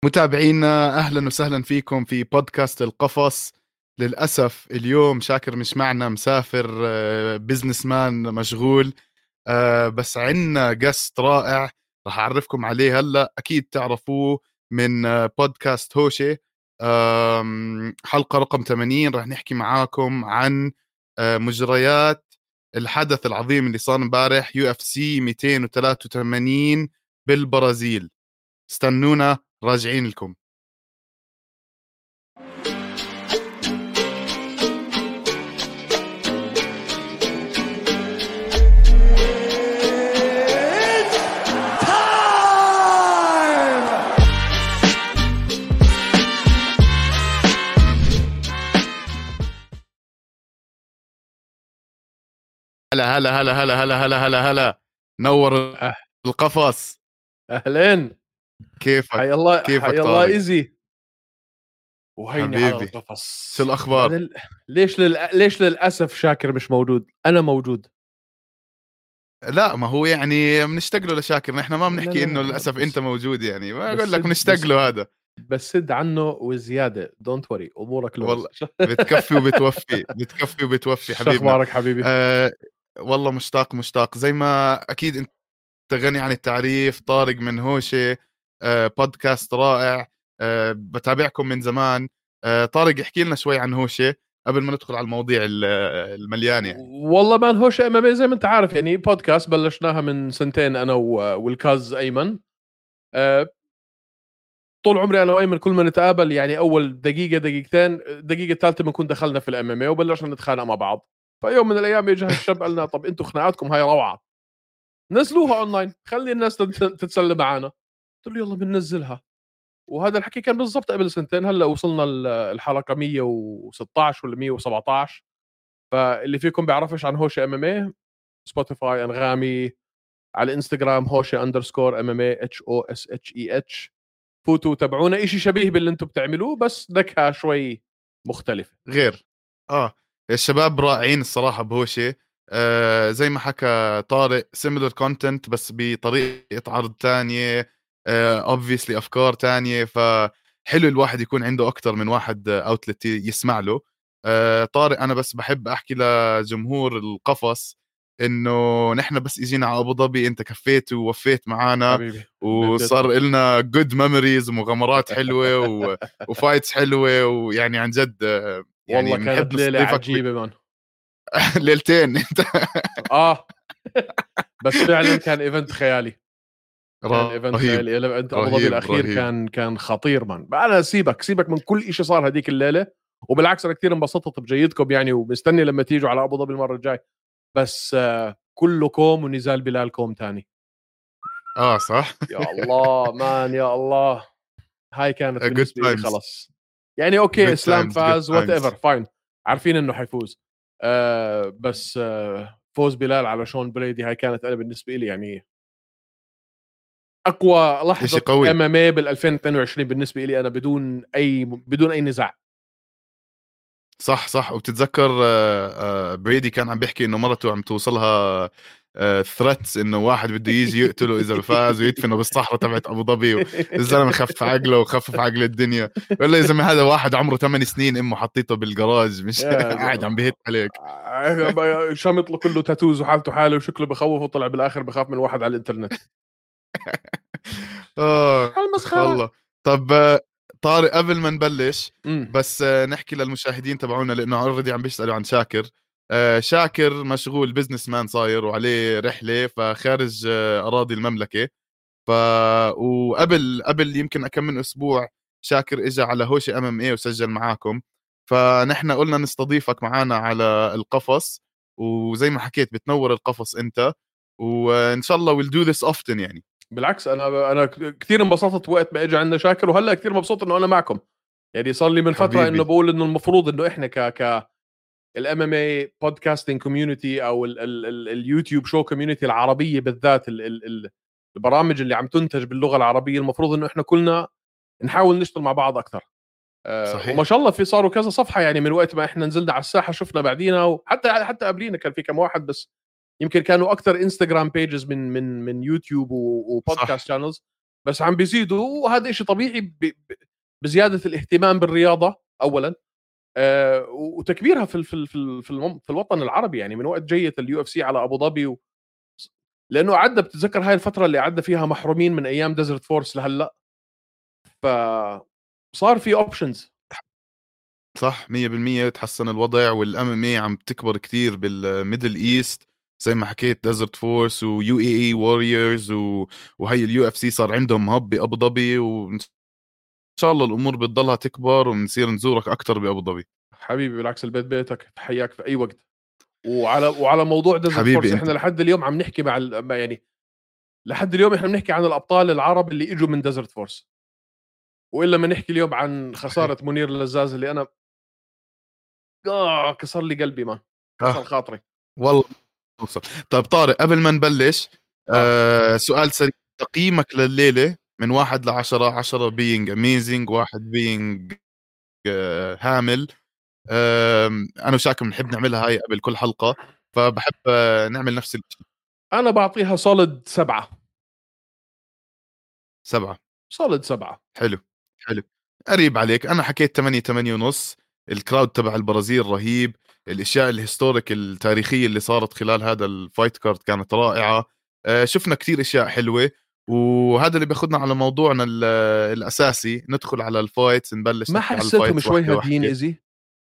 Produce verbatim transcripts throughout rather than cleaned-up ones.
متابعينا أهلا وسهلا فيكم في بودكاست القفص. للأسف اليوم شاكر مش معنا، مسافر، بزنس مان مشغول. آه، بس عنا قست رائع راح أعرفكم عليه هلأ، أكيد تعرفوه من آه، بودكاست هوشي. آم، حلقة رقم ثمانين راح نحكي معاكم عن آه، مجريات الحدث العظيم اللي صار امبارح، يو اف سي مئتين وثلاثة وثمانين بالبرازيل. استنونا راجعين لكم. هلا هلا هلا هلا هلا هلا هلا هلا نور أه. القفص. اهلين، كيفك؟ حي الله كيفك حي الله طارق ايزي وهيني على حبيبي؟ القفص. شو الأخبار؟ بعدين ليش لل... ليش للاسف شاكر مش موجود؟ انا موجود. لا ما هو يعني بنشتاق له لشاكر، نحن ما لا بنحكي انه لا للاسف انت بس موجود، يعني ما اقول بس لك سد بنشتاق بس له هذا. بس سد عنه وزياده، دونت وري، امورك والله لغز. بتكفي وبتوفي، بتكفي وبتوفي شو حبيبنا. اخبارك حبيبي؟ أه والله مشتاق مشتاق زي ما اكيد انت غني عن التعريف. طارق من هوشي، أه بودكاست رائع. أه بتابعكم من زمان. أه طارق احكي لنا شوي عن هوشي قبل ما ندخل على المواضيع ال- المليانة يعني. والله ما هوش ام ام زي ما انت عارف، يعني بودكاست بلشناها من سنتين انا و- والكاز ايمن. أه، طول عمري انا وايمن كل ما نتقابل يعني اول دقيقه دقيقتين، دقيقه ثالثه بنكون دخلنا في الام ام اي وبلشنا نتخانق مع بعض. فيوم من الايام اجى هالشاب قال لنا طب انتم خناقاتكم هاي روعه، نزلوها اونلاين خلي الناس تت- تتسلى معنا. قلت له يلا بننزلها. وهذا الحكي كان بالضبط قبل سنتين. هلا وصلنا ال- الحلقه مية وستاشر ولا مية وسبعطعش. فاللي فيكم بيعرفش عن هوشي ام ام اي، سبوتيفاي، انغامي، على الانستغرام هوشي اندرسكور ام ام اي، اتش او اس اتش اي اتش. فوتوا تابعونا، إشي شبيه باللي انتم بتعملوه بس نكهة شوي مختلفة. غير اه الشباب رائعين الصراحة بهوشي. آه زي ما حكى طارق، similar content بس بطريقة عرض تانية. آه obviously أفكار تانية، فحلو الواحد يكون عنده أكتر من واحد اوتلت يسمع له. آه طارق أنا بس بحب أحكي لجمهور القفص إنه نحن بس إجينا على أبو ظبي أنت كفيت ووفيت معانا، حبيبي من وصار جد. لنا good memories ومغامرات حلوة و... وفايتس حلوة، ويعني عن جد يعني والله بنحب كانت ليلة نستضيفك ب... عجيبة مان. ليلتين انت. اه بس فعلا كان ايفنت خيالي. كان ايفنت رهيب خيالي، ايفنت ابو ظبي رهيب الاخير رهيب. كان كان خطير مان. انا سيبك سيبك من كل إشي صار هذيك الليلة، وبالعكس انا كثير انبسطت بجيدكم يعني، ومستني لما تيجوا على ابو ظبي المرة الجاي. بس آه كله كوم ونزال بلال كوم تاني. اه صح. يا الله مان يا الله. هاي كانت good بالنسبه لي times خلص. يعني اوكي good اسلام times good فاز وات times. ايفر فاين، عارفين انه حيفوز. آه بس آه فوز بلال على شون بريدي هاي كانت انا بالنسبه لي يعني اقوى اشي لحظه قوي. ام ام اي بال ألفين واثنين وعشرين بالنسبه لي انا، بدون اي بدون اي نزاع. صح صح. وبتتذكر آه، آه، بريدي كان عم بيحكي انه مرته عم توصلها ثريتس انه واحد بده يجي يقتله اذا فاز ويدفنه بالصحراء تبعت ابو ظبي. والزلمه خفف عقله وخفف عقل الدنيا. بقول له يا زلمه هذا واحد عمره ثمان سنين امه حطيته بالجراج، مش يا قاعد عم زلمه بيهت عليك. شامط له كله تاتوز وحالته حاله وشكله بخوف، وطلع بالاخر بخاف من واحد على الانترنت. اه المسخره. والله. طب آه، طارق قبل ما نبلش امم بس آه، نحكي للمشاهدين تبعونا لانه اوريدي عم بيسالوا عن شاكر. آه، شاكر مشغول بزنس مان صاير وعليه رحله فخارج آه، اراضي المملكه. ف وقبل قبل يمكن أكم من اسبوع شاكر اجى على هوشي ام ام اي وسجل معاكم. فنحن قلنا نستضيفك معانا على القفص، وزي ما حكيت بتنور القفص انت، وان شاء الله we'll do this often يعني. بالعكس انا انا كثير انبسطت وقت ما اجى عندنا شاكر، وهلا كثير مبسوط انه انا معكم. يعني صار لي من فتره انه حبيبي بقول انه المفروض انه احنا ك ك الام ام اي بودكاستنج كوميونتي او ال ال ال اليوتيوب شو كوميونتي العربيه بالذات، ال ال ال البرامج اللي عم تنتج باللغه العربيه، المفروض انه احنا كلنا نحاول نشتغل مع بعض اكثر. أه وما صحيح. شاء الله في صاروا كذا صفحه يعني من وقت ما احنا نزلنا على الساحه شفنا بعدينا، وحتى حتى قبلينا كان في كم واحد، بس يمكن كانوا اكثر انستغرام بيجز من من من يوتيوب صح وبودكاست شانلز. بس عم بيزيدوا، وهذا إشي طبيعي ب... ب... بزياده الاهتمام بالرياضه اولا، آه وتكبيرها في ال... في ال... في ال... في, الم... في الوطن العربي. يعني من وقت جيت اليو اف سي على ابو ظبي و... لانه عدى، بتتذكر هاي الفتره اللي عدى فيها محرومين من ايام ديزرت فورس لهلا، ف صار في اوبشنز. صح، مية بالمية تحسن الوضع، والام ام اي عم تكبر كتير بالميدل ايست زي ما حكيت، ديزرت فورس ويو اي اي ووريرز، وهي اليو اف سي صار عندهم هب بابو ظبي، وان شاء الله الامور بتضلها تكبر ونصير نزورك اكثر بابو ظبي. حبيبي بالعكس، البيت بيتك، تحياك في اي وقت. وعلى وعلى موضوع ديزرت فورس، حبيبي انت. احنا لحد اليوم عم نحكي مع ال... يعني لحد اليوم احنا بنحكي عن الابطال العرب اللي اجوا من ديزرت فورس، والا ما نحكي اليوم عن صحيح. خساره منير لزاز اللي انا اه كسر لي قلبي، ما اه كسر خاطري. والله توصل. طيب طارق، قبل ما نبلش، اه آه سؤال سريع، تقييمك لليلة من واحد لعشرة، عشرة being amazing، واحد being آه هامل. آه أنا وشاكر بنحب نعملها هاي قبل كل حلقة، فبحب آه نعمل نفس الشيء. انا بعطيها صولد سبعة. سبعة. صولد سبعة. حلو. حلو. قريب عليك، أنا حكيت ثمانية، ثمانية ونص. الكراود تبع البرازيل رهيب، الاشياء الهيستوريك التاريخيه اللي صارت خلال هذا الفايت كارد كانت رائعه. آه، شفنا كثير اشياء حلوه، وهذا اللي بياخذنا على موضوعنا ال- الاساسي، ندخل على الفايتس، نبلش ما نحكي على حسيتهم الفايتس شوي واحده هاديين واحده. ايزي؟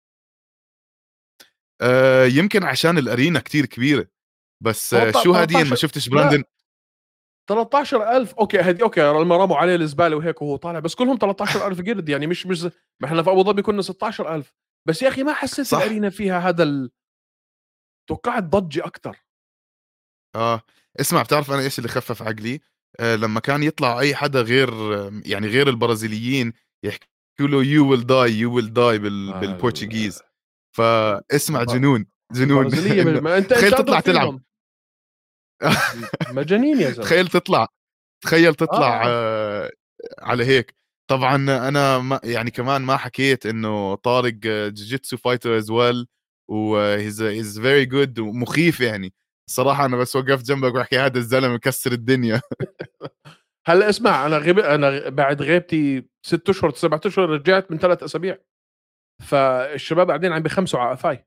آه، يمكن عشان الارينا كثير كبيره، بس آه، شو هادين؟ ما تلتاشر شفتش براندن؟ لا، ثلاثة عشر ألف اوكي هدي، اوكي لما رموا عليه الزباله وهيك وهو طالع، بس كلهم ثلاثة عشر ألف قرد يعني، مش مش زي- ما احنا في ابو ظبي كنا ستة عشر ألف. بس يا اخي ما حسيت صح. الارينا فيها هذا ال... توقعت ضجه اكثر. اه اسمع، بتعرف انا ايش اللي خفف عقلي؟ آه لما كان يطلع اي حدا غير، يعني غير البرازيليين، يحكوا له يو ويل داي، يو ويل داي بالبرتغيز. فاسمع، الب... جنون جنون. البرازيليه انه ما انت تخيل انت اضرب تطلع تلعب. فيهم. مجانين يا زلمه. تخيل تطلع تخيل اه تطلع اه آه على هيك. طبعا انا ما يعني كمان ما حكيت انه طارق جوجيتسو فايتر از ويل، وهيز هيز فيري جود ومخيف يعني. الصراحه انا بس وقفت جنبك وحكي هذا الزلمه مكسر الدنيا. هلا اسمع، انا غيب انا غ- بعد غيبتي ست اشهر سبعة اشهر رجعت من ثلاث اسابيع، فالشباب قاعدين عم بخمسوا على قفاي.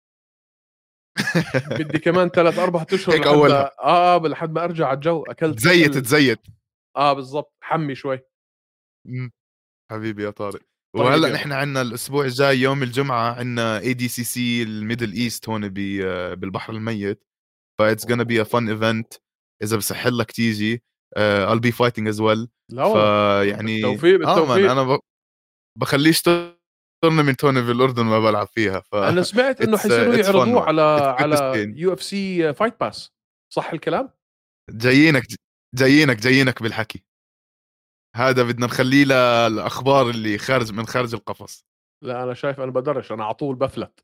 بدي كمان ثلاث اربع اشهر هيك لحد اولها. ما اه آه، لحد ما ارجع على الجو، اكلت تزيت اكل. تزيت. اه بالضبط، حمي شوي. مم. حبيبي يا طارق. طيب وهلا يلا. نحن عندنا الاسبوع الجاي يوم الجمعه عندنا اي دي سي سي الميدل ايست هون ب- بالبحر الميت. فايتس gonna be a fun event. اذا بصح لك تيجي، uh, I'll be fighting as well. لا والله، فيعني بالتوفيق اه مان بالتوفيق. انا ب- بخليش تورنمنت هون بالاردن ما بلعب فيها. ف انا سمعت انه it's حيصيروا uh, it's fun يعرضوه مان. على it's good to على stay. يو اف سي فايت باس، صح الكلام؟ جايينك جايينك جايينك بالحكي هذا، بدنا نخليه للاخبار اللي خارج من خارج القفص. لا انا شايف انا بقدرش، انا على طول بفلت.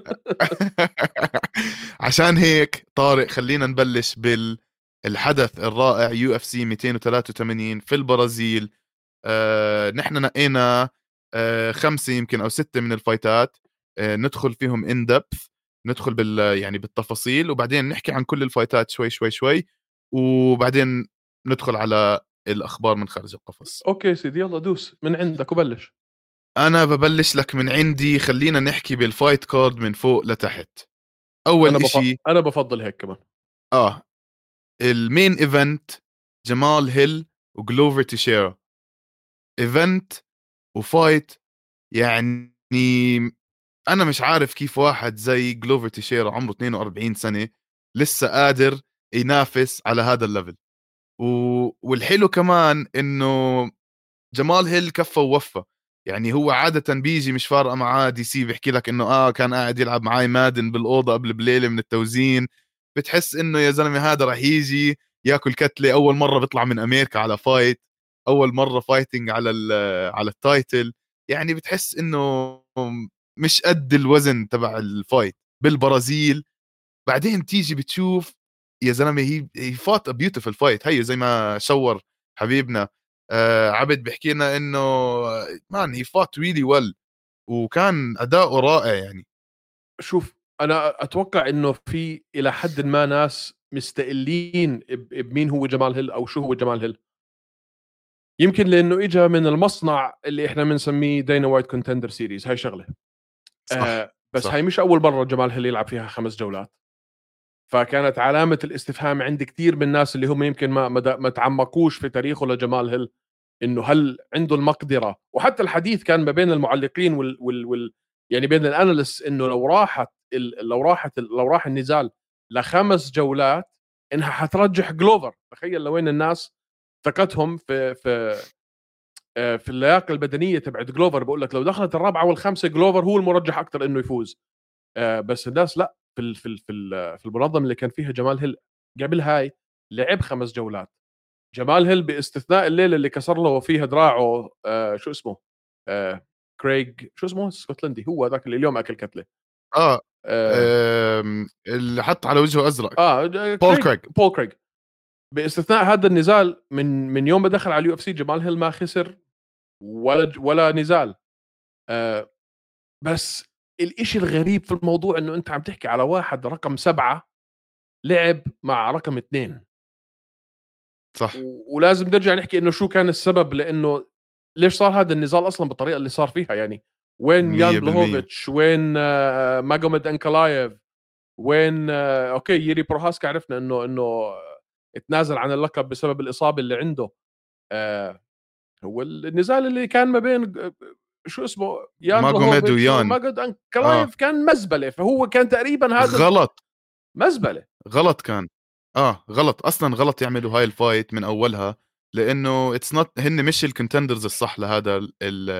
عشان هيك طارق، خلينا نبلش بالحدث الرائع يو اف سي مئتين وثلاثة وثمانين في البرازيل. آه نحن نقينا آه خمسة يمكن او ستة من الفايتات، آه ندخل فيهم ان دبث، ندخل بال يعني بالتفاصيل، وبعدين نحكي عن كل الفايتات شوي شوي شوي، وبعدين ندخل على الاخبار من خارج القفص. اوكي سيدي، يلا دوس من عندك وبلش. انا ببلش لك من عندي، خلينا نحكي بالفايت كارد من فوق لتحت. انا اول بفضل اشي، انا بفضل هيك كمان. اه المين ايفنت، جمال هيل وجلوفر تيشيرا. ايفنت وفايت يعني، انا مش عارف كيف واحد زي جلوفر تيشيرا عمره اثنين وأربعين سنة لسه قادر ينافس على هذا الليفل. و... والحلو كمان انه جمال هيل كفى ووفى. يعني هو عادة بيجي مش فارقة معاه دي سي، بيحكي لك انه اه كان قاعد يلعب معاي مادن بالأوضة قبل بليلة من التوزين. بتحس انه يا زلمة هذا رح يجي ياكل كتلة، اول مرة بيطلع من امريكا على فايت، اول مرة فايتنج على ال على التايتل. يعني بتحس انه مش قد الوزن تبع الفايت بالبرازيل. بعدين تيجي بتشوف يا زلمه، هي هي فات ا بيوتيفul فايت. هي زي ما شور حبيبنا آه عبد بيحكي لنا انه مان هي فات ريلي ويل، وكان اداؤه رائع يعني. شوف، انا اتوقع انه في الى حد ما ناس مستقلين ب- بمين هو جمال هيل او شو هو جمال هيل. يمكن لانه اجى من المصنع اللي احنا بنسميه داينا وايت كونتندر سيريز. هاي شغله. صح آه بس صح. هاي مش اول مره جمال هيل يلعب فيها خمس جولات، فكانت علامه الاستفهام عند كثير من الناس اللي هم يمكن ما ما تعمقوش في تاريخه لجمال هيل، انه هل عنده المقدره. وحتى الحديث كان ما بين المعلقين وال, وال, وال يعني بين الاناليست انه لو راحت ال... لو راحت ال... لو راح النزال لخمس جولات انها حترجح جلوفر. تخيل لوين الناس ثقتهم في في في اللياقه البدنيه تبعت جلوفر. بقول لك لو دخلت الرابعه والخامسه جلوفر هو المرجح اكثر انه يفوز. بس الناس لا، في ال... في ال... في, ال... في المنظمه اللي كان فيها جمال هيل قبل هاي لعب خمس جولات. جمال هيل باستثناء الليله اللي كسر له فيها دراعه آه شو اسمه آه كريغ شو اسمه اسكتلندي، هو ذاك اللي اليوم اكل كتله. اه, آه, آه اللي حط على وجهه ازرق. آه بول كريغ كريغ. بول كريغ. باستثناء هذا النزال من من يوم ما دخل على اليو اف سي جمال هيل ما خسر ولا ولا نزال. آه بس الاشي الغريب في الموضوع انه انت عم تحكي على واحد رقم سبعة لعب مع رقم اثنين. صح. ولازم نرجع نحكي انه شو كان السبب، لانه ليش صار هذا النزال اصلا بالطريقه اللي صار فيها. يعني وين يان مية بالمية. بلوهوفيتش، وين آه ماجوميد انكلايف، وين آه اوكي ييري بروهاسكا عرفنا انه انه اتنازل عن اللقب بسبب الاصابه اللي عنده. آه هو النزال اللي كان ما بين شو اسمه يان ماجوميد بلوهوفيتش ويان. وماجوميد اه انكلايف كان مزبله. فهو كان تقريبا هذا غلط. مزبله. غلط كان. اه غلط اصلا، غلط يعملوا هاي الفايت من اولها، لانه اتس نوت، هن مش الكونتندرز الصح لهذا ال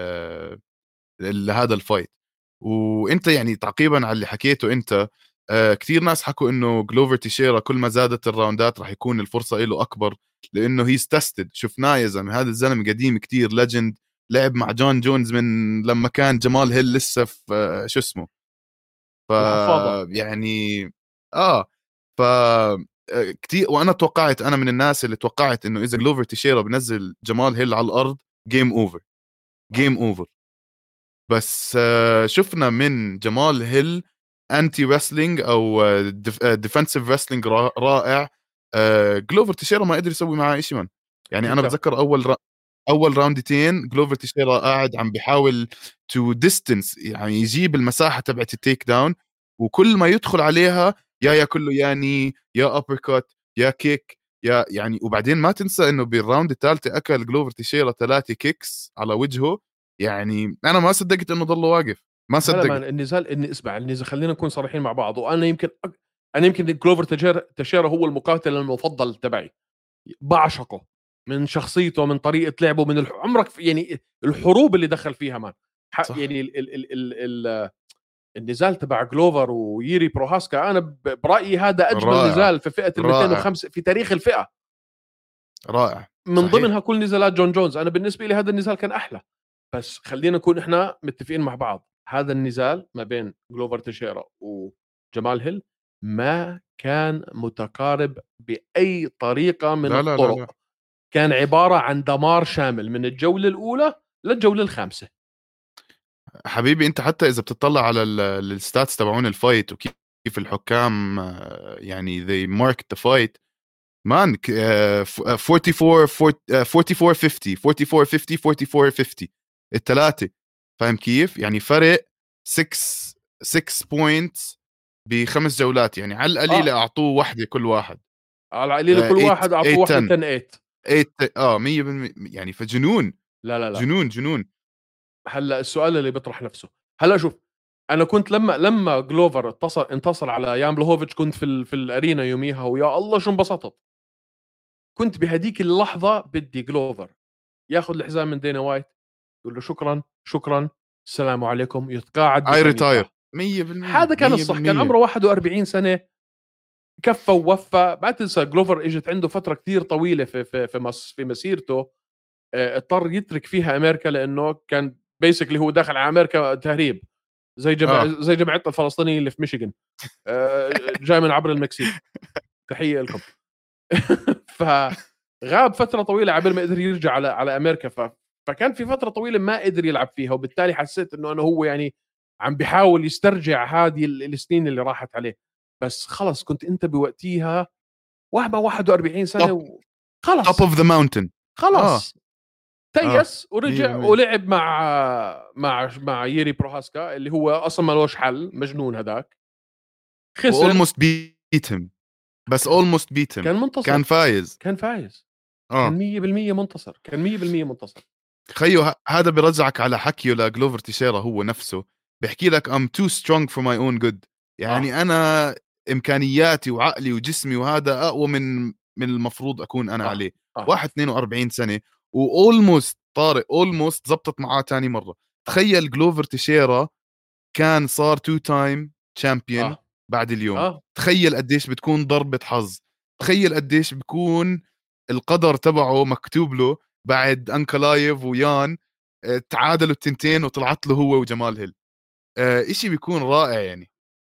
ال لهذا الفايت. وانت يعني تعقيبا على اللي حكيته انت، آه كثير ناس حكوا انه جلوفر تيشيرا كل ما زادت الراوندات راح يكون الفرصه له اكبر، لانه هيز تستد. شفناه يا زلمه، هذا الزلمه قديم كتير، ليجند، لعب مع جون جونز من لما كان جمال هيل لسه في آه شو اسمه، ف الحفاضه. يعني اه ف كثير. وانا توقعت، انا من الناس اللي توقعت انه اذا جلوفر تيشيرا بنزل جمال هيل على الارض جيم اوفر، جيم اوفر. بس آه شفنا من جمال هيل انتي رسلينج او ديفنسيف رسلينج رائع. آه جلوفر تيشيرا ما قدر يسوي معاه شيء من. يعني انا انت بتذكر اول را... اول راوندتين جلوفر تيشيرا قاعد عم بيحاول تو ديستنس، يعني يجيب المساحه تبعت التيك داون، وكل ما يدخل عليها يا ياكل له ياني يا ابركوت يا كيك يا يعني. وبعدين ما تنسى انه بالراوند الثالثه اكل جلوفر تيشيرا ثلاثه كيكس على وجهه. يعني انا ما صدقت انه ضله واقف، ما لا لا صدقت. ما النزال اني اسمع النزال، خلينا نكون صريحين مع بعض. وانا يمكن أك... انا يمكن جلوفر تشيرا تشيرا هو المقاتل المفضل تبعي. بعشقه من شخصيته، من طريقه لعبه، من الح... عمرك في... يعني الحروب اللي دخل فيها مان. ح... صح. يعني ال... ال... ال... ال... ال... النزال تبع جلوفر وييري بروهاسكا انا ب... برايي هذا اجمل رائع نزال في فئه ال رائع مئتين وخمسة في تاريخ الفئه. رائع. من ضمنها صحيح. كل نزالات جون جونز. انا بالنسبه لي هذا النزال كان احلى. بس خلينا نكون احنا متفقين مع بعض، هذا النزال ما بين جلوفر تشيرا وجمال هيل ما كان متقارب بأي طريقة من لا لا لا لا الطرق. كان عبارة عن دمار شامل من الجولة الأولى للجولة الخامسة. حبيبي، انت حتى اذا بتطلع على الستاتس تبعون الفايت وكيف الحكام آه، يعني they marked the fight مان، آه، أربعة وأربعين خمسين أربعة وأربعين خمسين أربعة وأربعين خمسين الثلاثه. فاهم كيف؟ يعني فرق ستة ستة بوينتس بخمس جولات، يعني على القليله اه اعطوه واحده كل واحد. على قليل آه، كل ثمانية واحد أعطوه ثمانية واحدة عشرة عشرة ثمانية. ثمانية اه مية بالمية. يعني فجنون، لا لا لا جنون جنون. هلا السؤال اللي بيطرح نفسه. هلا شوف، انا كنت لما لما جلوفر اتصل انتصر على يان بلوهوفيتش كنت في ال... في الارينا يوميها، ويا الله شو انبسطت. كنت بهديك اللحظة بدي جلوفر ياخذ الحزام من دينا وايت، يقول له شكرا شكرا السلام عليكم، يتقاعد اي بثانيتها. ريتاير مية بالمية هذا كان الصح. كان مية بالمية. عمره واحد وأربعين سنة، كفى ووفى. ما تنسى جلوفر اجت عنده فترة كثير طويلة في في في, مس في مسيرته آه، اضطر يترك فيها امريكا لانه كان بيسكلي هو داخل على امريكا تهريب، زي جماعة اه زي جماعتنا الفلسطينيين اللي في ميشيغان، آه، جاي من عبر المكسيك. تحية لكم. فغاب فترة طويلة عبر ما قدر يرجع على على امريكا. ف فكان في فترة طويلة ما قدر يلعب فيها، وبالتالي حسيت انه انه هو يعني عم بيحاول يسترجع هذه السنين اللي راحت عليه. بس خلص كنت انت بوقتيها وهبه واحد وأربعين توب سنة توب وخلص اوف ذا ماونتن. اه خلص تيس آه. ورجع ولعب مع مع مع ييري بروهاسكا اللي هو اصلا ما لوش حل، مجنون هذاك. خسر اولموست بيتهم، بس اولموست بيتهم كان منتصر، كان فايز كان فايز اه كان مية بالمية منتصر، كان مية بالمية منتصر. خيو ه- هذا برجعك على حكيه لجلوفر تيشيرا هو نفسه، بيحكي لك I'm too strong for my own good. يعني آه. انا امكانياتي وعقلي وجسمي وهذا اقوى من من المفروض اكون انا آه. عليه. آه. واحد اثنين وأربعين سنه واولموست طارق، اولموست زبطت معاه تاني مره. تخيل جلوفر تيشيرا كان صار تو تايم تشامبيون آه. بعد اليوم. آه. تخيل قديش بتكون ضربة حظ، تخيل قديش بكون القدر تبعه مكتوب له بعد أنكلايف ويان آه، تعادلوا التنتين وطلعت له هو وجمال هيل. آه، إشي بيكون رائع يعني.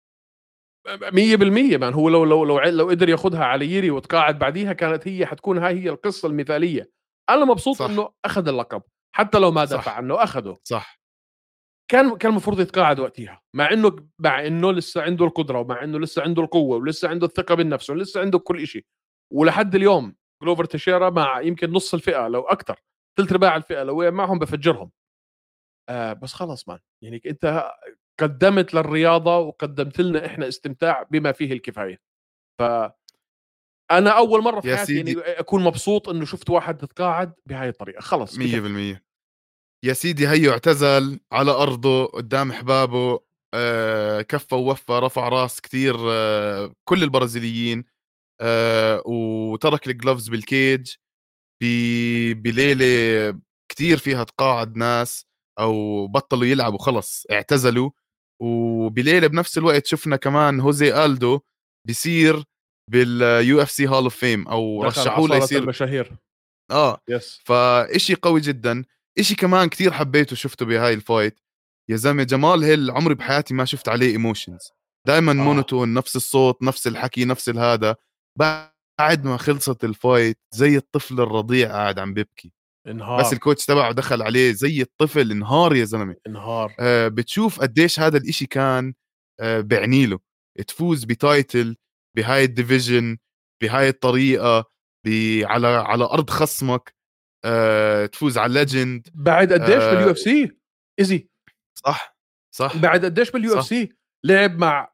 مية بالمية مان. هو لو لو لو لو قدر ياخدها على ييري وتقاعد بعديها كانت هي حتكون هاي هي القصة المثالية. أنا مبسوط صح إنه أخذ اللقب حتى لو ما دفع صح عنه، أخده. صح كان كان المفروض يتقاعد وقتها، مع إنه مع إنه لسه عنده القدرة، ومع إنه لسه عنده القوة، ولسه عنده الثقة بالنفس، ولسه عنده كل إشي. ولحد اليوم جلوفر تيشيرا مع يمكن نص الفئة لو أكتر، ثلث ارباع الفئة لو معهم بفجرهم. آه بس خلص مان، يعني أنت قدمت للرياضة وقدمت لنا إحنا استمتاع بما فيه الكفاية. ف انا اول مره في يا حياتي يعني سيدي اكون مبسوط انه شفت واحد تتقاعد بهاي الطريقه. خلص مية بكفي. بالمية يا سيدي هيو اعتزل على أرضه قدام أحبابه. آه، كفى ووفى، رفع راس كتير آه، كل البرازيليين. آه، وترك الجلوفز بالكيج ب- بليلة كتير فيها تقاعد ناس أو بطلوا يلعبوا خلص اعتزلوا. وبليلة بنفس الوقت شفنا كمان هوزي ألدو بيصير باليو اف سي هول اوف فيم او دخل رشحوه عصارة ليصير. المشاهير. اه يس. فإشي قوي جدا. إشي كمان كتير حبيته شفته بهاي الفايت يا زلمة، جمال هيل عمري بحياتي ما شفت عليه ايموشنز. دائما اه مونوتون، نفس الصوت نفس الحكي نفس الهذا. بعد ما خلصت الفايت زي الطفل الرضيع قاعد عم بيبكي. بس انهار. الكوتش تبعه دخل عليه زي الطفل انهار يا زلمة. انهار. آه بتشوف قديش هذا الإشي كان آه بعني له تفوز بتايتل بهاي الديفيجن بهاي الطريقة، ب- على على أرض خصمك. آه تفوز على الليجند. بعد قديش باليو آه اف سي ايزي. صح صح بعد قديش باليو اف صح سي لعب مع،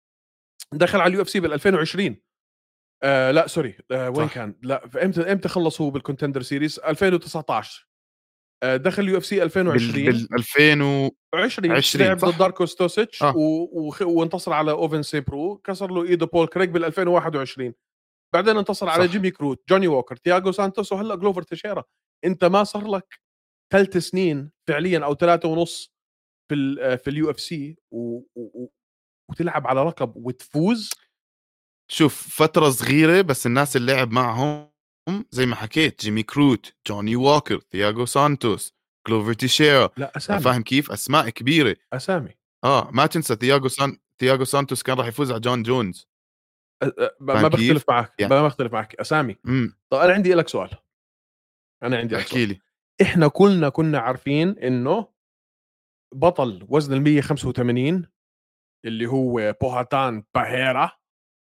دخل على اليو اف سي بال ألفين وعشرين. آه لا سوري، آه وين صح كان؟ لا في امتى امتى خلص هو بالكونتندر سيريز؟ ألفين وتسعطعش. آه دخل اليو اف سي بال ألفين وعشرين. بال ألفين عشرين وعشرين لعب ضد صح داركو ستوسيتش اه و... وخ... وانتصر على اوفن سيبرو، كسر له ايده بول كريج بال ألفين وواحد وعشرين. بعدين انتصر على صح جيمي كروت، جوني ووكر، تياغو سانتوس، وهلا جلوفر تيشيرا. انت ما صار لك ثلاث سنين فعليا او ثلاثة ونص في ال في اليو اف سي و... و... وتلعب على لقب وتفوز. شوف فترة صغيرة بس الناس اللي لعب معهم زي ما حكيت جيمي كروت، جوني ووكر، ثياغو سانتوس، كلوفر تيشيرا. لا اسامي، فاهم كيف؟ اسماء كبيرة. اسامي. اه ما تنسى ثياغو سان ثياغو سانتوس كان راح يفوز على جون جونز. أ- أ- ما فاهم بختلف كيف؟ معك، يعني ما بختلف معك، اسامي. امم طيب انا عندي لك سؤال، انا عندي لك سؤال. احكي لي. احنا كلنا كنا عارفين انه بطل وزن ال مية وخمسة وثمانين اللي هو بوهاتان باهيرا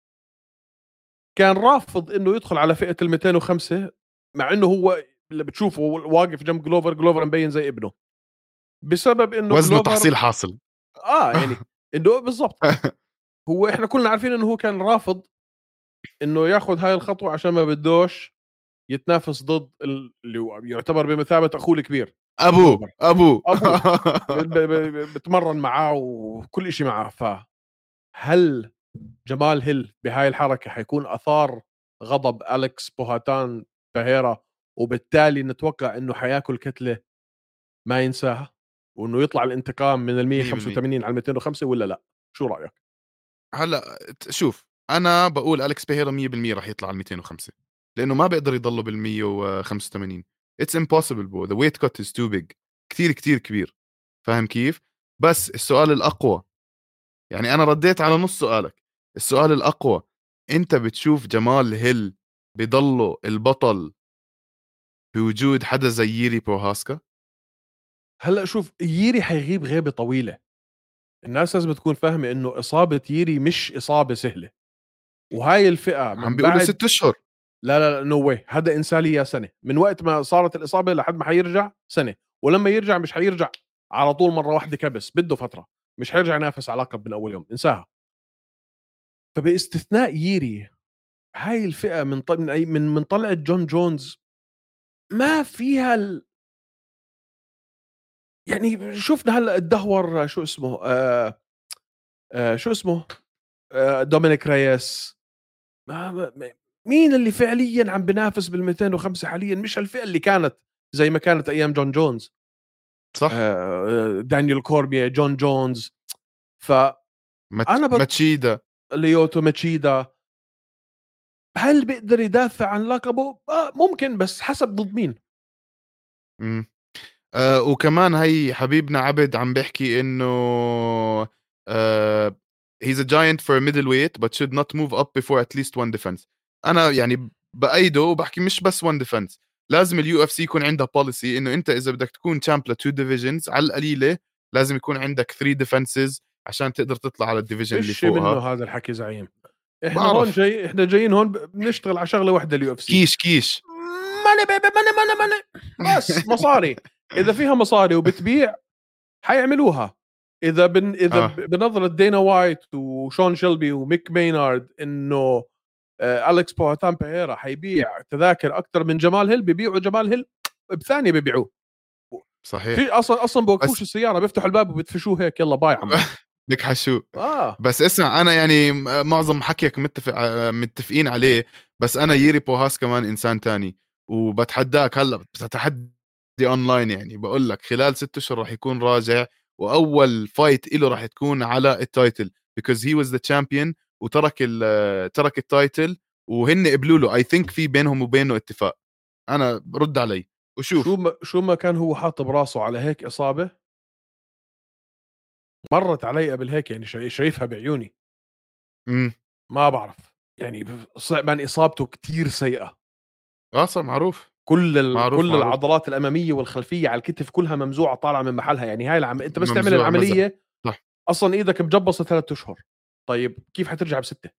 كان رافض انه يدخل على فئه ال مئتين وخمسة، مع انه هو اللي بتشوفه واقف جنب جلوفر، جلوفر مبين زي ابنه، بسبب انه وزنه جلوفر تحصيل حاصل. اه يعني انه بالضبط. هو احنا كلنا عارفين انه هو كان رافض انه ياخذ هاي الخطوه عشان ما بدوش يتنافس ضد ال- اللي هو يعتبر بمثابه اخوه الكبير ابوه جلوفر، ابوه ابوه. ب- ب- ب- بتمرن معاه وكل شيء معاه. فهل جمال هيل بهاي الحركة حيكون أثار غضب أليكس بوهاتان باهيرا، وبالتالي نتوقع إنه حياكل كتلة ما ينساها، وإنه يطلع الانتقام من ال مية بالمية. مية وخمسة وثمانين على مئتين وخمسة، ولا لا؟ شو رأيك؟ هلا ت- شوف انا بقول اليكس بيهيرا مية بالمية راح يطلع على مئتين وخمسة لانه ما بيقدر يضله بال مية وخمسة وثمانين. اتس امبوسيبل بو ذا ويت كات از تو بيج. كثير كثير كبير. فاهم كيف؟ بس السؤال الاقوى، يعني انا رديت على نص سؤالك. السؤال الاقوى، انت بتشوف جمال هيل بضله البطل بوجود حدا زي ييري بروهاسكا؟ هلا شوف، ييري حيغيب غيبة طويلة. الناس لازم تكون فاهمة إنه إصابة ييري مش إصابة سهلة، وهاي الفئة عم من بيقولوا بعد. ست اشهر. لا لا نو واي، هذا انساليه سنه من وقت ما صارت الاصابه لحد ما حيرجع سنه، ولما يرجع مش حيرجع على طول مره واحده كبس، بده فتره، مش حيرجع ينافس على لقب من اول يوم، انساها. فباستثناء ييري هاي الفئه من طل... من أي- من من طلعه جون جونز ما فيها ال... يعني شفنا هلا الدهور شو اسمه آه آه شو اسمه آه دومينيك ريس. ما ما- مين اللي فعليا عم بينافس بال مئتين وخمسة حاليا؟ مش الفئه اللي كانت زي ما كانت ايام جون جونز. صح. آه دانيال كوربيا، جون جونز. فانا مات- بط... ماتشيدا. ليوتو ماتشيدا، هل بيقدر يدافع عن لقبه؟ آه ممكن، بس حسب ضد مين. مم. آه وكمان هي حبيبنا عبد عم بيحكي انه آه he's a giant for a middleweight but should not move up before at least one defense. انا يعني بايده وبحكي مش بس one defense، لازم اليو اف سي يكون عندها بوليسي انه انت اذا بدك تكون تشامب لتو ديفيجنز على القليله لازم يكون عندك ثري ديفنسز عشان تقدر تطلع على الديفيجن اللي فيش منه فوقها. هذا الحكي زعيم. احنا هون بعرف. جاي احنا جايين هون بنشتغل على شغله واحده، اليو اف سي كيش كيش. ماني بيبي ماني ماني ماني، بس مصاري. اذا فيها مصاري وبتبيع حيعملوها. اذا بن اذا اه ب- بنظره دينا وايت وشون شيلبي وميك مينارد انه آه اليكس بوهاتان بيرا حيبيع تذاكر اكثر من جمال هيل، بيبيعوا جمال هيل بثانيه بيبيعوه. في صحيح. اصلا اصلا بوقفوش بس السياره، بيفتحوا الباب وبتفشوه هيك، يلا باي عمو. بكحشوه. اه بس اسمع انا يعني معظم حكيك متفق متفقين عليه، بس انا ييري بوهاس كمان انسان تاني، وبتحداك هلا بتحدي اونلاين يعني بقول لك خلال ست اشهر راح يكون راجع، واول فايت له راح تكون على التايتل because he was the champion، وترك ال ترك التايتل وهن قبلوا له. اي ثينك في بينهم وبينه اتفاق. انا برد علي شو وشوف. ما شو ما كان هو حاط براسه على هيك اصابه، مرت علي قبل هيك يعني، شايف- شايفها بعيوني. امم ما بعرف يعني، صعبان اصابته كتير سيئه. اصلا معروف. كل ال... معروف كل معروف. العضلات الاماميه والخلفيه على الكتف كلها ممزوعه طالعه من محلها. يعني هاي العم... انت بس تعمل ممزوع مزح. العمليه صح. اصلا ايدك مجبصه ثلاث اشهر. طيب كيف حترجع بسته؟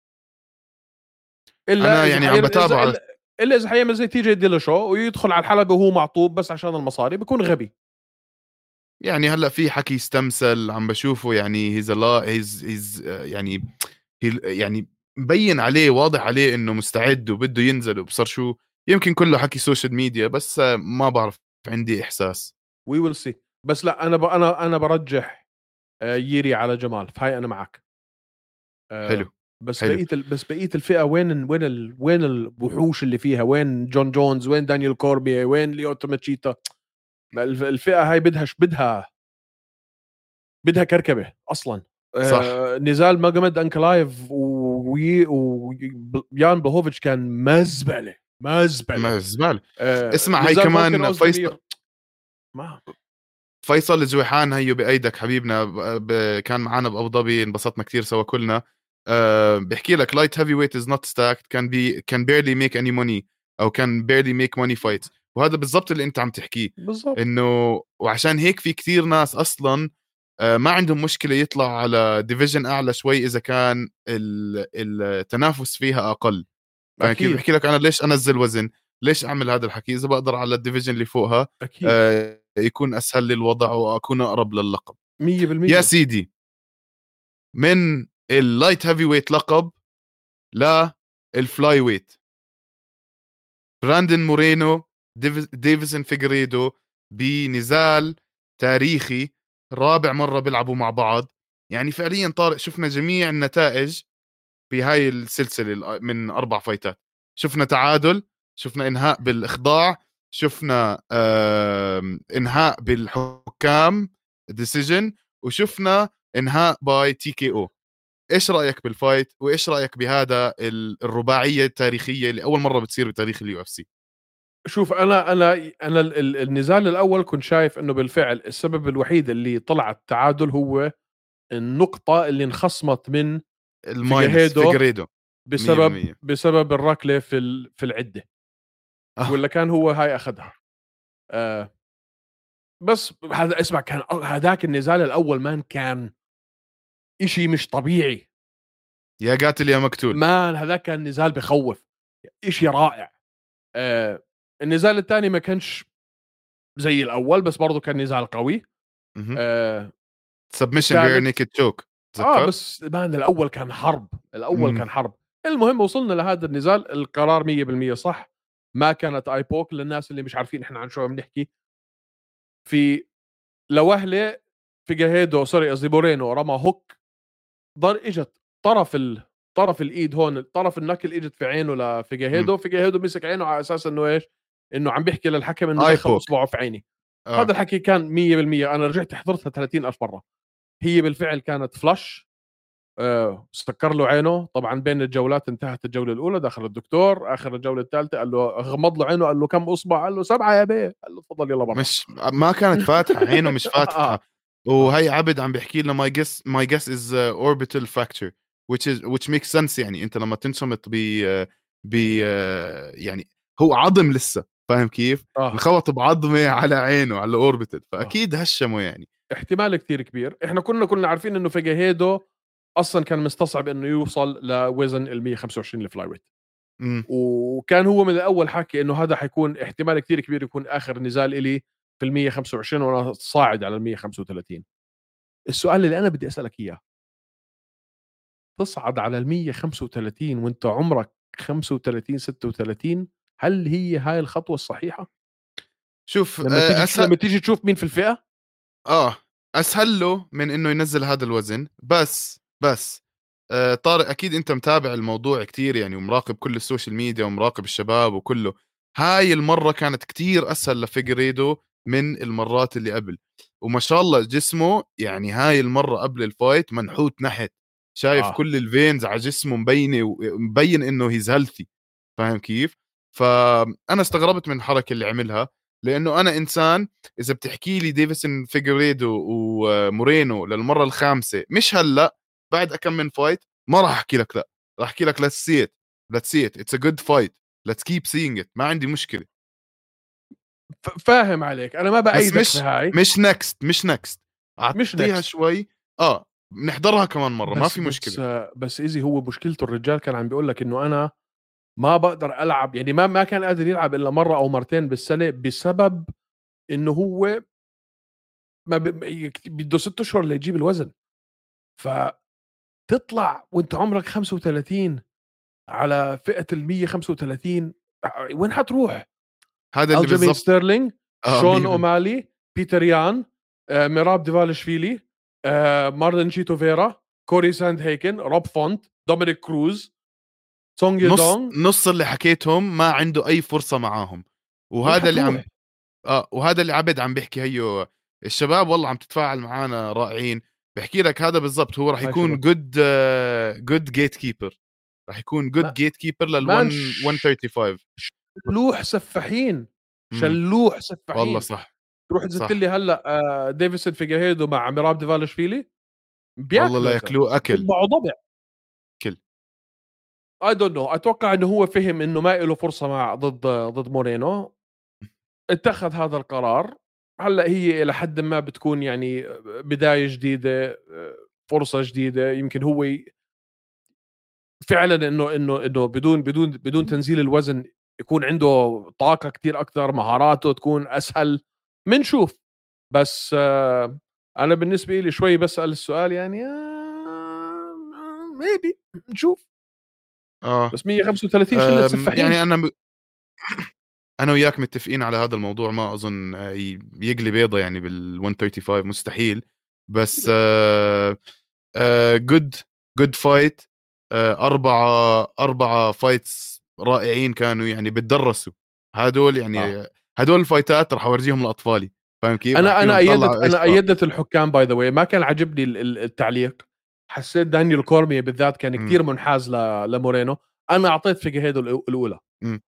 الا انا اذا يعني عم حير... اذا بتابعه. الا الا اذا حيعمل زي تي جي ديلاشو ويدخل على الحلبه وهو معطوب بس عشان المصاري، بيكون غبي. يعني هلا في حكي استمثل عم بشوفه يعني هيز لا هيز هيز يعني هي يعني مبين عليه واضح عليه انه مستعد وبده ينزل وبصر شو. يمكن كله حكي سوشيال ميديا بس ما بعرف، عندي احساس. وي ويل سي. بس لا انا ب... انا انا برجح آه، ييري على جمال، فهاي انا معك. حلو. آه، بس حلو. بقيه ال... بس بقيه الفئه وين وين ال... وين الوحوش اللي فيها؟ وين جون جونز؟ وين دانيال كوربي؟ وين ليوتو ماتشيتا؟ ما الف- الفئه هاي بدها بدها بدها كركبه اصلا. صح. آه نزال ماجوميد انكلايف ويان وبي... بلوهوفيتش كان مزبله مزبله. ما زبال. آه اسمع هي نزال فولكن كمان فيصل. اوزدمير ما فيصل الجويحان هيو بايدك حبيبنا ب... ب... كان معنا بابو ظبي انبسطنا كثير سوا كلنا. أه بحكي لك لايت هيفي ويت از نوت ستاكد كان بي كان بيرلي ميك اني موني او كان بيرلي ميك موني فايتس، وهذا بالضبط اللي انت عم تحكيه. بالضبط. انه وعشان هيك في كثير ناس اصلا أه ما عندهم مشكله يطلع على ديفيجن اعلى شوي اذا كان ال... التنافس فيها اقل. فاهم كيف اكيد بحكي لك انا ليش انزل وزن؟ ليش اعمل هذا الحكي اذا بقدر على الديفيجن اللي فوقها اكيد آه، يكون اسهل لي الوضع واكون اقرب للقب. يا مية بالمية. سيدي، من اللايت هيفي ويت لقب لا الفلاي ويت، براندن مورينو ديف... ديفيسون فيجريدو بنزال تاريخي، رابع مرة بيلعبوا مع بعض. يعني فعليا طارق شفنا جميع النتائج في هاي السلسلة من أربع فايتات. شفنا تعادل، شفنا إنهاء بالإخضاع، شفنا آه إنهاء بالحكام ديسيجن، وشفنا إنهاء باي تي كي أو. إيش رأيك بالفايت وإيش رأيك بهذا الرباعية التاريخية اللي أول مرة بتصير بتاريخ اليو اف سي؟ شوف انا انا انا ال- ال- النزال الاول كنت شايف انه بالفعل السبب الوحيد اللي طلع التعادل هو النقطه اللي انخصمت من الماينس فيجاهيدو فيجريدو. بسبب مية بالمية. بسبب الركله في ال- في العده، آه. ولا كان هو هاي اخذها. آه بس هذا اسمع، كان هذاك النزال الاول مان كان إشي مش طبيعي. يا قاتل يا مقتول. مان هذاك كان نزال بخوف. إشي رائع. آه النزال الثاني ما كانش زي الاول بس برضه كان نزال قوي. آه سبمشن رير الثالث نيكد تشوك اه تذكر. بس مان الاول كان حرب، الاول مم. كان حرب. المهم وصلنا لهذا النزال، القرار مية بالمية صح، ما كانت اي بوك. للناس اللي مش عارفين احنا عن شو عم نحكي، في لوهله فيجاهيدو سوري قصدي مورينو رمى هوك، ضل اجت طرف ال... طرف الايد هون، طرف النكل اجت في عينه مم. لفيجاهيدو، فيجاهيدو مسك عينه على اساس انه ايش، انه عم بيحكي للحكم انه اي دخل بوك. اصبعه في عيني. اه هذا الحكي كان مية بالمية، انا رجعت حضرتها ثلاثين ألف مره. هي بالفعل كانت فلاش. آه، سكر له عينه. طبعا بين الجولات انتهت الجوله الاولى، دخل الدكتور اخر الجوله الثالثه قال له غمض له عينه، قال له كم اصبع؟ قال له سبعه يا بيه. قال له تفضل يلا برا. مش ما كانت فاتحه عينه، مش اه فاتحه. اه وهي عبد عم بيحكي لنا my guess my guess is uh, orbital fracture which is which makes sense. يعني انت لما تنشمط ب ب يعني هو عظم لسه، فاهم كيف؟ اه انخبط بعظمه على عينه على اوربيتال، اه فاكيد هشمه يعني. احتمال كثير كبير. احنا كنا كنا عارفين انه فيجاهيدو اصلا كان مستصعب انه يوصل لوزن ال مية وخمسة وعشرين الفلاي ويت، امم وكان هو من الاول حكي انه هذا حيكون احتمال كثير كبير يكون اخر نزال الي في ال مية وخمسة وعشرين وانا صاعد على ال مية وخمسة وثلاثين. السؤال اللي انا بدي اسالك اياه، تصعد على ال مية وخمسة وثلاثين وانت عمرك خمسة وثلاثين ستة وثلاثين، هل هي هاي الخطوة الصحيحة شوف لما تيجي آه، تش- اسهل. لما تيجي تشوف مين في الفئة؟ اه اسهل له من انه ينزل هذا الوزن. بس بس آه طارق، اكيد انت متابع الموضوع كتير يعني، ومراقب كل السوشيال ميديا ومراقب الشباب وكله. هاي المرة كانت كتير اسهل لفيجريدو من المرات اللي قبل. وما شاء الله جسمه يعني هاي المرة قبل الفايت منحوت نحت. شايف اه كل الفينز على جسمه مبينة، ومبين انه هيز هيلثي. فاهم كيف؟ فانا استغربت من الحركة اللي عملها، لانه انا انسان اذا بتحكي لي ديفيسون فيجريدو ومورينو للمره الخامسه مش هلا، بعد كم من فايت، ما راح احكي لك لا. راح احكي لك let's see it let's see it it's a good fight let's keep seeing it. ما عندي مشكله. ف- فاهم عليك، انا ما بس بأيدك في مش هاي. مش نكست مش نكست مش اعطيها نكست. شوي. اه بنحضرها كمان مره، ما بس في بس مشكله. آه، بس ايزي هو مشكلته الرجال كان عم بيقول لك انه انا ما بقدر العب، يعني ما ما كان قادر يلعب الا مره او مرتين بالسنه بسبب انه هو ما ب... بده ست اشهر ليجيب الوزن. فتطلع وانت عمرك خمسة وثلاثين على فئه ال مية وخمسة وثلاثين، وين حتروح؟ هذا اللي الجيمين بالضبط. ستيرلينج، اه شون مية بالمية. اومالي، بيتر يان، آه، ميراب ديفالشفيلي، آه، مارلين شيتو فيرا، كوري ساند هيكن، روب فونت، دومينيك كروز، سونج نص يودونغ. نص اللي حكيتهم ما عنده اي فرصه معاهم. وين وهذا اللي عم حتروح؟ اه وهذا اللي عبد عم بيحكي هيو. الشباب والله عم تتفاعل معنا رائعين. بحكي لك هذا بالضبط، هو راح هاي يكون شباب جود جود جيت كيبر. راح يكون جود ما جيت كيبر لل مان مية وخمسة وثلاثين. شلوح سفاحين، امم شلوح والله سفاحين. صح. تروح تزت صح لي هلا آه، ديفيسون فيجاهيدو مع ميراب ديفالشفيلي، والله بياكلوا لا يا زلمه، ياكلوه اكل. بيطبعوا ضبع. كل اي دونت نو، اتوقع انه هو فهم انه ما له فرصه مع ضد ضد مورينو، اتخذ هذا القرار. هلا هي الى حد ما بتكون يعني بدايه جديده، فرصه جديده. يمكن هو فعلا انه انه انه بدون بدون بدون تنزيل الوزن يكون عنده طاقه كتير اكثر، مهاراته تكون اسهل. منشوف. بس آه، انا بالنسبه لي شوي بسال السؤال يعني ميبي نشوف. اه بس مية وخمسة وثلاثين شله أم، سفاحين. يعني انا م... انا وياك متفقين على هذا الموضوع. ما اظن آه، ي- يقلي بيضه يعني بال مية وخمسة وثلاثين، مستحيل. بس آه جود جود فايت. أربعة أربعة فايتس رائعين كانوا يعني، بتدرسوا هدول اه يعني. هدول الفايتات راح أورجيهم لأطفالي. فاهم كيف؟ راح انا أحكي انا لهم ايدت طلعوا إيش انا صار. ايدت الحكام باي ذا واي، ما كان عجبني ال- ال- التعليق. حسيت دانيال كورمي بالذات كان مم. كتير منحاز ل- لمورينو. انا اعطيت فيجاهيدو الأو- الاولى. مم.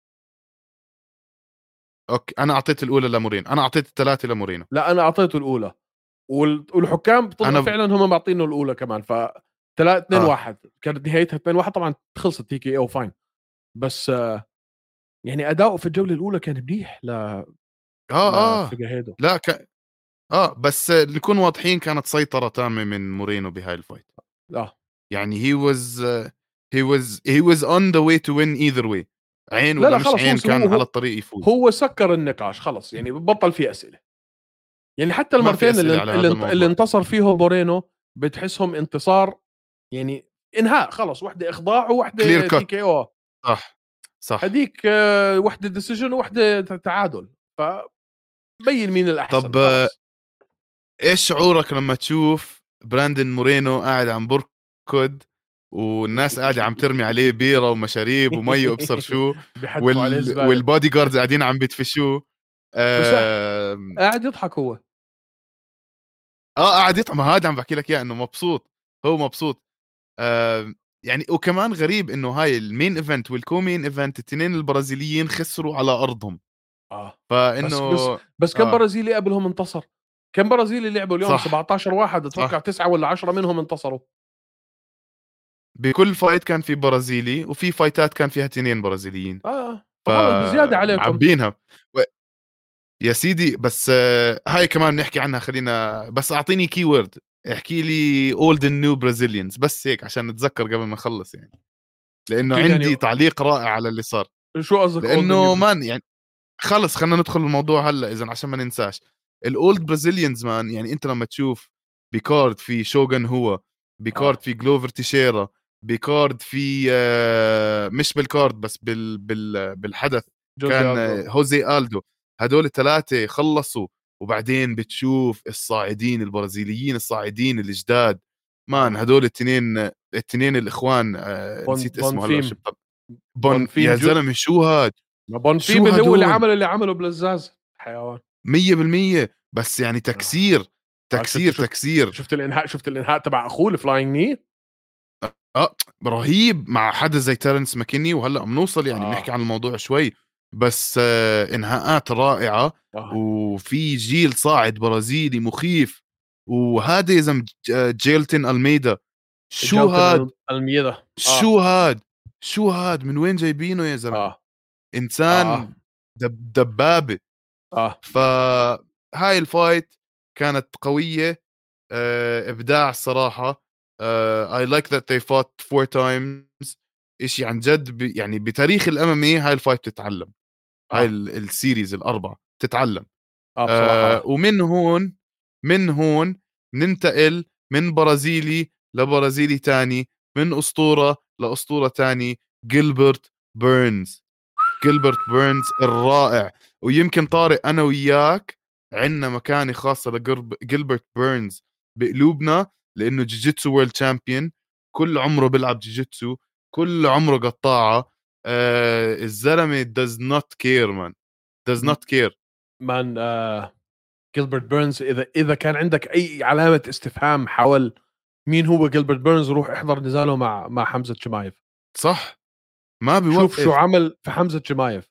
أوكي، أنا أعطيت الأولى لمورينو، أنا أعطيت الثلاثة لمورينو. لا انا اعطيته الاولى، وال- والحكام طلعوا أنا ب... فعلا هم معطينه الاولى كمان. ف ثلاثة اثنين آه واحد كانت نهايتها اثنين واحد. طبعا خلصت تي كي او فاين. بس آه، يعني اداؤه في الجوله الاولى كان منيح ل آه آه لفيجاهيدو. لا ك... آه بس آه، نكون واضحين، كانت سيطرة تامة من مورينو بهاي الفايت. اه يعني he was uh, he was he was on the way to win either way. عين لا ولا لا مش خلص، عين هو كان على هو الطريق يفوز. هو سكر النقاش خلص، يعني بطل فيه اسئله. يعني حتى ما في المرتين اللي اسئله على اللي, هذا انت- اللي الموضوع. انتصر فيهم مورينو بتحسهم انتصار، يعني انهاء خلص، واحده اخضاع كلير وواحده تي كات. كي او. صح صح. هديك آه، واحده ديسيجن وواحده تعادل، فبين مين الاحسن طب آه، خلص. ايش شعورك لما تشوف براندن مورينو قاعد عم بركض والناس قاعده عم ترمي عليه بيره ومشاريب ومي وابصر شو، بيحدفوا عليه وال... زباله. والبودي جاردز قاعدين عم بيدفشوه. بصح آه... قاعد يضحك هو. اه قاعد يطعم، هذا عم بحكي لك اياه انه مبسوط، هو مبسوط. آه يعني وكمان غريب انه هاي المين ايفنت والكومين ايفنت الاثنين البرازيليين خسروا على ارضهم. اه فانه بس بس بس كم اه برازيلي قبلهم انتصر؟ كم برازيلي لعبوا اليوم؟ صح سبعتاشر واحد، اتوقع صح. تسعة ولا عشرة منهم انتصروا. بكل فايت كان في برازيلي، وفي فايتات كان فيها اثنين برازيليين. اه فخلص بزياده عليكم. فمعبينها و- يا سيدي. بس آه هاي كمان نحكي عنها، خلينا بس اعطيني كي وورد، احكي لي اولد نيو برازيليانز بس هيك عشان نتذكر قبل ما نخلص يعني، لانه كيف يعني؟ عندي تعليق رائع على اللي صار. شو قصدك اولد نيو؟ لانه مان يعني خلص خلينا ندخل الموضوع هلا اذا عشان ما ننساش. الاولد برازيليانز مان، يعني انت لما تشوف بيكارد في شوغن، هو بيكارد اه في جلوفر تيشيرا، بيكارد في آه، مش بالكارد بس بال بال بالحدث جوزي كان الدو. آه، هوزي ألدو. هدول الثلاثة خلصوا، وبعدين بتشوف الصاعدين البرازيليين الصاعدين الجداد مان، اه هدول الاثنين الاثنين الاخوان آه، بون نسيت اسمه هلا بونفيم. شو بط- بون بونفيم يا جو. زلمه شو هاد، ما شو بونفيم اللي هو اللي هدول. عمل اللي عمله بلزاز حيوان. مية بالمية. بس يعني آه. تكسير آه، شفت تكسير شفت تكسير. شفت الانهاء، شفت الانهاء تبع اخوه الفلاينج ني. اه رهيب مع حدا زي تيرنس ماكيني، وهلا بنوصل يعني بنحكي اه عن الموضوع شوي. بس آه انهاءات رائعة، اه وفي جيل صاعد برازيلي مخيف. وهذا يا زلمه ج- آه، جيلتن الميدا، شو هاد، جالتن الميدا. اه شو هاد، شو هاد، من وين جايبينه يا زلمه؟ اه اه انسان دب دبابة. اه فهاي الفايت كانت قوية، آه، ابداع الصراحه. اي لايك ذات they fought four times. اشي عن جد ب... يعني بتاريخ الامامي هاي الفايت تتعلم، هاي اه ال- السيريز الاربعه تتعلم. اه بصراحة آه اه. ومن هون من هون ننتقل من برازيلي لبرازيلي تاني، من اسطوره لاسطوره تاني، جيلبرت بيرنز. جيلبرت بيرنز الرائع. ويمكن طارق انا وياك عندنا مكانه خاصه لجيلبرت بيرنز بقلوبنا، لانه جيجيتسو وورلد تشامبيون، كل عمره بيلعب جيجيتسو، كل عمره قطاعه. آه الزلمه does not care man، does م- not care. مان آه جيلبرت بيرنز، اذا اذا كان عندك اي علامة استفهام حول مين هو جيلبرت بيرنز، روح احضر نزاله مع مع حمزة شمايف. صح ما شوف شو بيوقف. عمل في حمزة شمايف.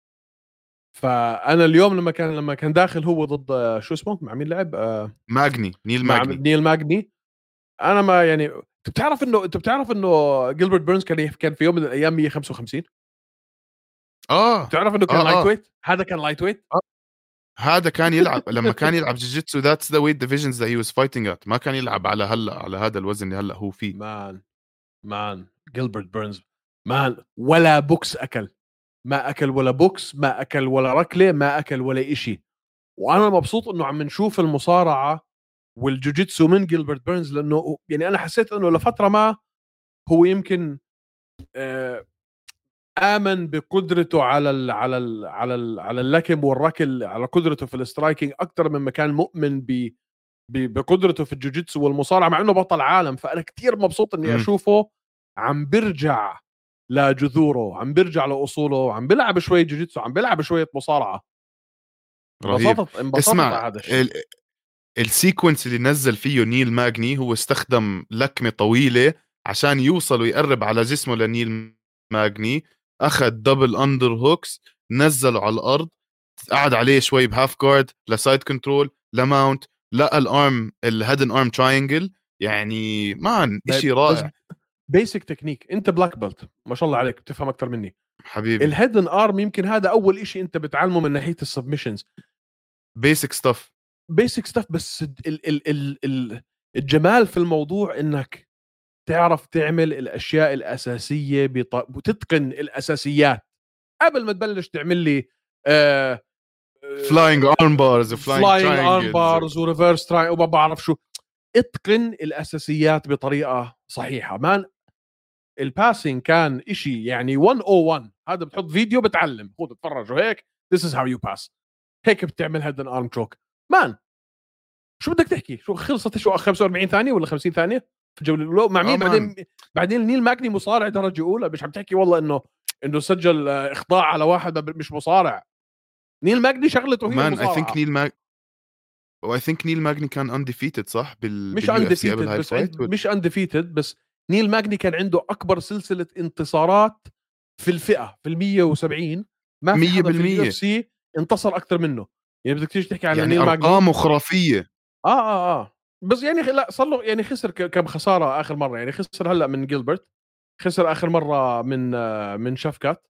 فانا اليوم لما كان لما كان داخل هو ضد آه، شو اسمه، مع مين لعب؟ آه ماجني، نيل مع ماجني. نيل ماجني. انا ما يعني، انت بتعرف انه انت بتعرف انه جيلبرت بيرنز كان كان في يوم من الايام مية وخمسة وخمسين. اه بتعرف انه كان اه لايت اه ويت، هذا كان لايت ويت. آه. هذا كان يلعب لما كان يلعب جيجيتسو that's the weight divisions that he was fighting at. ما كان يلعب على هلا على هذا الوزن اللي هلا هو فيه. مان مان جيلبرت بيرنز مان، ولا بوكس اكل، ما اكل ولا بوكس، ما اكل ولا ركله، ما اكل ولا إشي. وانا مبسوط انه عم نشوف المصارعه والجوجيتسو من جيلبرت بيرنز، لانه يعني انا حسيت انه لفتره ما هو يمكن آه، آمن بقدرته على ال على ال على ال على اللكم والركل، على قدرته في الاسترايكينج اكثر مما كان مؤمن ب ب- بقدرته في الجوجيتسو والمصارعه، مع انه بطل عالم. فانا كثير مبسوط اني امم اشوفه عم برجع لجذوره، عم برجع لاصوله، عم بيلعب شويه جوجيتسو، عم بيلعب شويه مصارعه. رهيب. انبسطت انبسطت اسمع على هذا الشيء. ال... السيكونس اللي نزل فيه نيل ماجني، هو استخدم لكمة طويلة عشان يوصل ويقرب على جسمه لنيل ماجني، اخذ دبل اندر هوكس، نزله على الارض، قعد عليه شوي بهاف جارد لسايد كنترول لماونت، لقى الارم الهيدن ارم تراينجل. يعني مان اشي بس رائع. بيسك تكنيك، انت بلاك بيلت ما شاء الله عليك، بتفهم اكثر مني. حبيبي الهيدن ارم يمكن هذا اول إشي انت بتعلمه من ناحيه السبمشنز، بيسك ستاف. بيسك ستاف. بس ال ال ال ال الجمال في الموضوع انك تعرف تعمل الاشياء الاساسيه بط... وتتقن الاساسيات. قبل ما تبلش تعمل لي آه فلاينج ارم بارز فلاينج ارم بارز وريفرس تراي وما بعرف شو. اتقن الاساسيات بطريقه صحيحه. مان الباسنج كان إشي يعني مية وواحد. هذا بتحط فيديو بتعلم، خذ اتفرج وهيك this is how you pass. هيك بتعمل هيد ارم تروك. مان شو بدك تحكي؟ شو خلصت شو خمسة وأربعين ثانيه ولا خمسين ثانيه في الجوله الاولى مع مين؟ بعدين بعدين نيل ماجني مصارع درجه اولى. مش عم تحكي والله انه انه سجل اخضاع على واحد مش مصارع. نيل ماجني شغلته هي مان المصارعه. اي ثينك نيل ماج واي ثينك نيل ماجني كان اundefeated صح بال مش باليو اف سي قبل undefeated هاي بس الفايت عند... مش undefeated بس نيل ماجني كان عنده اكبر سلسله انتصارات في الفئه في ال مية وسبعين. ما في حدا في اليو اف مية بالمية سي انتصر اكثر منه. يعني بدك تيجي تحكي عن يعني نيل ماجني ارقامه خرافيه. اه اه اه بس يعني لا صار له يعني خسر ك- كم خساره اخر مره. يعني خسر هلا من جيلبرت، خسر اخر مره من آه من شافكات،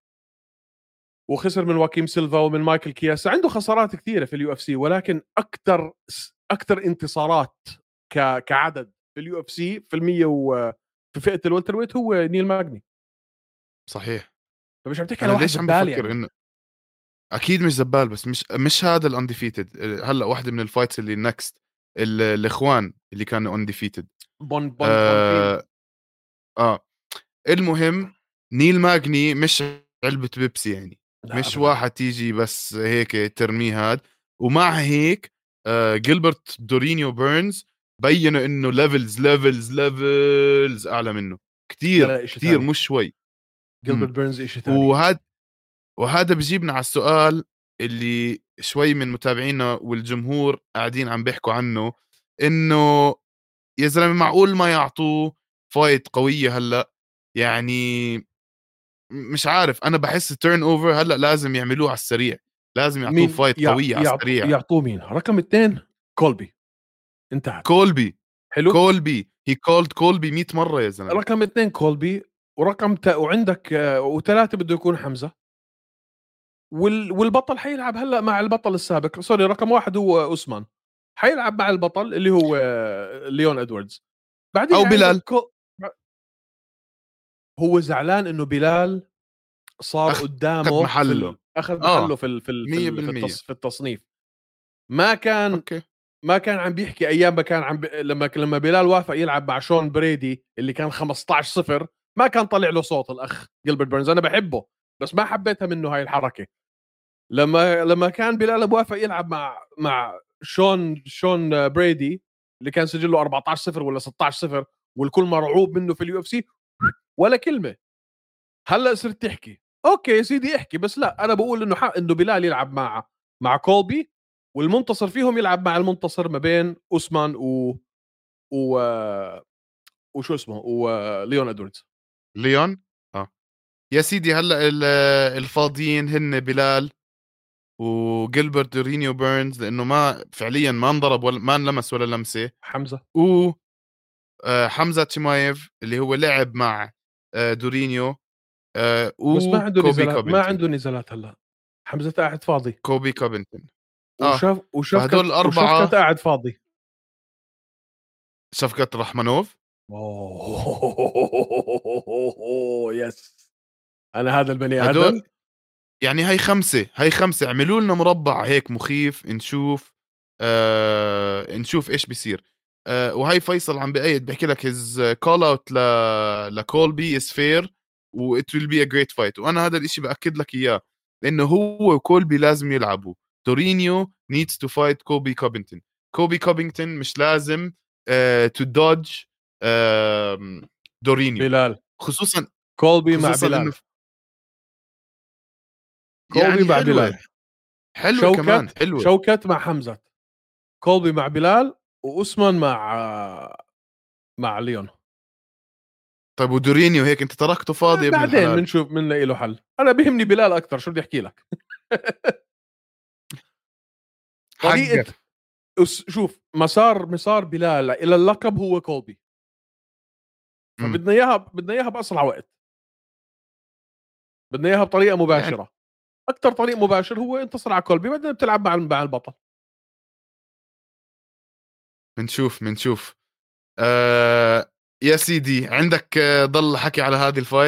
وخسر من واكيم سيلفا ومن مايكل كياس. عنده خسارات كثيره في اليو اف سي، ولكن اكثر اكثر انتصارات ك كعدد في اليو اف سي في المية و في فئه الولتر ويت هو نيل ماجني. صحيح. فمش عم تحكي على انا واحد ليش عم زبال بفكر يعني. انه اكيد مش زبال، بس مش مش هذا الانديفيتد. هلا واحده من الفايتس اللي نكست الاخوان اللي كانوا انديفيتد. بون بون بون فين. آه, اه المهم نيل ماجني مش علبة بيبسي يعني، لا مش ابدا. واحد تيجي بس هيك ترميه هاد. ومع هيك آه جيلبرت دورينيو بيرنز بينوا انه ليفلز ليفلز ليفلز اعلى منه لا كتير لا شيء كتير ثاني. مش شوي. جيلبرت بيرنز شيء ثاني. وهذا وهذا بجيبنا على السؤال اللي شوي من متابعينا والجمهور قاعدين عم بيحكوا عنه، انه يا زلمه معقول ما يعطوه فايت قويه هلا؟ يعني مش عارف، انا بحس تيرن اوفر هلا لازم يعملوه على السريع، لازم يعطوه مين فايت يع... قويه على يعطو... السريع. يعطوه مين؟ رقم اثنين كولبي. انتهت. كولبي حلو. كولبي هي كولد كولبي مية مره يا زلمه. رقم اثنين كولبي، ورقم ت... وعندك آه، وثلاثه بده يكون حمزه. وال... والبطل حيلعب هلا مع البطل السابق. سوري رقم واحد هو اوسمان، حيلعب مع البطل اللي هو آه، ليون ادواردز. بعدين او عندك بلال كو... هو زعلان انه بلال صار اخذ قدامه في محله. ال... اخذ اه محله في ال... في ال... في, ال... في, مية بالمية. التص... في التصنيف. ما كان اوكي. ما كان عم بيحكي ايام ما كان عم ب... لما لما بلال وافق يلعب مع شون بريدي اللي كان خمسطعش صفر، ما كان طلع له صوت الاخ جيلبرت بيرنز. انا بحبه بس ما حبيتها منه هاي الحركه. لما لما كان بلال موافق يلعب مع مع شون شون بريدي اللي كان سجله أربعطعش صفر ولا ستطعش صفر والكل مرعوب منه في اليو اف سي، ولا كلمه. هلا صرت تحكي اوكي يا سيدي احكي. بس لا انا بقول انه حق انه بلال يلعب مع مع كولبي، والمنتصر فيهم يلعب مع المنتصر ما بين اوسمان و و وشو اسمه وليون ادواردز. ليون. اه يا سيدي هلا ال- الفاضيين هن بلال وجيلبرت دورينيو بيرنز، لانه ما فعليا ما انضرب ولا ما انلمس ولا لمسه. حمزه. و آه، حمزه تشمايف اللي هو لعب مع آه، دورينيو، آه، بس ما عنده وكوبي نزالات، ما كوبنتون. عنده نزالات هلا. حمزه قاعد فاضي. كوبي كوبنتون. اه وشاف وشافكت فهدول وشافكت الأربعة. قاعد فاضي. صفقة رحمنوف. اوه يس. انا هذا البني هدول ادم. يعني هاي خمسة هاي خمسة اعملوا لنا مربع هيك مخيف نشوف. آه نشوف ايش بيصير. آه وهي فيصل عم بأيد بحكي لك his call out ل لكولبي is fair و it will be a great fight. وانا هذا الاشي بأكد لك اياه، لانه هو وكولبي لازم يلعبوا. تورينيو needs to fight كوبي كوبنتون. كوبي كوبنتون مش لازم آه to dodge آه دورينيو، بلال. خصوصا كولبي مع خصوصا انه بلال. كولبي يعني مع حلوة. بلال. حلوة كمان شوكت حلوة. شوكت مع حمزه. كولبي مع بلال، وأسمان مع مع ليون. طيب ودورينيو هيك انت تركته فاضي يا ابن بعدين الحلال. بنشوف بنلاقي له حل. انا بيهمني بلال اكثر. شو بدي احكي لك. طريقه حقك. شوف مسار مسار بلال الى اللقب هو كولبي. امم فبدنا اياها بدنا اياها باسرع وقت. بدنا اياها بطريقه يعني مباشره. اكثر طريق مباشر هو انتصر على كولبي، بعدين بتلعب مع مع البطل. بنشوف بنشوف. آه يا سيدي عندك آه ضل حكي على هذه الفايت.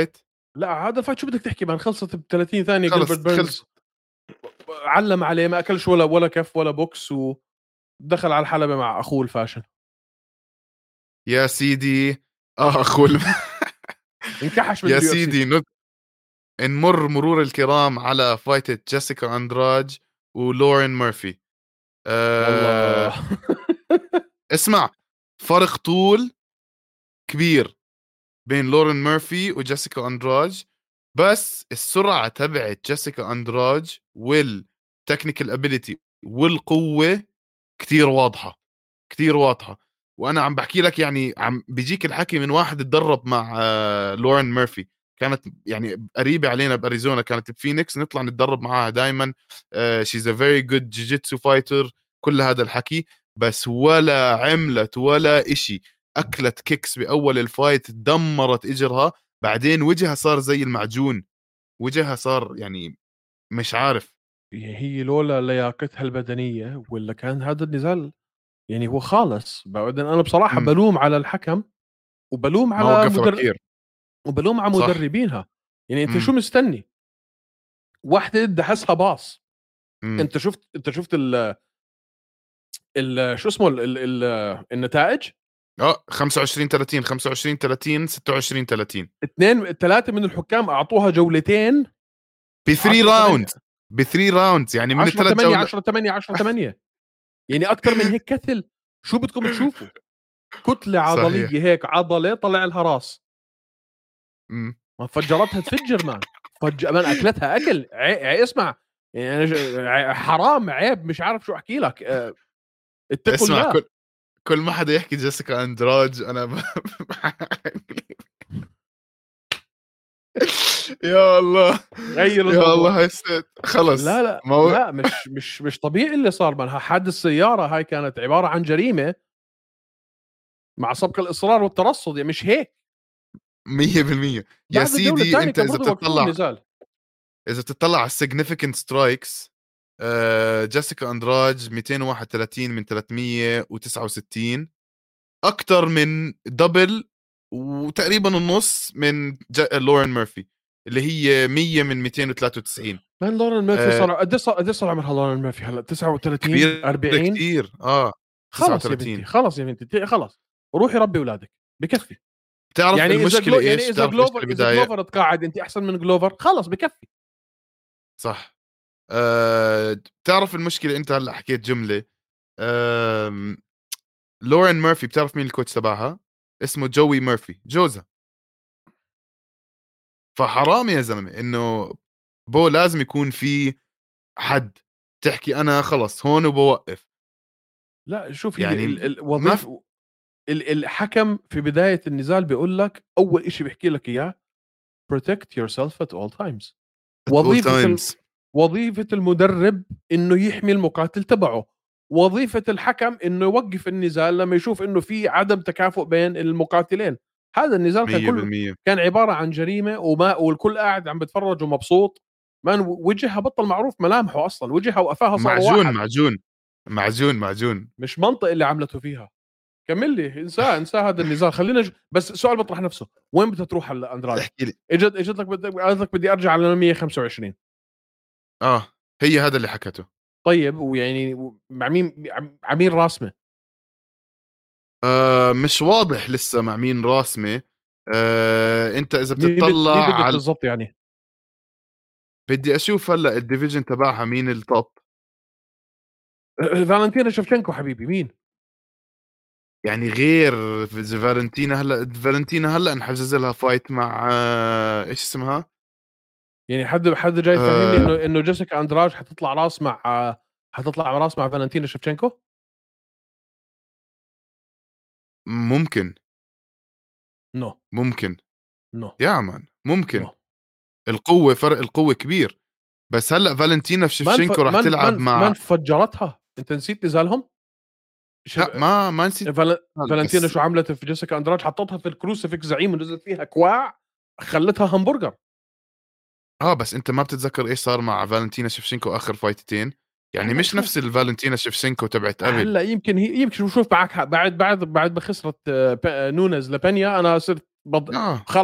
لا هذا الفايت شو بدك تحكي مان، خلصت ب ثلاثين ثانيه. خلص جيلبرت بيرنز خلص علم عليه، ما اكلش ولا ولا كف ولا بوكس، ودخل على الحلبه مع اخوه الفاشل. يا سيدي اه اخو الم... انكحش يا باليو اف سي. سيدي ند... نمر مرور الكرام على فايتة جيسيكا أندراج ولورين ميرفي. والله أه... اسمع، فرق طول كبير بين لورين ميرفي وجيسيكا أندراج، بس السرعة تبعت جيسيكا أندراج والتكنيكال ابيليتي والقوة كتير واضحة، كتير واضحة. وانا عم بحكي لك يعني عم بيجيك الحكي من واحد اتدرب مع آه لورين ميرفي، كانت يعني قريبة علينا بأريزونا، كانت بفينيكس نطلع نتدرب معاها دايما. شيز ا فيري جود جيجيتسو فايتر، كل هذا الحكي. بس ولا عملت ولا اشي، اكلت كيكس باول الفايت دمرت اجرها، بعدين وجهها صار زي المعجون، وجهها صار يعني مش عارف. هي لولا لياقتها البدنيه ولا كان هذا النزال يعني هو خالص. بعدين انا بصراحه مم. بلوم على الحكم، وبلوم ما على وقف مدرب، بكير. وبلوم على صح. مدربينها. يعني انت شو مم. مستني؟ واحده دهسها باص. مم. انت شفت انت شفت ال ال شو اسمه ال ال ال النتائج. اه خمسة وعشرين ثلاثين خمسة وعشرين ثلاثين ستة وعشرين ثلاثين اثنين ثلاثه من الحكام اعطوها جولتين. بثري عشرة ثمانية، راوندز، بثري راوندز يعني من عشرة الثلاث ثمانية، جولات. عشرة ثمانية، عشرة ثمانية. يعني اكثر من هيك كتل شو بدكم تشوفوا؟ كتله صحيح. عضليه هيك، عضله طلع لها راس، مم. ما فجرتها تفجر مان. فج مان اكلتها اكل عي... عي... اسمع، يعني أنا ج... ع- حرام، عيب، مش عارف شو احكي لك. أه... اتقوا اسمع، الله. كل كل ما حدا يحكي جيسيكا اندراج انا ب... يا الله، غير يا الموضوع. الله هسه خلص لا لا ما هو لا، مش مش مش طبيعي اللي صار مان. حادث السياره هاي كانت عباره عن جريمه مع سبق الاصرار والترصد، يعني مش هيك. مية بالمية. يا بعد الجوله سيدي الثانيه انت كان اذا المفروض يوقفوا بتطلع، النزال. اذا بتطلع على السيجنيفيكانت سترايكس، جيسيكا اندراج مئتين وواحد وثلاثين من ثلاثمية وتسعة وستين، اكثر من دبل وتقريبا النص من ج... لورين ميرفي اللي هي مية من مئتين وثلاثة وتسعين. مان لورين ميرفي آه صار قد صار قد صار عمرها لورين ميرفي هلا؟ تسعة وثلاثين، كبير أربعين. كتير اه. خلص يا بنتي، تسعة وثلاثين. خلص يا بنتي، خلص روحي ربي اولادك بكفي. بتعرف يعني اذا المشكلة جلو يعني ايش؟ اذا بتعرف جلوفر المشكلة اذا بداية؟ جلوفر تقاعد انت احسن من جلوفر، خلص بكفي. صح. آه بتعرف المشكلة، انت هلا حكيت جملة. آه لورين ميرفي، بتعرف مين الكوتش تبعها؟ اسمه جوي ميرفي، جوزها. فحرام يا زلمة انه بو لازم يكون في حد تحكي انا خلص هون وبوقف. لا شوف، هي ال- يعني ما في الوظيفه ال- الحكم في بدايه النزال بيقول لك اول شيء بيحكي لك اياه protect yourself at all times. at all وظيفه ال... times. وظيفه المدرب انه يحمي المقاتل تبعه. وظيفه الحكم انه يوقف النزال لما يشوف انه في عدم تكافؤ بين المقاتلين. هذا النزال كان مية كله بالمية. كان عباره عن جريمه، وما والكل قاعد عم بتفرج ومبسوط. مان وجهها بطل معروف ملامحه اصلا، وجهها وقفاها صاروا معجون واحد. معجون معجون معجون. مش منطق اللي عملته فيها. كمل لي، انساه انساه هذا النزال. خلينا ج... بس السؤال بيطرح نفسه، وين بدها تروح هلا اندراج؟ احكي لي. اجت اجت لك بدك قالت لك بدي ارجع على مية وخمسة وعشرين. اه هي هذا اللي حكته. طيب ويعني مع مين؟ مع مين راسمه؟ آه مش واضح لسه مع مين راسمه. آه انت اذا مين بد... مين بتطلع بدك على، بالضبط يعني؟ بدي اشوف هلا الديفيجن تبعها مين التوب. فالنتينا شفشنكو حبيبي، مين؟ يعني غير فالنتينا، هلا فالنتينا هلا انحجز لها فايت مع آه ايش اسمها؟ يعني حد حد جاي يفهمني آه انه انه جيسيكا اندراج حتطلع راس مع حتطلع راس مع فالنتينا شفشنكو؟ ممكن. نو. ممكن. نو. يا مان نو. ممكن. القوة، فرق القوة كبير. بس هلا فالنتينا من ف... شفشنكو راح من تلعب من من مع، فجرتها؟ انت نسيت نزالهم؟ شف... لا ما ما نسيت. فال... فالنتينا بس شو عملت في جيسيكا اندراج؟ حطتها في الكروسيفيك زعيم ونزلت فيها كواع، خلتها همبرجر. اه بس انت ما بتتذكر ايش صار مع فالنتينا شفشنكو اخر فايتتين؟ يعني هلا مش شوف، نفس الفالنتينا شفشنكو تبعت قبل. هلا يمكن هي يمكن شوف بعد بعد بعد بعد ما خسرت آه، ب- آه، نونز لبنيا انا صرت بض... اه خلص.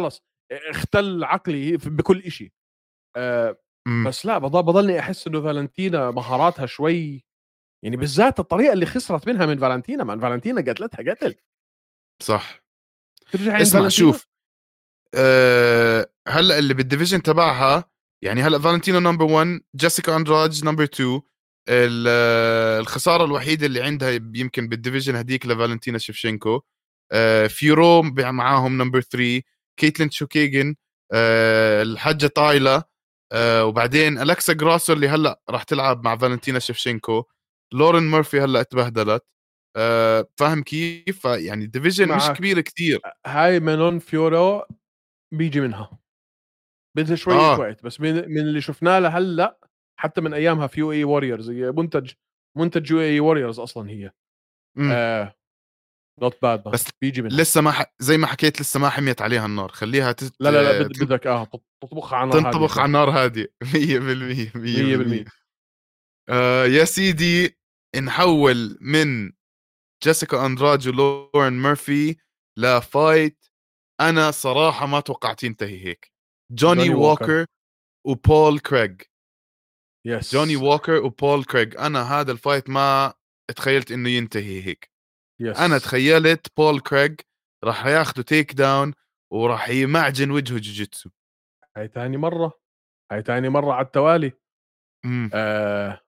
اختل عقلي بكل إشي. أه مم. بس لا بضل بضلني احس انه فالنتينا مهاراتها شوي، يعني بالذات الطريقه اللي خسرت منها من فالنتينا، من فالنتينا قتلتها قتل. صح. ترجع عند اسمع فالنتينا. شوف، أه هلا اللي بالديفيجن تبعها يعني هلا فالنتينا نمبر واحد، جيسيكا اندراج نمبر اتنين. الخساره الوحيده اللي عندها يمكن بالديفيجن هديك لفالنتينا شيفشينكو. أه فيورو معاهم نمبر ثلاثة، كيتلين شوكيجن، أه الحاجه تايلا، أه وبعدين أليكسا جراسو اللي هلا راح تلعب مع فالنتينا شيفشينكو. لورين مورفي هلا اتبهدلت. أه فاهم كيف؟ يعني الديفيجن مش معك. كبير كتير. هاي مانون فيورو بيجي منها، بدها شويه اه وقت، بس من, من اللي شفناه لهلا، حتى من ايامها في يو اي ووريرز، هي منتج منتج يو اي ووريرز اصلا هي. امم آه نوت باد، بس بيجي منها. لسه ما ح... زي ما حكيت لسه ما حميت عليها النار، خليها تت... لا لا لا بد تن- بدك اه تطبخها على نار هاديه تنطبخ على شوي. النار هادية. مية بالمية مية بالمية. مية بالمية. آه يا سيدي، نحول من جيسيكا أندراج ولورين ميرفي لفايت أنا صراحة ما توقعت ينتهي هيك. جوني جوني ووكر. ووكر وبول كريغ. جوني يس. ووكر وبول كريغ، أنا هذا الفايت ما تخيلت إنه ينتهي هيك. أنا يس. تخيلت بول كريغ راح ياخده تيك داون وراح يمعجن وجهه جوجيتسو. هاي تاني مره، هاي تاني مره على التوالي. امم آه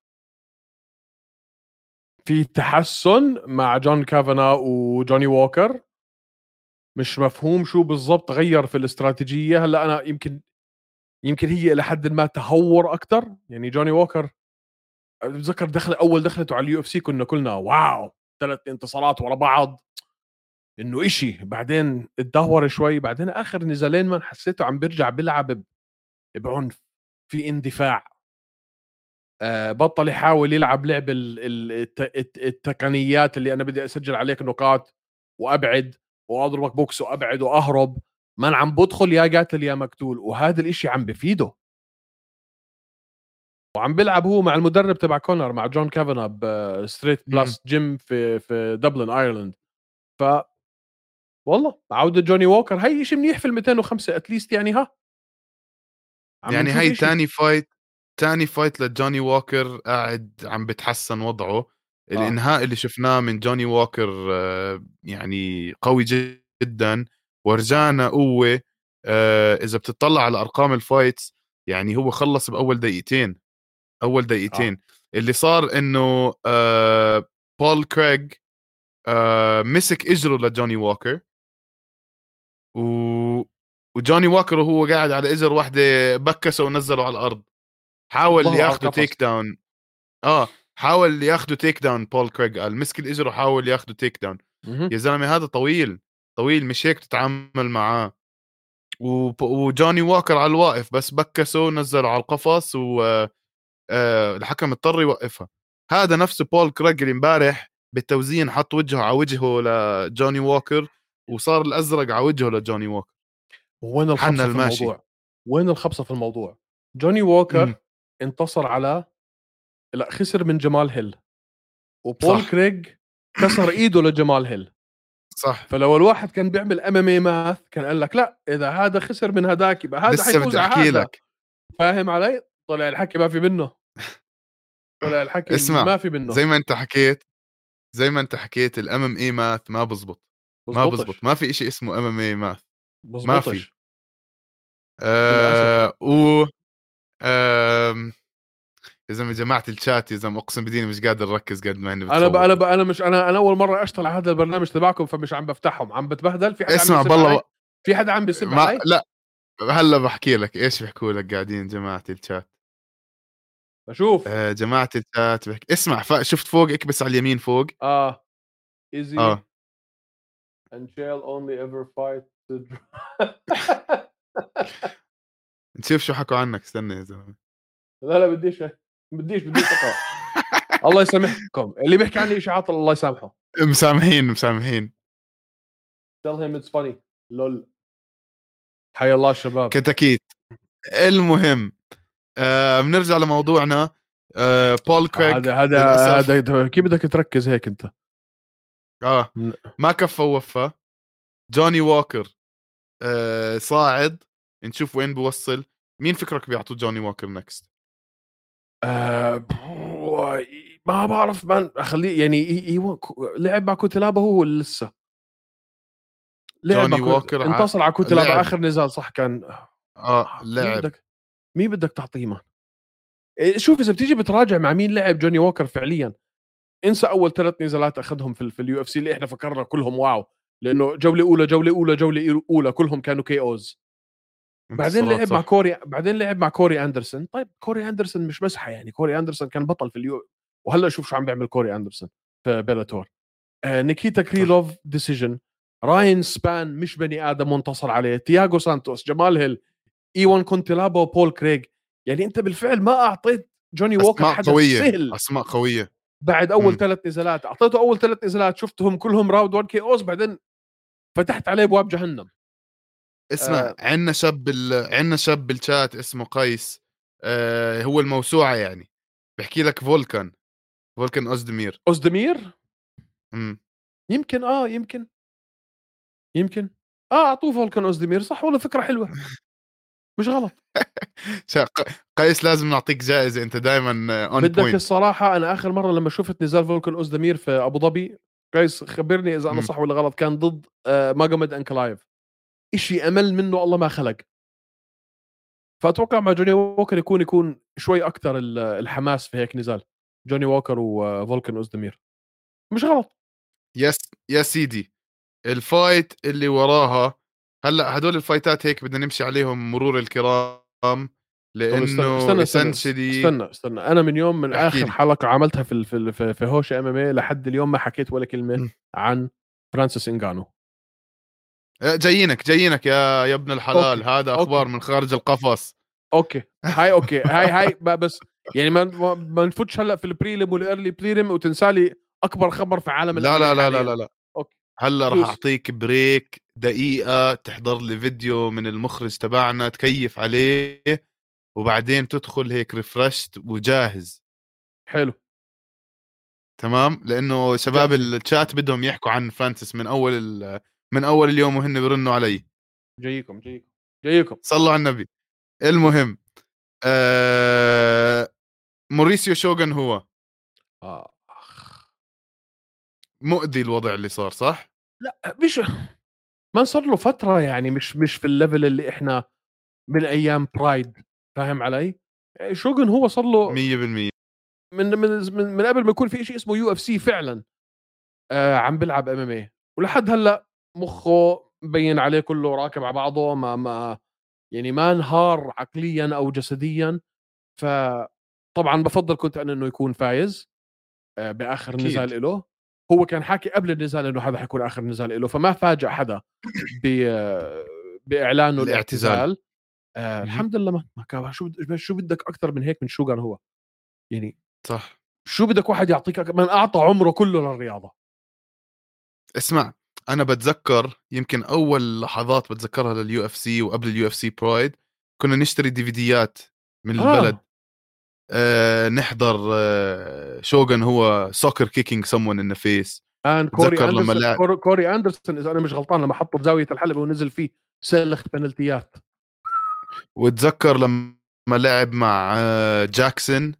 في تحسن مع جون كافانا وجوني ووكر، مش مفهوم شو بالضبط غير في الاستراتيجيه. هلا انا يمكن يمكن هي الى حد ما تهور اكثر. يعني جوني ووكر بتذكر دخل اول دخلته على اليو اف سي كنا كلنا واو، ثلاث انتصارات ورا بعض، انه إشي. بعدين اتدهور شوي، بعدين اخر نزالين ما حسيته عم بيرجع بيلعب بعنف، في اندفاع. آه بطل يحاول يلعب لعب ال- ال- الت- الت- التقنيات اللي انا بدي اسجل عليك نقاط وابعد واضربك بوكس وابعد واهرب. من عم بدخل يا قاتل يا مقتول، وهذا الاشي عم بفيده. وعم بيلعب هو مع المدرب تبع كونر، مع جون كافانا بستريت امم بلس جيم في في دبلن ايرلند. ف والله عودة جوني ووكر هي شيء منيح في ال مئتين وخمسة اتليست، يعني ها عم يعني نشوف هاي إشي. تاني فايت، تاني فايت لجوني ووكر قاعد عم بتحسن وضعه. اه الإنهاء اللي شفناه من جوني ووكر آه، يعني قوي جدا، ورجعنا قوة. آه، إذا بتطلع على أرقام الفايتس يعني هو خلص بأول دقيقتين. أول اه دقيقتين اللي صار إنه آه، بول كريغ آه، مسك إجره لجوني ووكر، و... وجوني ووكر وهو قاعد على إجر واحدة بكسه ونزله على الأرض. حاول ظهره على ياخده القفص. تيك داون. اه حاول ياخده تيك داون. بول كريغ قال مسك الاجر وحاول ياخده تيك داون. مه. يا زلمه هذا طويل، طويل مش هيك تتعامل معاه. و... وجوني ووكر على الواقف بس بكسه ونزله على القفص، و آه الحكم اضطر يوقفها. هذا نفسه بول كريغ اللي امبارح بالتوزيع حط وجهه على وجهه لجوني ووكر، وصار الازرق على وجهه لجوني ووكر. وين حنا الخبصة في الماشي. الموضوع؟ وين الخبصة في الموضوع؟ جوني ووكر امم انتصر على، لا خسر من جمال هيل، وبول صح كريغ كسر ايده لجمال هيل. صح. فلو الواحد كان بيعمل ام ام اي ماث كان قال لك لا، اذا هذا خسر من هذاك يبقى هذا لسه حيفوز بدي على احكي هذا. لك. فاهم علي؟ طلع الحكي ما في منه، طلع الحكي اسمع، ما في منه. زي ما انت حكيت، زي ما انت حكيت الام ام اي ماث ما بزبط. ما بزبط، بزبطش. ما في اشي اسمه ام ام اي ماث. ما في. بزبطش للاسف. آه و آه يا زلمه جماعه الشات، يا زلمه اقسم بديني مش قادر اركز قد ما اني انا ب... انا بتصوتوا. ب... انا مش انا انا اول مره اشتغل على هذا البرنامج تبعكم، فمش عم بفتحهم، عم بتبهدل. في حدا عم اسمع بيسب بالله، علي؟ في حدا عم بيسب ما علي؟ لا، هلا بحكي لك ايش بيحكوا لك قاعدين جماعه الشات. بشوف. آه جماعه الشات بحكي. اسمع ف... شفت فوق، اكبس على اليمين فوق. اه easy اه and shall only ever fight to... نشوف شو حكوا عنك. استنى يا زلمه. لا لا بديش بديش بديش اقرا. الله يسامحكم اللي بيحكي عني اشاعات، الله يسامحه. مسامحين مسامحين. tell him it's funny. لول. حيا الله الشباب. كتاكيت. المهم آه بنرجع لموضوعنا. آه بول كريغ هذا هذا للاسف هذا كيف بدك تركز هيك انت؟ اه ما كفى ووفى. جوني ووكر آه صاعد نشوف وين بوصل. مين فكرك بيعطوه جوني ووكر نكست؟ آه ما بعرف من اخليه يعني ي... ي... لعب مع كوتلابا هو لسه لعب مع جوني كو... ووكر ع... انتصر على كوتلابا لعب اخر نزال صح كان. اه مين لعب بدك مين بدك تعطيه مان؟ شوف اذا بتيجي بتراجع مع مين لعب جوني ووكر فعليا، انسى اول ثلاث نزالات اخذهم في, في اليو اف سي اللي احنا فكرنا كلهم واو، لانه جوله اولى جوله اولى جوله اولى كلهم كانوا كي اوز. بعدين انتصارات لعب مع صح. كوري بعدين لعب مع كوري اندرسون. طيب كوري اندرسون مش مسحه يعني، كوري اندرسون كان بطل في اليو، وهلا شوف شو عم بيعمل كوري اندرسون في بيلاتور. آه نيكيتا صح كريلوف ديسيجن. راين سبان مش بني ادم وانتصر عليه. تياغو سانتوس، جمال هيل، ايوان كونتيلابا وبول كريغ. يعني انت بالفعل ما اعطيت جوني ووكر اسماء حدث قويه، سهل. اسماء قويه. بعد اول امم ثلاث نزالات اعطيته اول ثلاث نزالات شفتهم كلهم راوند واحد كي اوز، بعدين فتحت عليه ابواب جهنم. اسمع، آه عندنا شاب بال... عندنا شاب بالشات اسمه قيس، آه هو الموسوعه يعني، بحكي لك فولكان، فولكان أوزدمير. اوزدمير امم يمكن اه يمكن يمكن اه اعطوه فولكان اوزدمير صح والله، فكره حلوه مش غلط. شا- ق- قيس لازم نعطيك جائزه، انت دائما اون بدك بوينت. الصراحه انا اخر مره لما شفت نزال فولكان اوزدمير في ابو ظبي، جايز خبرني اذا انا صح ولا غلط، كان ضد آه ماجومد انكلايف، اشي امل منه الله ما خلق. فاتوقع مع جوني ووكر يكون يكون شوي اكثر الحماس في هيك نزال، جوني ووكر وفولكان اوزدمير مش غلط. يس يا سيدي، الفايت اللي وراها، هلا هدول الفايتات هيك بدنا نمشي عليهم مرور الكرام، طب استنى لانه استنى استنى essentially. استنى استنى انا من يوم من احكي اخر لي. حلقه عملتها في ال- في ال- في في هوش ام ام اي لحد اليوم ما حكيت ولا كلمه مم. عن فرانسيس انغانو. آه، جايينك جايينك يا يا ابن اوكي الحلال، هذا اوكي اخبار من خارج القفص. اوكي هاي اوكي هاي هاي ب- بس يعني ما ما ما نفوتش هلا في البريلم والايرلي بريلم وتنسى لي اكبر خبر في عالم لا الام ام اي لا لا لا لا حاليا. لا، اوكي هلا راح دوس. اعطيك بريك دقيقة تحضر لي فيديو من المخرج تبعنا تكيف عليه، وبعدين تدخل هيك ريفرشت وجاهز. حلو تمام، لانه شباب جاهزين. الشات بدهم يحكوا عن فرانسيس من اول ال... من اول اليوم وهن بيرنوا علي. جايكم جايكم جايكم. صلوا على النبي. المهم، آه... موريسيو شوغن هو آه. مؤذي الوضع اللي صار، صح؟ لا مش ما صار له فتره يعني، مش مش في الليفل اللي احنا من ايام برايد، فاهم علي؟ شوغن هو صار له مية بالمية. من من من, من قبل ما يكون في شيء اسمه يو اف سي فعلا آه عم بيلعب ام ام اي، ولحد هلا مخه مبين عليه كله راكب على بعضه، ما ما يعني ما انهار عقليا او جسديا. فطبعا بفضل كنت انا انه يكون فايز آه باخر اكيد. نزال له. هو كان حاكي قبل النزال انه هذا حيكون اخر نزال له، فما فاجأ حدا ب باعلانه الاعتزال. الاعتزال. آه مهم. الحمد لله. ما ما كان شو بد- شو بدك اكثر من هيك من شوغان هو يعني؟ صح. شو بدك واحد يعطيك أك- من اعطى عمره كله للرياضه. اسمع، انا بتذكر يمكن اول لحظات بتذكرها لليو اف سي وقبل اليو اف سي برايد، كنا نشتري ديفيديات من البلد، اه آه نحضر آه شوغن هو سوكر كيكينج someone in the face. ان كوري بتذكر لما اندرسون لعب، كوري, كوري اندرسون اذا انا مش غلطان لما حطه بزاويه الحلبه ونزل فيه سلخ بنالتيات. وتذكر لما لعب مع آه جاكسون،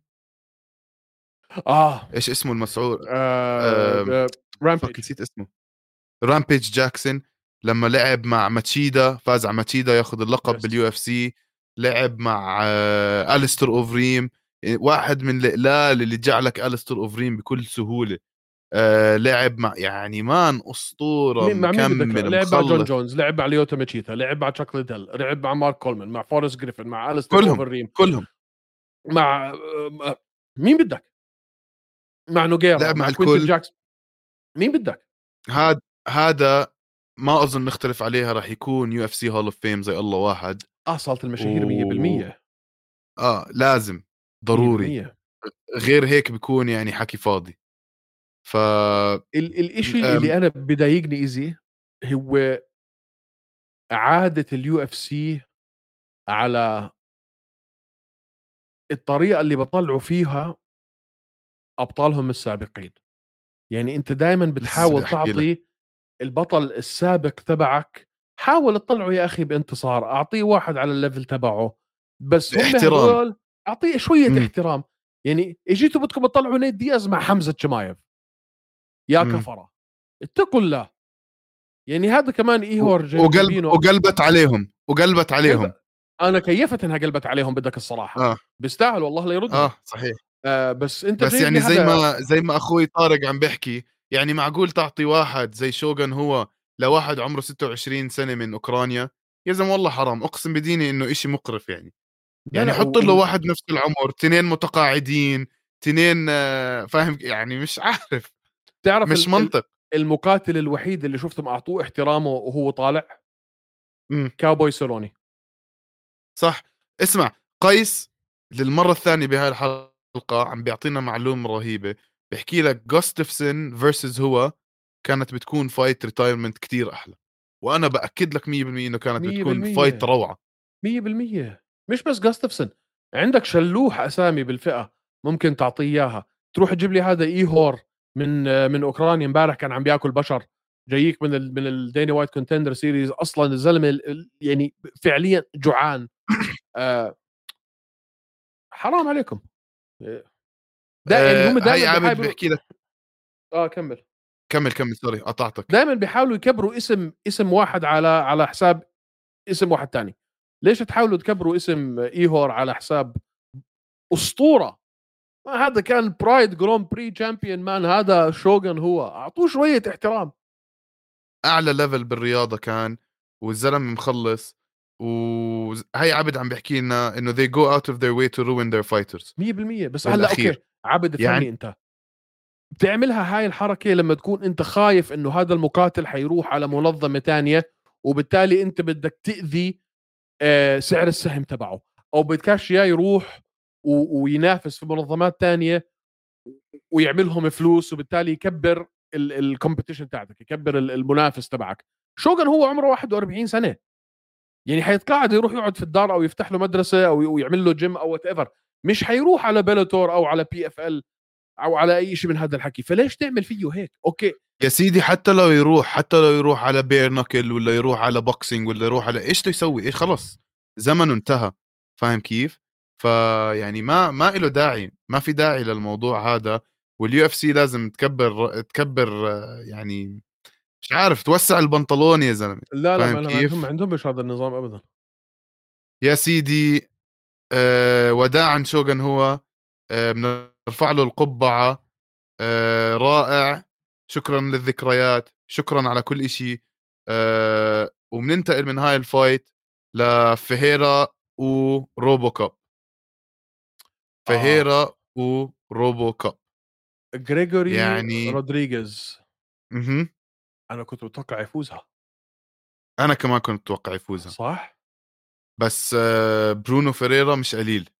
اه, ايش اسمه المسعود، آه. آه آه. فك رامبيج. نسيت اسمه، رامبيج جاكسون. لما لعب مع ماتشيدا، فاز على ماتشيدا ياخذ اللقب يس. باليو اف سي. لعب مع آه اليستر اوفريم، واحد من القلال اللي جعلك اليستر اوفريم بكل سهوله. آه لعب مع يعني مان اسطوره مين مع مين بدك؟ مكمل لعب مع جون مخلص. جونز، لعب مع ليوتا ماتشيتا، لعب مع تشاك ليدل، لعب مع مارك كولمان، مع فورست جريفن، مع الستر كلهم اوفرريم، كلهم. مع آه، مين بدك؟ مع نوغيرا، لعب مع مع كوينتن الكل. جاكسون. مين بدك؟ هذا هذا ما اظن نختلف عليها، راح يكون يو اف سي هول اوف فيم زي الله واحد. اه صالة المشاهير و مية بالمية. اه لازم، ضروري. مية بالمية. غير هيك بكون يعني حكي فاضي. ف ال الاشي أم... اللي انا بضايقني ايزي هو عادة اليو اف سي على الطريقة اللي بطلعوا فيها ابطالهم السابقين. يعني انت دايما لسه بدي بتحاول احكي لك. تعطي البطل السابق تبعك حاول تطلعه يا اخي بانتصار، اعطيه واحد على الليفل تبعه، بس هم احترام. هدول اعطيه شويه مم. احترام. يعني اجيتوا بدكم تطلعوا نيت دياز مع حمزه شمايف، يا مم. كفره اتقوا الله. يعني هذا كمان ايهور وقلب جايبينه وقلبت عليهم وقلبت عليهم. قلب. انا كيفت انها قلبت عليهم بدك الصراحه، اه بيستاهل والله لا يردها. اه صحيح. آه بس انت بس جايب لي يعني زي هذا. ما زي ما اخوي طارق عم بيحكي، يعني معقول تعطي واحد زي شوغن هو لواحد عمره ستة وعشرين سنة من اوكرانيا؟ يا زلمه والله حرام، اقسم بديني انه اشي مقرف يعني. لا يعني لا حط له و... واحد نفس العمر، تنين متقاعدين، تنين آه، فاهم يعني، مش عارف. تعرف مش ال... ال- منطق. المقاتل الوحيد اللي شفتهم اعطوه احترامه وهو طالع امم كاوبوي سولوني. صح. اسمع، قيس للمرة الثانية بهاي الحلقة عم بيعطينا معلومة رهيبة. بحكي لك جوستفسون فيرسز هو كانت بتكون فايت ريتايرمنت كتير أحلى، وأنا بأكد لك مية بالمية إنه كانت بتكون فايت مية بالمية روعة. مية بالمية. مش بس جاستفسون، عندك شلوح اسامي بالفئه ممكن تعطيه اياها. تروح تجيب لي هذا ايهور من من اوكرانيا، امبارح كان عم بياكل بشر، جاييك من ال من الديني وايت كونتندر سيريز. اصلا الزلمه ال- ال- يعني فعليا جوعان. آه حرام عليكم. دا يعني أه هم هاي دائما عابد بيحاولوا. بحكي لك. اه كمل. كمل كمل، سوري قطعتك. دائما بيحاولوا يكبروا اسم اسم واحد على على حساب اسم واحد تاني. ليش تحاولوا تكبروا اسم ايهور على حساب اسطوره؟ ما هذا كان برايد جرون بري تشامبيون مان، هذا شوغن، هو اعطوه شويه احترام. أعلى ليفل بالرياضة كان، والزلمة مخلص. وهي عبد عم بحكي لنا إنه they go out of their way to ruin their fighters مية بالمية. بس هلا اوكي بالأخير. عبد يعني افهمني انت، بتعملها هاي الحركه لما تكون انت خايف انه هذا المقاتل حيروح على منظمه تانية، وبالتالي انت بدك تاذي آه، سعر السهم تبعه، او بدكاش اياه يروح و- وينافس في منظمات تانية ويعملهم فلوس، وبالتالي يكبر الكومبيتيشن تاعتك، يكبر ال- المنافس تبعك. شوغن هو عمره واحد وأربعين سنه، يعني حيتقاعد يروح يقعد في الدار، او يفتح له مدرسه، او يعمل له جيم او وات ايفر. مش حيروح على بيلاتور او على بي اف ال او على اي شيء من هذا الحكي. فليش تعمل فيه هيك؟ اوكي يا سيدي، حتى لو يروح حتى لو يروح على بير نكل، ولا يروح على بوكسينج، ولا يروح على ايش بده يسوي، ايش خلص زمنه انتهى. فاهم كيف؟ فيعني ما ما له داعي، ما في داعي للموضوع هذا. واليو اف سي لازم تكبر تكبر آه، يعني مش عارف، توسع البنطلون يا زلمه. لا لا، فاهم ما ما عندهم ما كيف؟ عندهم مش هذا النظام ابدا. يا سيدي، آه وداعا شوغن هو، آه بنرفع له القبعه. آه رائع. شكرا للذكريات، شكرا على كل إشي. آه وبننتقل من هاي الفايت لفهيرا وروبو كاب. اه فهيرا وروبو كاب. غريغوري يعني رودريغيز، مهم. انا كنت متوقع يفوزها. أنا كمان كنت أتوقع يفوزها، صح. بس آه برونو فيريرا مش قليل،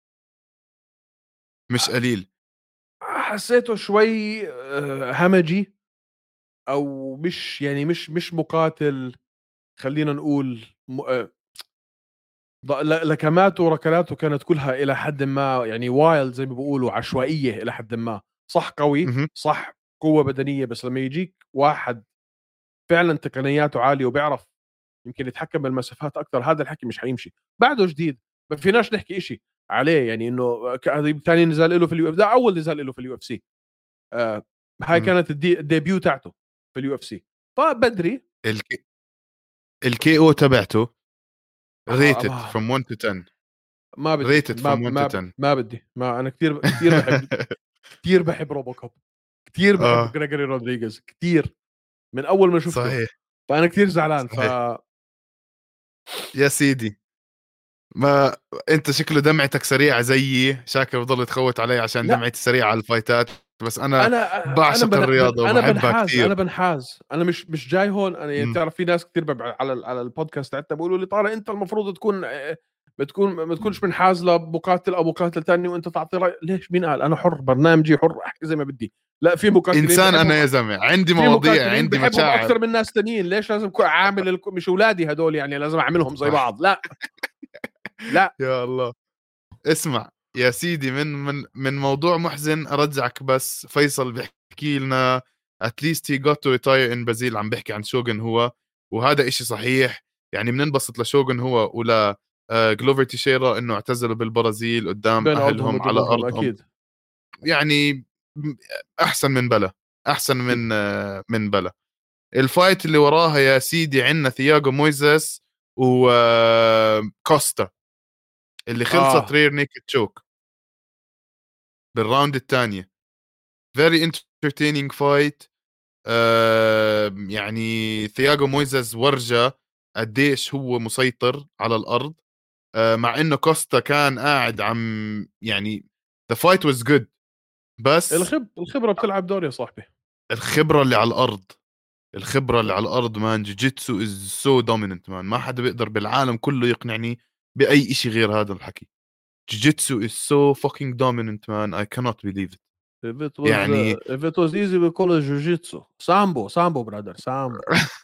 مش قليل. حسيته شوي آه، همجي، او مش يعني مش مش مقاتل. خلينا نقول م... آه، ض- ل- لكماته وركلاته كانت كلها الى حد ما يعني وايلد، زي ما بيقولوا عشوائيه الى حد ما. صح قوي، مهم. صح قوه بدنيه، بس لما يجيك واحد فعلا تقنياته عاليه وبيعرف يمكن يتحكم بالمسافات اكثر، هذا الحكي مش حيمشي. بعده جديد، ما فيناش نحكي إشي عليه. يعني انه ك- هذا ثاني نزال له في اليو اف، ده اول نزال له في اليو اف سي. آه هاي مهم. كانت الدي... الديبيو تاعته في اليو اف سي، فبدري. الكي الكي او تبعته آه rated ما, from one to ten. ما بدي rated ما from one to ما ten. ما بدي ما انا كثير كثير بحب كثير بحب روبوكوب، كثير بحب اه جريجوري رودريغيز كثير من اول ما شفته. صحيح فانا كثير زعلان. ف صحيح. يا سيدي، ما انت شكله دمعتك سريعه زيي، شاكر بضل تخوت علي عشان لا دمعتي سريعه على الفايتات. بس انا انا انا بعشق بن... بن... الرياضه انا وبحبها بنحاز انا كثير. بنحاز انا مش مش جاي هون. انا يعني مم. بتعرف في ناس كثير ببع... على ال- على البودكاست تاعتنا بيقولوا لي طارق انت المفروض تكون آه، بتكون ما تكونش منحاز لمقاتل او مقاتل ثاني وانت تعطي راي. ليش؟ مين قال؟ انا حر، برنامجي حر، احكي زي ما بدي. لا، في مقاتلين انسان بحبهم، انا يا زلمه، عندي في مواضيع، مقاتلين عندي بحبهم مشاعر. اكثر من ناس تانيين. ليش لازم أكون عامل الك... مش اولادي هدول يعني لازم اعملهم زي صح. بعض؟ لا لا. يا الله. اسمع يا سيدي، من من من موضوع محزن ارجعك. بس فيصل بيحكي لنا at least he got to retire in Brazil. عم بحكي عن شوغن هو، وهذا إشي صحيح. يعني بننبسط لشوغن هو ولا آه جلوفر تيشيرا إنه اعتزلوا بالبرازيل قدام بين ارضهم أهلهم على وجمهورهم أرضهم. اكيد. يعني أحسن من بلا، أحسن من آه من بلا. الفايت اللي وراها يا سيدي عندنا ثياغو مويزيس وكوستا اللي خلصت اه رير نيكد تشوك بالراوند الثانية. very entertaining fight. آه يعني ثياغو مويزيس ورجى قديش هو مسيطر على الأرض، آه مع إنه كوستا كان قاعد عم يعني the fight was good، بس الخب الخبره بتلعب دور يا صاحبي. الخبرة اللي على الأرض، الخبرة اللي على الأرض مان، جوجيتسو is so dominant مان. ما حدا بيقدر بالعالم كله يقنعني بأي إشي غير هذا الحكي. جوجيتسو is so fucking dominant man, I cannot believe it. if it was يعني uh, if it was easy we call it jiu-jitsu. سامبو سامبو برادر سامبو.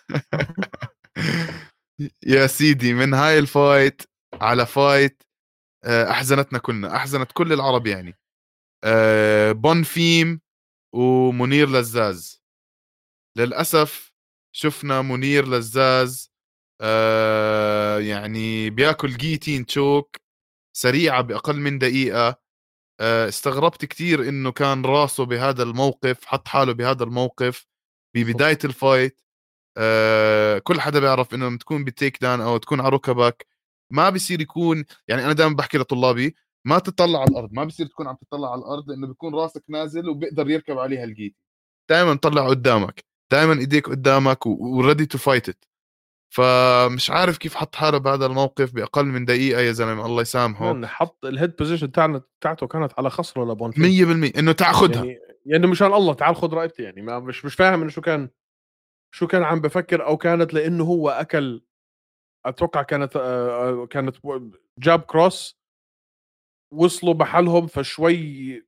يا سيدي من هاي الفايت على فايت آه، أحزنتنا كلنا، أحزنت كل العرب يعني. آه، بونفيم ومنير لزاز. للأسف شفنا منير لزاز آه، يعني بياكل جيتين تشوك سريعة بأقل من دقيقة. آه، استغربت كتير إنه كان راسه بهذا الموقف، حط حاله بهذا الموقف ببداية الفايت. آه، كل حدا بيعرف إنه لما تكون بتيك دان أو تكون على ركبك ما بيصير يكون، يعني أنا دائما بحكي لطلابي ما تطلع على الأرض، ما بيصير تكون عم تطلع على الأرض لأنه بيكون راسك نازل وبيقدر يركب عليها الجيت. دائما طلع قدامك، دائما إيديك قدامك وريدي تو فايت ات. فمش عارف كيف حط حاله بهذا الموقف بأقل من دقيقة يا زلمة، الله يسامحه. من حط الهيد بوزيشن تاعنا تاعته كانت على خصره لبونفيم مية بالمية إنه تاخدها. يعني. يعني مشان الله تعال خذ رأيتي يعني. ما مش مش فاهم انه شو كان شو كان عم بفكر، او كانت لانه هو اكل. اتوقع كانت آه، كانت جاب كروس وصلوا محلهم فشوي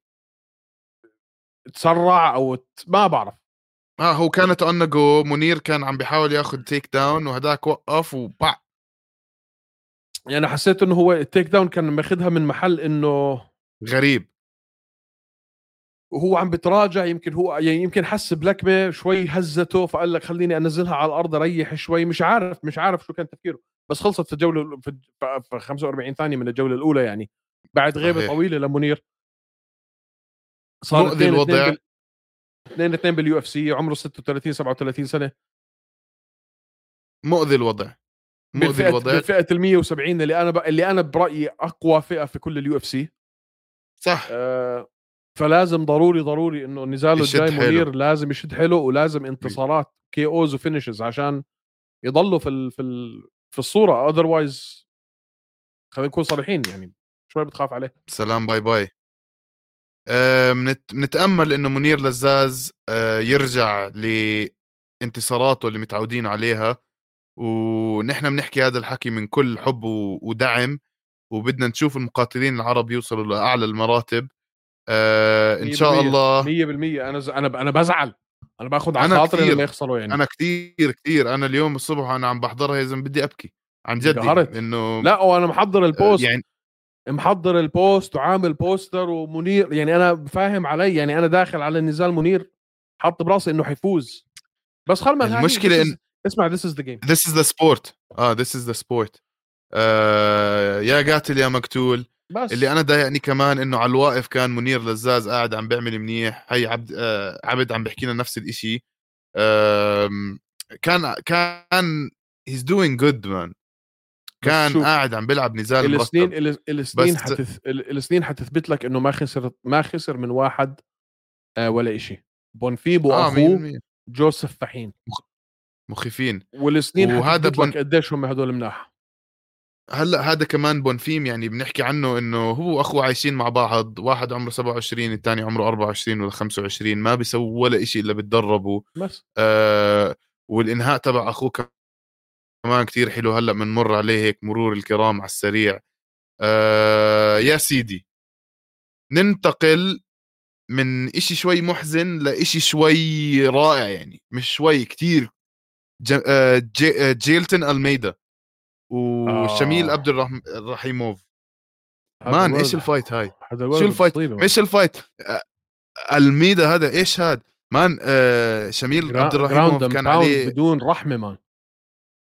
تسرع او ت- ما بعرف. اه هو كانت اون جو، منير كان عم بيحاول ياخذ تيك داون وهداك وقف وبع. يعني حسيت انه هو التيك داون كان ماخذها من محل انه غريب. وهو عم بتراجع. يمكن هو يعني يمكن حس بلكمه شوي هزته فقال لك خليني انزلها على الارض اريح شوي. مش عارف مش عارف شو كان تفكيره. بس خلصت في الجوله في في خمسة وأربعين ثانيه من الجوله الاولى يعني بعد غيبه صحيح. طويله لمنير. صار مؤذي اثنين اثنين الوضع. بال اثنين اثنين باليو اف سي. عمره ستة وثلاثين سبعة وثلاثين سنه مؤذي الوضع. مؤذي بالفئه الوضع. بالفئه ال مية وسبعين اللي انا ب... اللي انا برايي اقوى فئه في كل اليو اف سي. صح. آه فلازم ضروري ضروري انه نزاله يشد الجاي حيله. منير لازم يشد حيله ولازم انتصارات كي اوز وفينيشز عشان يضلوا في ال في ال في الصوره. اذروايز خلينا نكون صريحين يعني شوي بتخاف عليه. سلام باي باي. آه منت... نتأمل انه منير لزاز آه يرجع لانتصاراته اللي متعودين عليها، ونحن بنحكي هذا الحكي من كل حب و... ودعم، وبدنا نشوف المقاتلين العرب يوصلوا لأعلى المراتب آه إن شاء مية بالمية الله. مية بالمية انا ز... انا ب... انا بزعل. انا باخذ على أنا خاطري لما كثير يخسروا يعني. أنا كثير كثير أنا اليوم الصبح أنا عم بحضرها يا زلمة بدي أبكي عن جد، يعني انقهرت. إنه لا وانا محضر آه، البوست يعني محضر البوست وعامل بوستر ومنير يعني انا فاهم علي يعني. انا داخل على النزال منير حط براسي انه حيفوز. بس خلما ها هي this المشكلة is إن اسمع this is the game. this is the sport. آه this is the sport. آه يا قاتل يا مقتول. اللي بس أنا ضايقني كمان إنه على الواقف كان منير لزاز قاعد عم بيعمل منيح. هي عبد آه عبد عم بحكي لنا نفس الإشي. آه كان كان he's doing good man. بس كان شوف قاعد عم بيلعب نزال السنين مرتب. ال- السنين بس حتث... ال- السنين حتثبت لك انه ما خسر ما خسر من واحد آه ولا إشي. بونفيب اه مية واخوه بالمية جوزيف فحين. مخ- مخيفين. والسنين وهذا حتثبت بون لك قديش هم هدول مناح. هلا هذا كمان بونفيم يعني بنحكي عنه انه هو واخوه عايشين مع بعض، واحد عمره سبعة وعشرين الثاني عمره أربعة وعشرين ولا خمسة وعشرين، ما بيسووا ولا إشي الا بتدربوا. بس آه والانهاء تبع اخوه كمان كتير حلو. هلا بنمر عليه هيك مرور الكرام على السريع. آه يا سيدي ننتقل من إشي شوي محزن لإشي شوي رائع، يعني مش شوي كتير. ج... آه، جي... آه، جيلتن ألميدا وشميل عبد اه الرحم... الرحيموف. هذا مان ايش الولد الفايت هاي؟ هذا شو الولد الفايت؟ المصيبه مان. مش الفايت آه، ألميدا هذا ايش هاد؟ مان آه شميل عبد جراوند الرحيموف اند كان باوند عليه. بدون رحمه مان.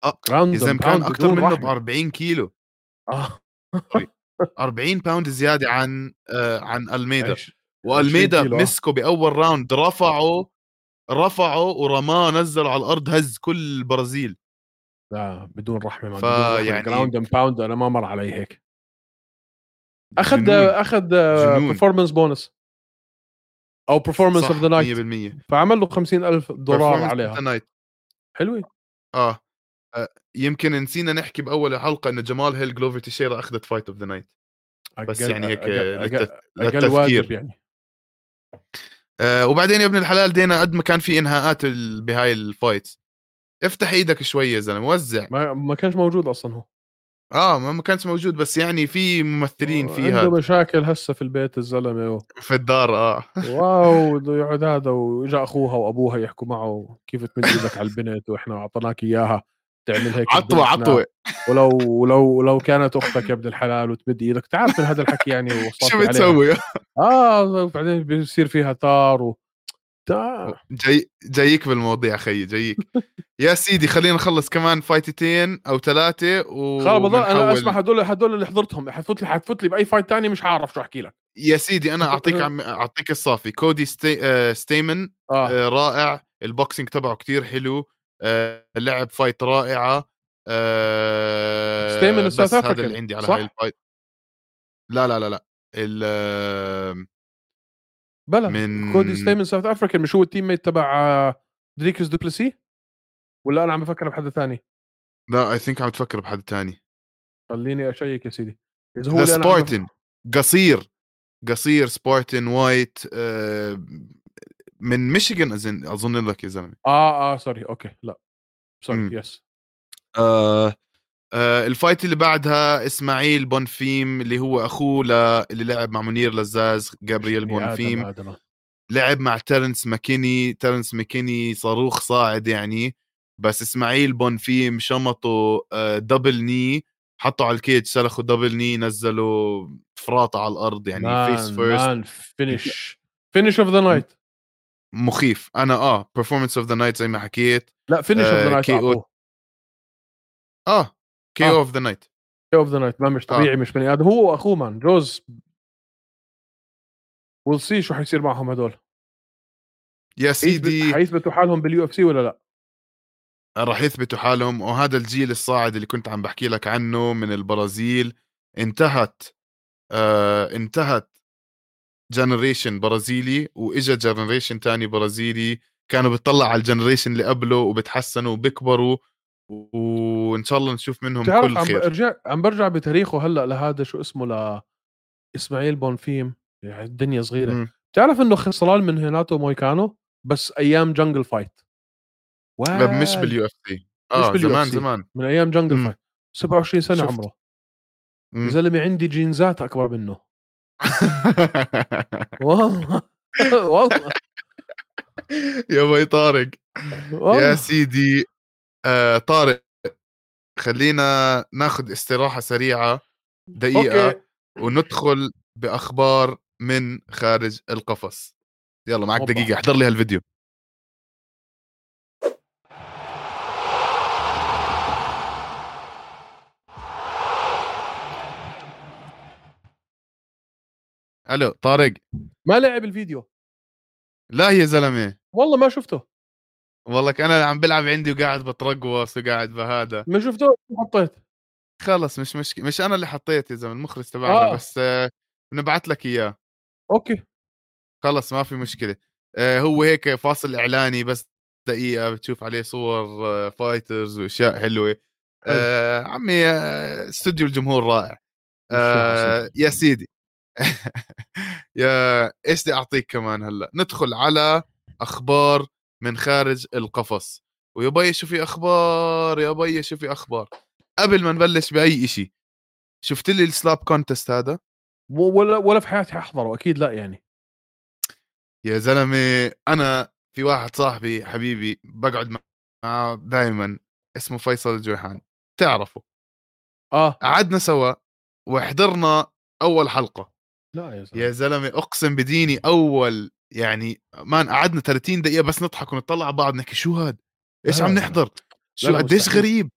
اه يا جراوند زلمه اند كان باوند اكثر بدون منه ب رحمه. أربعين كيلو. اه سوري، أربعين باوند زياده عن آه عن الميدا. عش- عشرين والميدا كيلو. اه مسكه باول راوند، رفعه رفعه ورماه، نزله على الارض، هز كل البرازيل. لا بدون رحمه مان، بدون رحمه. فيعني جراوند اند باوند انا ما مر علي هيك. اخذ جنون اخذ جنون. برفورمانس بونس او برفورمانس اوف ذا صح نايت، مية بالمية. فعمل له خمسين ألف دولار performance of the عليها. night. حلوه. اه آه، يمكن نسينا نحكي باول حلقه انه جمال هيل جلوفر تيشيرا اخذت فايت اوف ذا نايت. بس اقل يعني هيك اقل آه، اقل, للت... أقل واجب للتذكير. يعني. آه وبعدين يا ابن الحلال دينا، قد ما كان في انهاءات ال... بهاي الفايت، افتح ايدك شوي يا زلمه، وزع. ما ما كانش موجود اصلا هو. اه ما ما كانش موجود، بس يعني في ممثلين في عنده هاد مشاكل هسه في البيت الزلمه و... في الدار. اه واو بده يقعد هذا، واجا اخوها وابوها يحكوا معه كيف تمد ايدك على البنت واحنا اعطيناك اياها تعمل هيك عطوه ببنتنا. عطوه. ولو ولو لو كانت اختك يا ابن الحلال وتمد ايدك، تعرف من هذا الحكي يعني، شو وصلتي عليها. بتسوي؟ اه وبعدين بيصير فيها تار و... تا... جاي جايك بالمواضيع خيي، جايك. يا سيدي خلينا نخلص كمان فايتتين او ثلاثه خلاص بضل انا اسمع، وبنحول. هدول هدول اللي حضرتهم، حتفوت لي حتفوت لي باي فايت تاني مش هعرف شو احكي لك. يا سيدي انا اعطيك عم اعطيك الصافي. كودي ستي... آه ستيمن اه آه رائع، البوكسينج تبعه كتير حلو، آه لعب فايت رائعه. ستيمن آه الساوث بس هذا افريكان اللي عندي على هاي صح؟ الفايت. لا لا لا لا ال آه، بلا كودي من ستيمن ساوث افريكان، مش هو التيم ميت تبع آه، دريكس دوبلسي؟ ولا انا عم بفكر بحد ثاني؟ لا اي ثينك عم تفكر بحد تاني. خليني اشيك يا سيدي اذا هو ذا اللي انا عم بف... سبارتن، قصير قصير سبارتن وايت، آه من ميشيغان اظن اظن لك يا زلمه. اه اه سوري اوكي لا سوري امم يس. آه آه الفايت اللي بعدها اسماعيل بونفيم، اللي هو اخوه ل... اللي لعب مع منير لزاز، مش جابرييل بني ادم بونفيم. هذا ما. لعب مع تيرنس ماكيني، تيرنس ماكيني صاروخ صاعد يعني. بس اسماعيل بونفيم شمطه آه دبل ني، حطوا على الكيج سلخوا دبل ني، نزلوا فراطة على الارض يعني فيس مان فيرست. مان فينيش فينيش اوف ذا نايت. مخيف. انا اه performance اوف ذا نايت زي ما حكيت. لا فينيش اوف ذا آه نايت كي او. اعطوه. اه كي او اه اوف ذا نايت. اوف ذا نايت، ما مش اه طبيعي، مش بني ادم هو واخوه مان جوز. ويل سي شو حيصير معهم هدول. يا حيثبت سيدي حيثبتوا حالهم باليو اف سي ولا لا؟ راح يثبتوا حالهم. وهذا الجيل الصاعد اللي كنت عم بحكي لك عنه من البرازيل، انتهت آه انتهت جنريشن برازيلي، واجا جنريشن تاني برازيلي، كانوا بتطلع على الجنريشن اللي قبله وبتحسنوا وبيكبروا، وان شاء الله نشوف منهم بتعرف كل عم خير. برجع عم برجع بتاريخه هلا لهذا شو اسمه، ل اسماعيل بونفيم. يعني الدنيا صغيره. مم. بتعرف انه خسران من هيناتو مويكانو بس ايام جنجل فايت. مش وال باليو اف سي، مش اه باليو اف زمان سي، زمان. من ايام جنجل امم فايت. سبعة وعشرين سنه شفت. عمره. يا امم زلمه عندي جينزات اكبر منه. والله والله يا باي طارق. يا والله. سيدي آه طارق، خلينا ناخذ استراحة سريعة اوكي دقيقة، وندخل بأخبار من خارج القفص. يلا معك اوبا. دقيقة، احضر لي هالفيديو. الو طارق. ما لعب الفيديو. لا يا زلمة، والله ما شفته. والله انا عم بلعب عندي وقاعد بترقص وقاعد بهذا. ما شفته حطيت. خلص مش مشكلة، مش انا اللي حطيت يا زلمة، المخرج تبعنا، اه بس آه بنبعت لك اياه. اوكي خلص ما في مشكلة. آه هو هيك فاصل اعلاني بس دقيقة، بتشوف عليه صور آه فايترز واشياء حلوة. حلو. آه عمي آه استوديو الجمهور رائع. مشيها حسن. آه يا سيدي. يا ايش بدي اعطيك كمان هلا، ندخل على اخبار من خارج القفص. ويا بي شو في اخبار، يا بي شو في اخبار. قبل ما نبلش باي اشي، شفت لي السلاب كونتست هذا؟ و- ولا ولا في حياتي احضره اكيد لا يعني. يا زلمه انا في واحد صاحبي حبيبي بقعد معه دائما، اسمه فيصل الجويحان، تعرفه. اه قعدنا سوا وحضرنا اول حلقه. لا يا يا زلمه. زلمه اقسم بديني اول يعني مان قعدنا ثلاثين دقيقه بس نضحك ونطلع على بعض نحكي شو هاد، لا ايش عم لا لا نحضر، لا شو لا قديش مستحيل. غريب.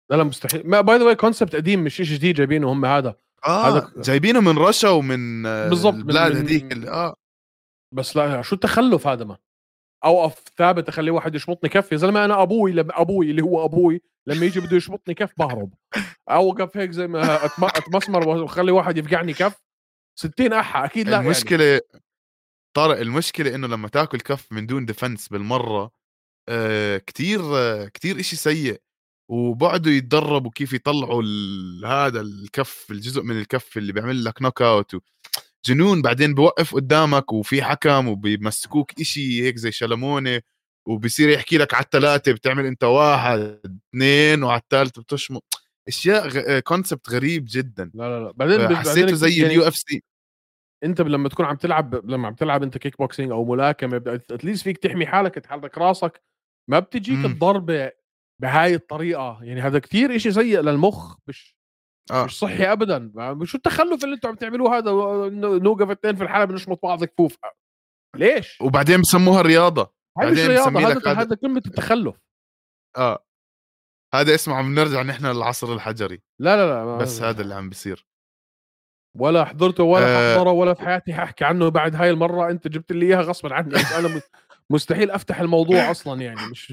لا لا مستحيل. ما باي ذا واي كونسبت قديم مش شيء جديد جايبينه هم. هذا اه هذا جايبينه من رشا ومن آه، بالضبط من البلاد هذيك من اه بس لا شو التخلف هذا؟ ما اوقف ثابت اخلي واحد يشمطني كف يا زلمه. انا ابوي لما ابوي اللي هو ابوي لما يجي بده يشمطني كف بهرب. اوقف هيك زي ما أتم- اتمسمر واخلي واحد يفقعني كف ستين احا اكيد لا يعني. المشكله طارق، المشكله انه لما تاكل كف من دون ديفنس بالمره آه كتير آه كتير اشي سيء. وبعدوا يتدربوا كيف يطلعوا ال- هذا الكف، الجزء من الكف اللي بيعمل لك نوك اوت جنون. بعدين بوقف قدامك وفي حكم وبيمسكوك اشي هيك زي شلمونة، وبصير يحكي لك على الثلاثة بتعمل انت واحد اثنين وعلى الثالثة بتشمط اشياء غ... كونسبت غريب جدا. لا لا لا بعدين بعدين حسيته زي اليو يعني اف سي. انت لما تكون عم تلعب لما عم تلعب انت كيك بوكسينج او ملاكمه اتليست فيك تحمي حالك تحرك راسك. ما بتجيك امم الضربه بهاي الطريقه يعني. هذا كثير اشي سيء للمخ. مش اه مش صحي ابدا. شو التخلف اللي انتم عم تعملوه هذا؟ نوقف اثنين في الحلبة نشمط بعض كفوف. ليش؟ وبعدين بسموها الرياضة. هاي مش بعدين رياضه. بسمي هذا لك هذا هذا قمه التخلف. اه هذا اسمه عم نرجع نحن للعصر الحجري. لا لا لا بس هذا ما اللي عم بيصير. ولا حضرته ولا آه ححضره ولا في حياتي ححكي عنه بعد هاي المره. انت جبت لي اياها غصبا عني بس انا م- مستحيل افتح الموضوع اصلا يعني. مش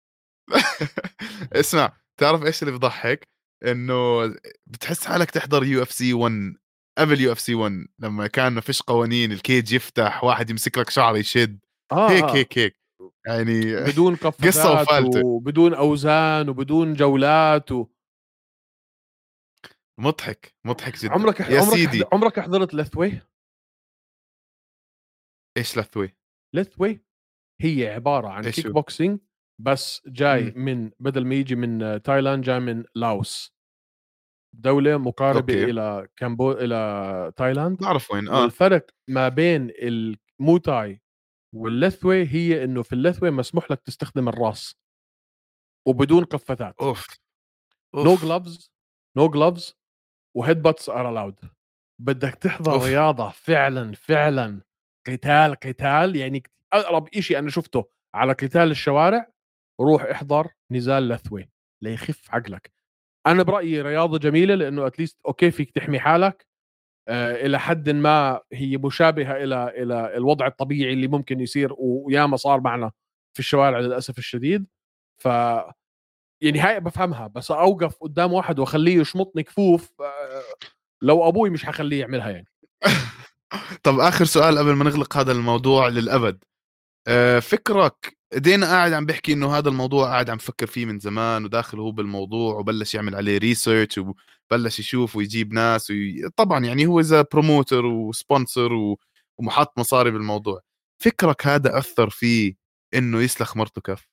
اسمع، تعرف ايش اللي بضحك؟ انه بتحس حالك تحضر يو اف سي واحد قبل يو اف سي واحد لما كان ما فيش قوانين، الكيج يفتح واحد يمسك لك شعر يشد اه هيك اه هيك هيك يعني. بدون قصة قفازات وفالتة. وبدون اوزان وبدون جولات و... مضحك مضحك جدا عمرك يا عمرك سيدي. عمرك حضرت لثوي؟ ايش لثوي؟ لثوي هي عباره عن ايش كيك هو؟ بوكسينج بس جاي امم من بدل ما يجي من تايلاند جاي من لاوس. دولة مقاربة اوكي إلى كامبو إلى تايلاند. بعرف وين. اه والفرق ما بين الموتاي واللثوي هي إنه في اللثوي مسموح لك تستخدم الراس وبدون قفازات. اوف نو اوف جلوفز نو جلوفز وهيد باتس ار الاود. بدك تحضر اوف رياضة فعلا فعلا قتال قتال يعني. أقرب إشي أنا شفته على قتال الشوارع روح احضر نزال لثوي ليخف عقلك. أنا برأيي رياضة جميلة لأنه أتليست أوكي فيك تحمي حالك آه، إلى حد ما. هي مشابهة إلى إلى الوضع الطبيعي اللي ممكن يصير وياما صار معنا في الشوارع للأسف الشديد. ف يعني هاي بفهمها. بس أوقف قدام واحد وأخليه يشمطني كفوف آه، لو أبوي مش حخليه يعملها يعني. طب اخر سؤال قبل ما نغلق هذا الموضوع للابد. آه، فكرك دينا قاعد عم بحكي انه هذا الموضوع قاعد عم فكر فيه من زمان وداخل هو بالموضوع وبلش يعمل عليه ريسيرش وبلش يشوف ويجيب ناس وي... طبعا يعني هو اذا بروموتر وسبونسر و... ومحط مصاري بالموضوع. فكرك هذا اثر فيه انه يسلخ مرته كف؟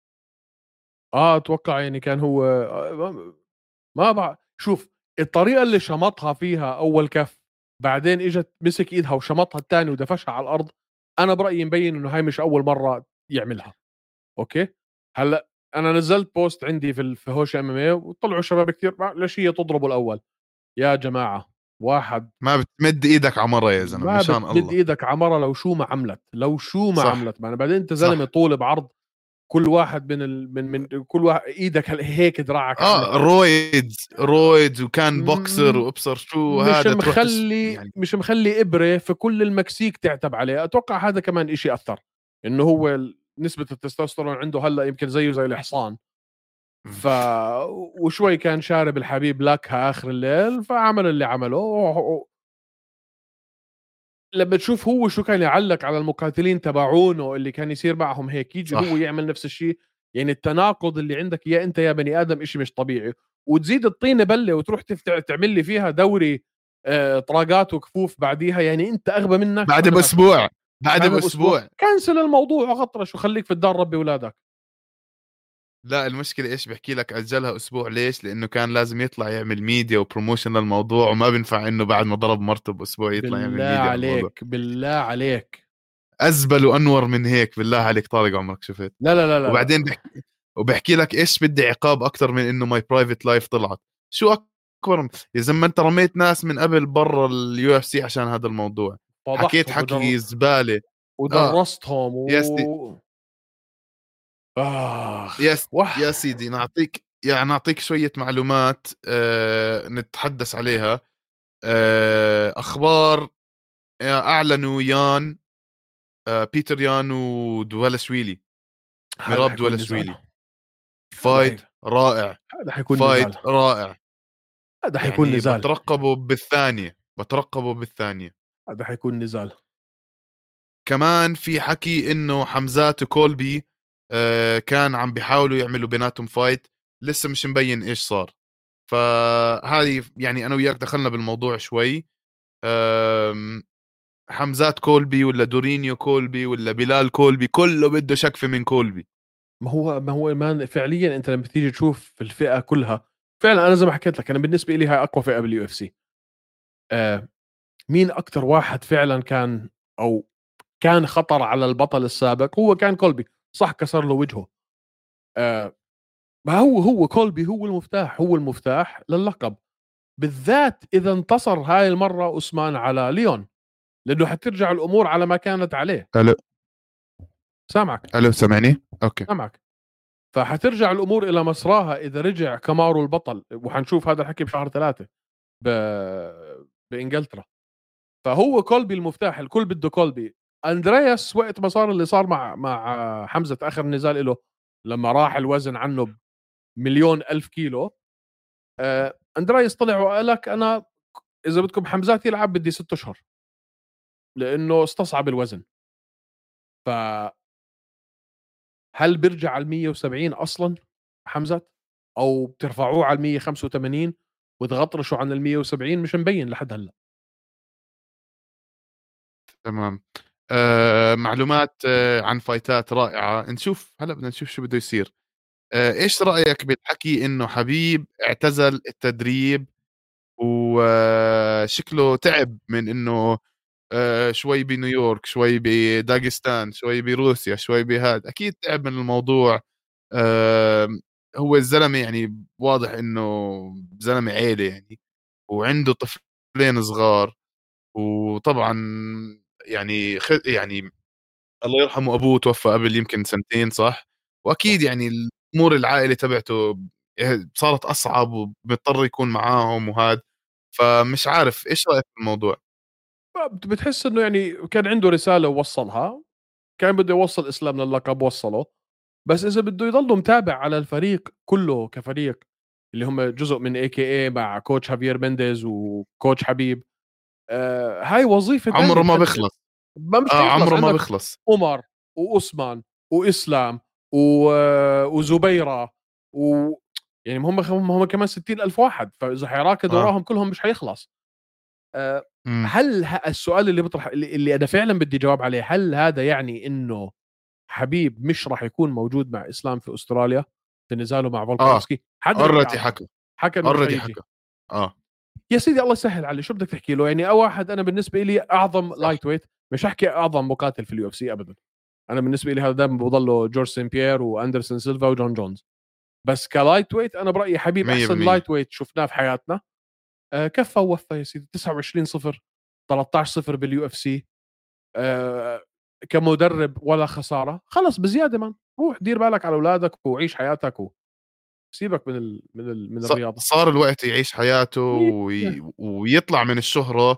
آه أتوقع يعني كان هو آه، ما بع... شوف الطريقة اللي شمطها فيها أول كف بعدين إجت مسك إيدها وشمطها الثاني ودفشها على الأرض. أنا برأيي مبين إنه هاي مش أول مرة يعملها. اوكي هلا انا نزلت بوست عندي في ال- في هوش ام ام اي وطلعوا شباب كثير ليش هي تضربوا الاول. يا جماعه واحد ما بتمد ايدك على مره يا زلمه ما مشان بتمد الله. ايدك عمره لو شو ما عملت لو شو ما صح عملت معنا. بعدين انت زلمه صح. طول بعرض. كل واحد من ال... من من كل واحد ايدك هل- هيك دراعك عامل اه هيك. رويدز رويدز وكان بوكسر م- وابصر شو مش هذا تروح تس مخلي يعني. مش مخلي ابره في كل المكسيك تعتب عليه. اتوقع هذا كمان إشي اثر انه هو ال- نسبه التستوستيرون عنده هلا يمكن زيه زي الحصان. ف وشوي كان شارب الحبيب لكها اخر الليل فعمل اللي عمله و... لما تشوف هو شو كان يعلق على المقاتلين تبعونه اللي كان يصير معهم هيك يجي هو صح. يعمل نفس الشيء. يعني التناقض اللي عندك يا انت يا بني ادم إشي مش طبيعي. وتزيد الطينه بله وتروح تفتع تعمل لي فيها دوري آه، طراقات وكفوف بعديها. يعني انت اغبى منك بعد وانا ما اشوف. باسبوع بعد بعدها باسبوع باسبوع كنسل الموضوع وغطرش وخليك في الدار ربي اولادك. لا المشكلة ايش بحكي لك، اجلها اسبوع ليش؟ لانه كان لازم يطلع يعمل ميديا وبروموشن للموضوع، وما بينفع انه بعد ما ضرب مرته باسبوع يطلع يعمل بالله ميديا على الموضوع. عليك بالله عليك. ازبل وانور من هيك بالله عليك طارق عمرك شفت؟ لا لا لا لا وبعدين لا بحكي وبحكي لك ايش بدي عقاب اكثر من انه ماي برايفت لايف طلعت. شو اكبر يا زلمه؟ انت رميت ناس من قبل برا اليو اف سي عشان هذا الموضوع، حكيت فضحتهم ودر... حكي زبالة. اه ودرستهم يا سي... و اخ يا س... يا وح سيدي نعطيك يعني نعطيك شوية معلومات أه نتحدث عليها. أه أخبار أعلنوا يان أه بيتر يان ودولاشويلي، هذا ميراب حيكون نزال. دولاشويلي. هذا حي... فايت رائع، هذا حيكون فايت نزال. رائع. هذا حيكون يعني نزال. بترقبه بالثانية، بترقبه بالثانية. هذا حيكون نزال. كمان في حكي انه حمزات وكولبي آه كان عم بيحاولوا يعملوا بيناتهم فايت، لسه مش مبين ايش صار. فهذه يعني انا وياك دخلنا بالموضوع شوي. آم، حمزات كولبي ولا دورينيو كولبي ولا بلال كولبي، كله بده شكفة من كولبي. ما هو ما هو ما فعليا انت لما تيجي تشوف في الفئه كلها، فعلا انا زي ما حكيت لك، انا بالنسبه لي هاي اقوى فئه باليو اف سي. آه مين اكثر واحد فعلا كان او كان خطر على البطل السابق؟ هو كان كولبي. صح، كسر له وجهه. آه ما هو هو كولبي هو المفتاح، هو المفتاح للقب، بالذات اذا انتصر هاي المره اوسمان على ليون، لانه حترجع الامور على ما كانت عليه. الو سامعك؟ الو سامعني؟ اوكي. سامعك. فحترجع الامور الى مسراها اذا رجع كامارو البطل، وحنشوف هذا الحكي بشهر ثلاثة ب... بانجلترا. فهو كولبي المفتاح، الكل بده كولبي. اندرياس وقت ما صار اللي صار مع مع حمزه اخر نزال له، لما راح الوزن عنه بمليون الف كيلو، آه اندرياس طلع وقال لك انا اذا بدكم حمزات يلعب بدي ست اشهر، لانه استصعب الوزن. ف هل بيرجع على مية وسبعين اصلا حمزه، او بترفعوه على مية وخمسة وثمانين وتغطرشوا عن ال مية وسبعين؟ مش مبين لحد هلا. تمام. آه معلومات آه عن فايتات رائعة. نشوف هلا، بدنا نشوف شو بده يصير. آه ايش رأيك بالحكي انه حبيب اعتزل التدريب وشكله تعب من انه آه شوي بنيويورك، شوي بداغستان، شوي بروسيا، شوي بهذا، اكيد تعب من الموضوع. آه هو الزلمة يعني واضح انه زلمة عيلة يعني، وعنده طفلين صغار. وطبعا يعني خ... يعني الله يرحمه ابوه توفى قبل يمكن سنتين، صح؟ واكيد يعني الامور العائله تبعته صارت اصعب وبيضطر يكون معاهم وهذا. فمش عارف ايش رايك في الموضوع. بتحس انه يعني كان عنده رساله ووصلها، كان بده يوصل اسلام للقب وصله. بس اذا بده يضل متابع على الفريق كله كفريق، اللي هم جزء من اي كي اي مع كوتش هافير مينديز وكوتش حبيب، آه هاي وظيفه عمره تانية ما بتقدم. بيخلص. ما مش اه حيخلص. عمره ما عندك بيخلص. عمر وأسمان وإسلام و... وزبيرة و يعني هم هم هم كمان ستين ألف واحد، فإذا حيراكد اه. وراهم كلهم مش حيخلص. أه امم هل ه... السؤال اللي بيطرح اللي, اللي أنا فعلا بدي جواب عليه، هل هذا يعني إنه حبيب مش راح يكون موجود مع إسلام في أستراليا في نزاله مع اه فولكانوفسكي؟ حدا بده اوريدي يعرفه. حكى. حكى إنه مش اوريدي حيجي. حكى. اه يا سيدي الله يسهل عليه، شو بدك تحكي له؟ يعني واحد أنا بالنسبة لي أعظم صح. لايت ويت، مش أحكي أعظم مقاتل في اليو اف سي أبدا، انا بالنسبه لي هذا دائما بضله جورج سين بيير واندرسون سيلفا وجون جونز. بس كلايت ويت انا برايي حبيب احسن مية بالمية. لايت ويت شفناه في حياتنا. آه كفى ووفى يا سيدي. تسعة وعشرين صفر، ثلاثة عشر صفر باليو اف سي. آه كمدرب ولا خساره. خلص بزياده من روح دير بالك على اولادك وعيش حياتك وسيبك من ال من ال من ص- الرياضه. صار الوقت يعيش حياته مية وي... ويطلع من الشهرة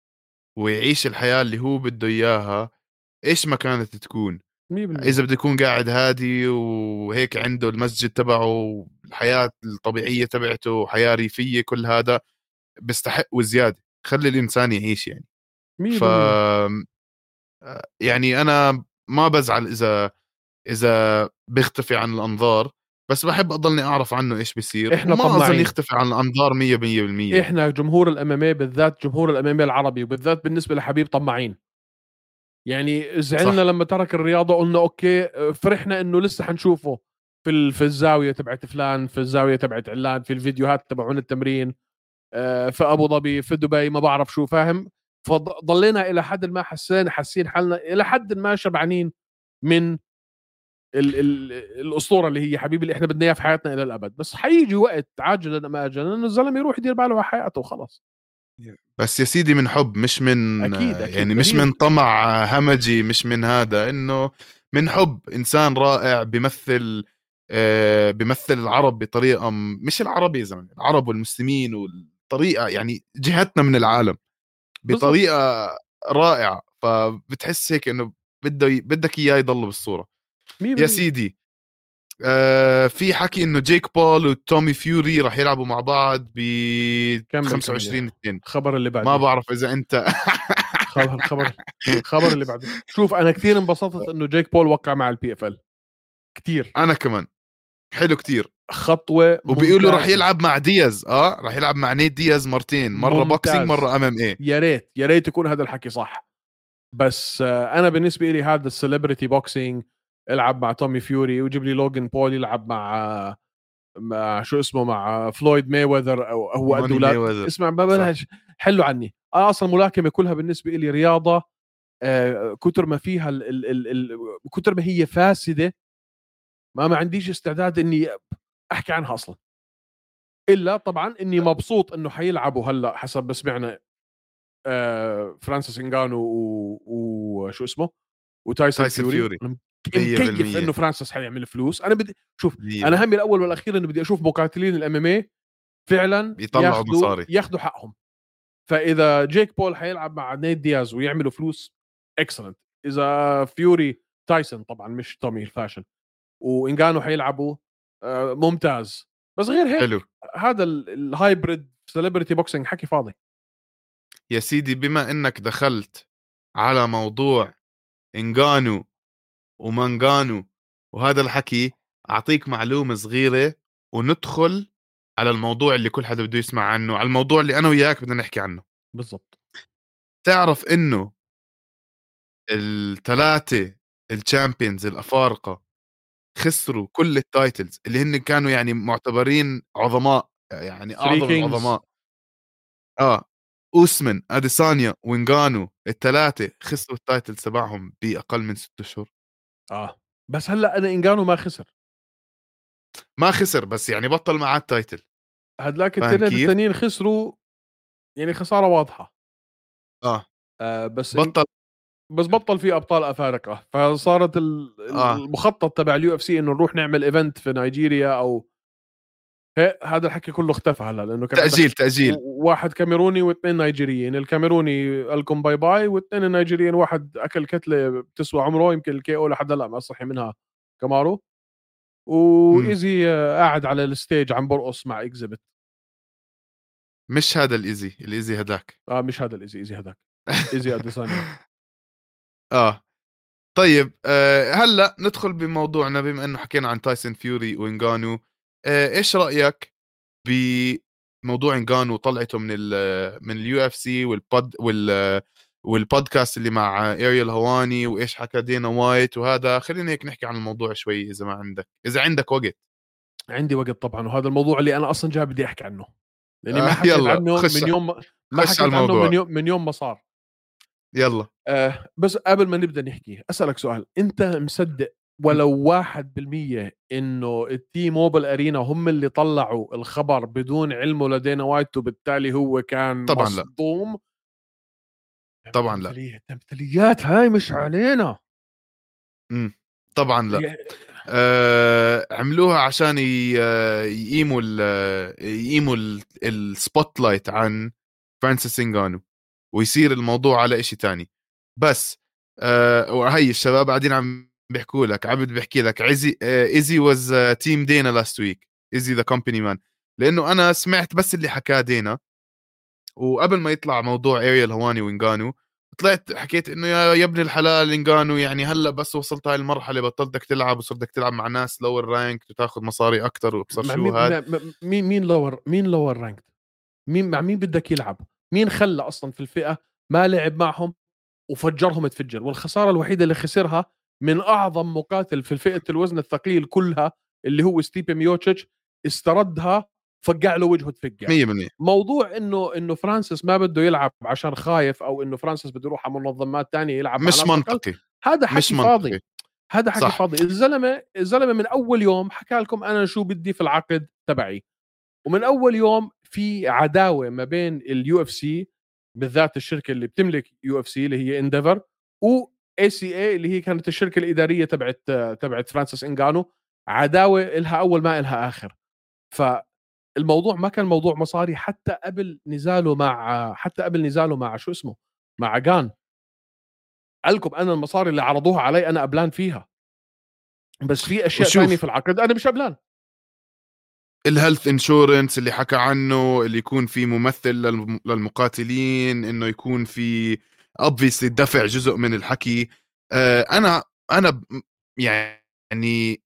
ويعيش الحياة اللي هو بده إياها، إيش ما كانت تكون. بالمية. إذا بده يكون قاعد هادي وهيك عنده المسجد تبعه، الحياة الطبيعية تبعته، حياة ريفية، كل هذا بيستحق وزيادة. خلي الإنسان يعيش يعني. مية ف بالمية. يعني أنا ما بزعل إذا إذا بيختفي عن الأنظار، بس بحب أضلني أعرف عنه إيش بيصير، احنا وما أظن طماعين. يختفي عن الأنظار مية بالمية بالمية يعني. احنا جمهور الاماميه، بالذات جمهور الاماميه العربي، وبالذات بالنسبه لحبيب طماعين. يعني زعلنا صح. لما ترك الرياضه، قلنا اوكي، فرحنا انه لسه حنشوفه في ال- في الزاويه تبعت فلان، في الزاويه تبعت علان، في الفيديوهات تبعون التمرين، آه، في ابو ظبي، في دبي، ما بعرف شو فاهم. فضلينا الى حد ما حسين حاسين حالنا الى حد ما شبعانين من ال ال الاسطوره اللي هي حبيبي، اللي احنا بدنا اياه في حياتنا الى الابد. بس حيجي وقت عاجلا ام اجلا انه الزلمه يروح يدير باله على حياته وخلص. بس يا سيدي من حب، مش من اكيد اكيد يعني مش غريب. من طمع همجي، مش من هذا، انه من حب. انسان رائع، بيمثل آه بيمثل العرب بطريقه مش العربي يا زلمه، العرب والمسلمين والطريقه يعني جهتنا من العالم بالضبط بطريقه رائعه. فبتحس هيك انه بده بدك اياه يضل بالصوره. مية يا بالمية. سيدي، آه في حكي انه جيك بول وتومي فيوري راح يلعبوا مع بعض ب كمل كمل خمسة وعشرين يا اثنين. الخبر اللي ما بعديه. بعرف اذا انت خبر خبر الخبر اللي بعده. شوف انا كثير انبسطت انه جيك بول وقع مع البي اف ال كثير. انا كمان حلو كتير. خطوه وبيقولوا راح ممتازه. يلعب مع دياز، اه راح يلعب مع نيت دياز مرتين، مره بوكسينج ممتاز. مره ام ام اي. يا ريت يا ريت يكون هذا الحكي صح. بس آه، انا بالنسبه لي هذا السليبرتي بوكسينج، العب مع تومي فيوري وجيب لي لوجن بول يلعب مع مع شو اسمه مع فلويد مايوذر او هو قد ماني اولاد. ماي اسمع ما صح. بلاش حلو عني. انا اصلا الملاكمه كلها بالنسبه لي رياضه، آه، كتر ما فيها ال ال ال ال كتر ما هي فاسده، ما ما عنديش استعداد اني احكي عنها اصلا. الا طبعا اني مبسوط انه حيلعبوا هلا حسب ما سمعنا آه فرانسيس انغانو وشو اسمه وتايسون تايسون فيوري. فيوري انا مكيف مية بالمية. انه فرانسيس حيعمل فلوس. انا بدي شوف، انا مية بالمية همي الاول والاخير انه بدي اشوف مقاتلين الام ام اي فعلا بيطلعوا ياخذوا مصاري. ياخذوا حقهم. فاذا جيك بول حيلعب مع نيت دياز ويعملوا فلوس اكسلنت. اذا فيوري تايسون طبعا مش تومي الفاشل وانغانو حيلعبوا آه، ممتاز. بس غير حلو هيك هذا الهايبريد سيلبرتي بوكسينج حكي فاضي. يا سيدي، بما انك دخلت على موضوع انغانو ومانغانو وهذا الحكي، اعطيك معلومة صغيرة وندخل على الموضوع اللي كل حدا بده يسمع عنه، على الموضوع اللي انا وياك بدنا نحكي عنه. بالضبط. تعرف انه الثلاثة الشامبيونز الافارقة خسروا كل التايتلز اللي هن كانوا يعني معتبرين عظماء، يعني ثري اعظم كينجز. العظماء. اه اوسمن، اديسانيا، وينغانو، الثلاثة خسروا التايتل تبعهم باقل من ست اشهر. اه بس هلا انا انغانو ما خسر. ما خسر بس يعني بطل معاه التايتل. هدلاك فاهم التنين كيف؟ التانيين خسروا، يعني خساره واضحه. اه آه بس إن... بطل. بس بطل في ابطال افارقه، فصارت ال- اه المخطط تبع اليو اف سي انه نروح نعمل ايفنت في نيجيريا او هي. هذا الحكي كله اختفى هلا لانه كان عندك تأجيل تأجيل. و- واحد كاميروني واثنين نيجيريين. الكاميروني قالكم باي باي، واثنين النيجيريين واحد اكل كتله بتسوى عمره يمكن الكي او لحد هلا ما صحي منها كمارو. مم. وايزي آه، قاعد على الستيج عم برقص مع اكزيبت. مش هذا الايزي، الايزي هداك. اه مش هذا الايزي، ايزي هذاك ايزي اديسانيا. اه طيب، آه هلا ندخل بموضوعنا بما انه حكينا عن تايسون فيوري وانغانو. آه ايش رأيك بموضوع انغانو وطلعته من ال من اليو اف سي والبود وال والبودكاست اللي مع اريال هواني، وايش حكى دينا وايت وهذا؟ خلينا هيك نحكي عن الموضوع شوي اذا ما عندك اذا عندك وقت. عندي وقت طبعا، وهذا الموضوع اللي انا اصلا جاي بدي احكي عنه لاني ما آه حكيت يلا عنه خش من يوم ما خش على حكيت عنه من الموضوع. يوم من يوم ما صار. يلا. آه بس قبل ما نبدا نحكي اسالك سؤال. انت مصدق ولو واحد بالمية انه التي موبل ارينا هم اللي طلعوا الخبر بدون علمه لدينا وايت، وبالتالي هو كان طبعا لا. مصدوم؟ طبعا لا. تمثيليات تمثيليات هاي مش علينا. امم طبعا لا. هي- آه عملوها عشان ي- آه، يقيموا ال يقيموا السبوت لايت عن فرانسيس انغانو، ويصير الموضوع على إشي تاني. بس آه وهي الشباب قاعدين عم بيحكوا لك، عبد بيحكي لك عزي آه ايزي واز تيم دينا لاست ويك، ايزي ذا كومباني مان. لانه انا سمعت بس اللي حكاه دينا، وقبل ما يطلع موضوع اريال هواني وانغانو طلعت حكيت انه يا يا ابن الحلال انغانو، يعني هلا بس وصلت هاي المرحله بطلتك تلعب وصرت بدك تلعب مع ناس لور رانك وتاخذ مصاري اكثر وابصر مع شو مين هاد. مع- مين مين لور مين لور رانك؟ مين مع مين بدك يلعب؟ مين خلى اصلا في الفئه ما لعب معهم وفجرهم تفجر؟ والخساره الوحيده اللي خسرها من اعظم مقاتل في فئه الوزن الثقيل كلها اللي هو ستيبي ميوتشيتش، استردها فقع له وجهه تفقع. مية بالمية. موضوع انه انه فرانسيس ما بده يلعب عشان خايف، او انه فرانسيس بده يروح على منظمات تانية يلعب مع مش ناس اقل، منطقي. هذا مش حكي فاضي. منطقي. هذا حكي صح. فاضي. الزلمه الزلمه من اول يوم حكى لكم انا شو بدي في العقد تبعي، ومن اول يوم في عداوه ما بين اليو اف سي بالذات الشركه اللي بتملك يو اف سي اللي هي انديفر، و اي سي اي اللي هي كانت الشركه الاداريه تبعت تبعت فرانسيس انغانو. عداوه إلها اول ما إلها اخر. فالموضوع ما كان موضوع مصاري حتى قبل نزاله مع حتى قبل نزاله مع شو اسمه مع جان. قالكم انا المصاري اللي عرضوها علي انا قبلان فيها، بس في اشياء تانية في وشوف العقد انا مش قبلان. الهيلث انشورنس اللي حكى عنه، اللي يكون في ممثل للم- للمقاتلين، انه يكون في obviously دفع جزء من الحكي. آه، انا انا ب- يعني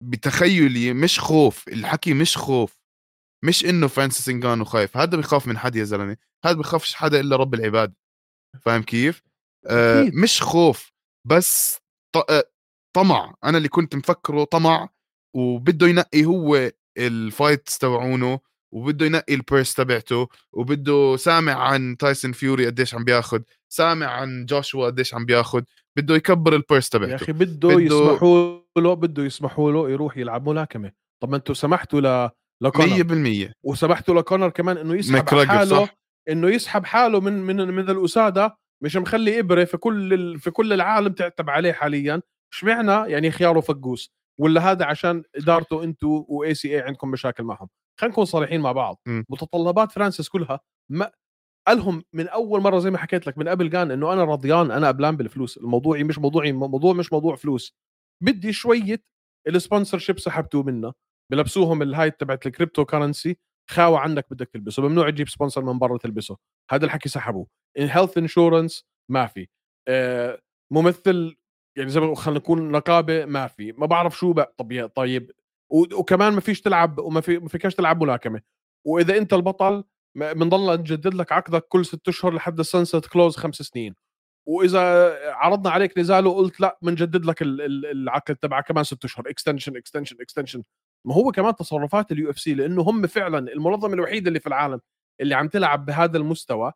بتخيلي مش خوف الحكي، مش خوف، مش انه فرانسيس انغانو خايف. هذا بيخاف من حد يا زلمه؟ هذا بيخافش حدا الا رب العباد. فاهم كيف؟ آه، اكيد مش خوف، بس ط- آه، طمع. انا اللي كنت مفكره طمع، وبده ينقي هو الفايتس تبعونه، وبده ينقي البيرس تبعته، وبده سامع عن تايسون فيوري قديش عم بياخد، سامع عن جوشوا قديش عم بياخد، بده يكبر البيرس يا تبعته. اخي بده بده يسمحوا له بده يسمحوا له يروح يلعب ملاكمه. طب ما انتم سمحتوا ل لكونر، مية بالمية. وسمحتوا لكونر كمان انه يسحب على ماكراجر حاله، صح. انه يسحب حاله من من من الاساده، مش مخلي ابره في كل ال... في كل العالم تعتب عليه حاليا. اشمعنى يعني خياره فقوس؟ ولا هذا عشان ادارته انتوا واي سي اي عندكم مشاكل معهم؟ خلينا نكون صريحين مع بعض. م. متطلبات فرانسيس كلها ما قالهم من اول مره زي ما حكيت لك من قبل كان انه انا رضيان، انا قبلان بالفلوس. الموضوع مش موضوعي، موضوع مش موضوع فلوس. بدي شويه السبونسر شيب سحبتوه منا، بلبسوهم الهاي تبعت الكريبتو كرنسي، خاوة عنك بدك تلبسه، ممنوع تجيب سبونسر من برا تلبسه. هذا الحكي سحبوه. الهيلث انشورنس ما في. آه ممثل يعني زي ما خلينا نكون نقابه ما في، ما بعرف شو بقى. طب طيب وكمان ما فيش تلعب، وما في ما فيكش تلعب ملاكمه. واذا انت البطل بنضلنا نجدد لك عقدك كل ست اشهر لحد السنسيت كلوز خمس سنين. واذا عرضنا عليك نزال وقلت لا بنجدد لك العقد تبعك كمان ست اشهر، اكستنشن اكستنشن اكستنشن. ما هو كمان تصرفات اليو اف سي، لانه هم فعلا المنظمه الوحيده اللي في العالم اللي عم تلعب بهذا المستوى.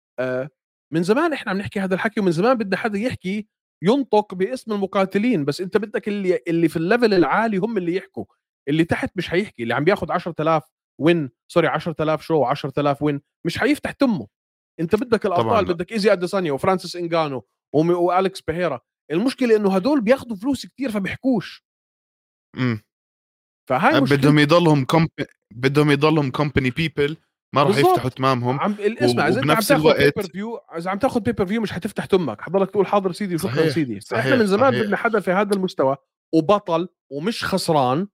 آه من زمان احنا عم نحكي هذا الحكي، ومن زمان بدنا حدا يحكي ينطق باسم المقاتلين. بس انت بدك اللي اللي في الليفل العالي هم اللي يحكوا، اللي تحت مش هيحكي. اللي عم بياخد عشرة آلاف وين سوري عشرة آلاف شو عشرة آلاف وين مش هيفتح تمه. انت بدك طبعا الابطال، لا. بدك ايزي اديسانيا وفرانسيس انغانو والكس بيهيرا. المشكله انه هدول بياخذوا فلوس كتير فبيحكوش. م. فهاي بدهم مشكلتي يضلهم كومب... بدهم يضلهم كومباني بيبل، ما راح يفتحوا بالضبط. تمامهم. عم اسمع، و- اذا انت عم وبنفس تاخذ بيبر الوقت فيو، اذا عم تاخذ بيبر فيو مش حتفتح تمك، حضرتك تقول حاضر سيدي وشكرا صحيح سيدي. فاحنا من صحيح زمان بدنا صحيح. حدا في هذا المستوى وبطل ومش خسران،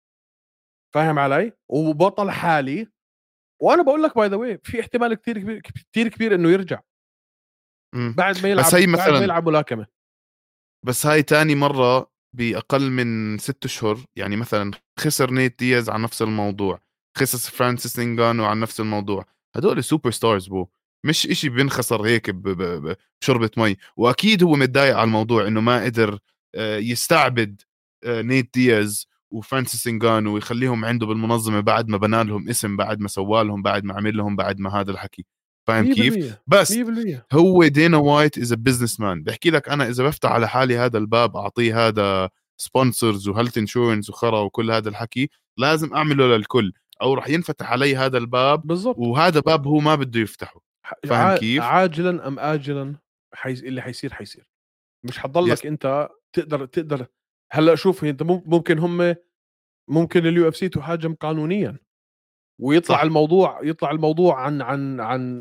فاهم علي؟ وبطل حالي. وانا بقول لك باي ذا واي في احتمال كثير كبير كثير كبير انه يرجع م. بعد ما بس يلعب هي بعد ما مثلا، يلعب ملاكمه. بس هاي تاني مرة بأقل من ست أشهر. يعني مثلا خسر نيت دياز عن نفس الموضوع، خسر فرانسيس نينغانو عن نفس الموضوع. هدول سوبر ستارز بو، مش إشي بينخسر هيك ب- ب- ب- بشربة مي. وأكيد هو متضايق على الموضوع إنه ما قدر آه، يستعبد آه، نيت دياز وفرانسيس نينغانو ويخليهم عنده بالمنظمة بعد ما بنى لهم اسم، بعد ما سوالهم، بعد ما عمل لهم، بعد ما هذا الحكي. فاهم كيف؟ مية بالمية بس مية بالمية هو دينا وايت از بزنس مان. بحكي لك انا اذا بفتح على حالي هذا الباب، اعطيه هذا سبونسرز وهيلث انشورنس وخرا وكل هذا الحكي، لازم اعمله للكل، او راح ينفتح علي هذا الباب، بالضبط. وهذا باب هو ما بده يفتحه. فاهم ع- كيف؟ عاجلا ام اجلا حيز... اللي حيصير حيصير. مش يس حتضلك انت تقدر تقدر هلا شوف انت مم- ممكن هم ممكن اليو اف سي تهاجم قانونيا، ويطلع صح. الموضوع يطلع الموضوع عن عن عن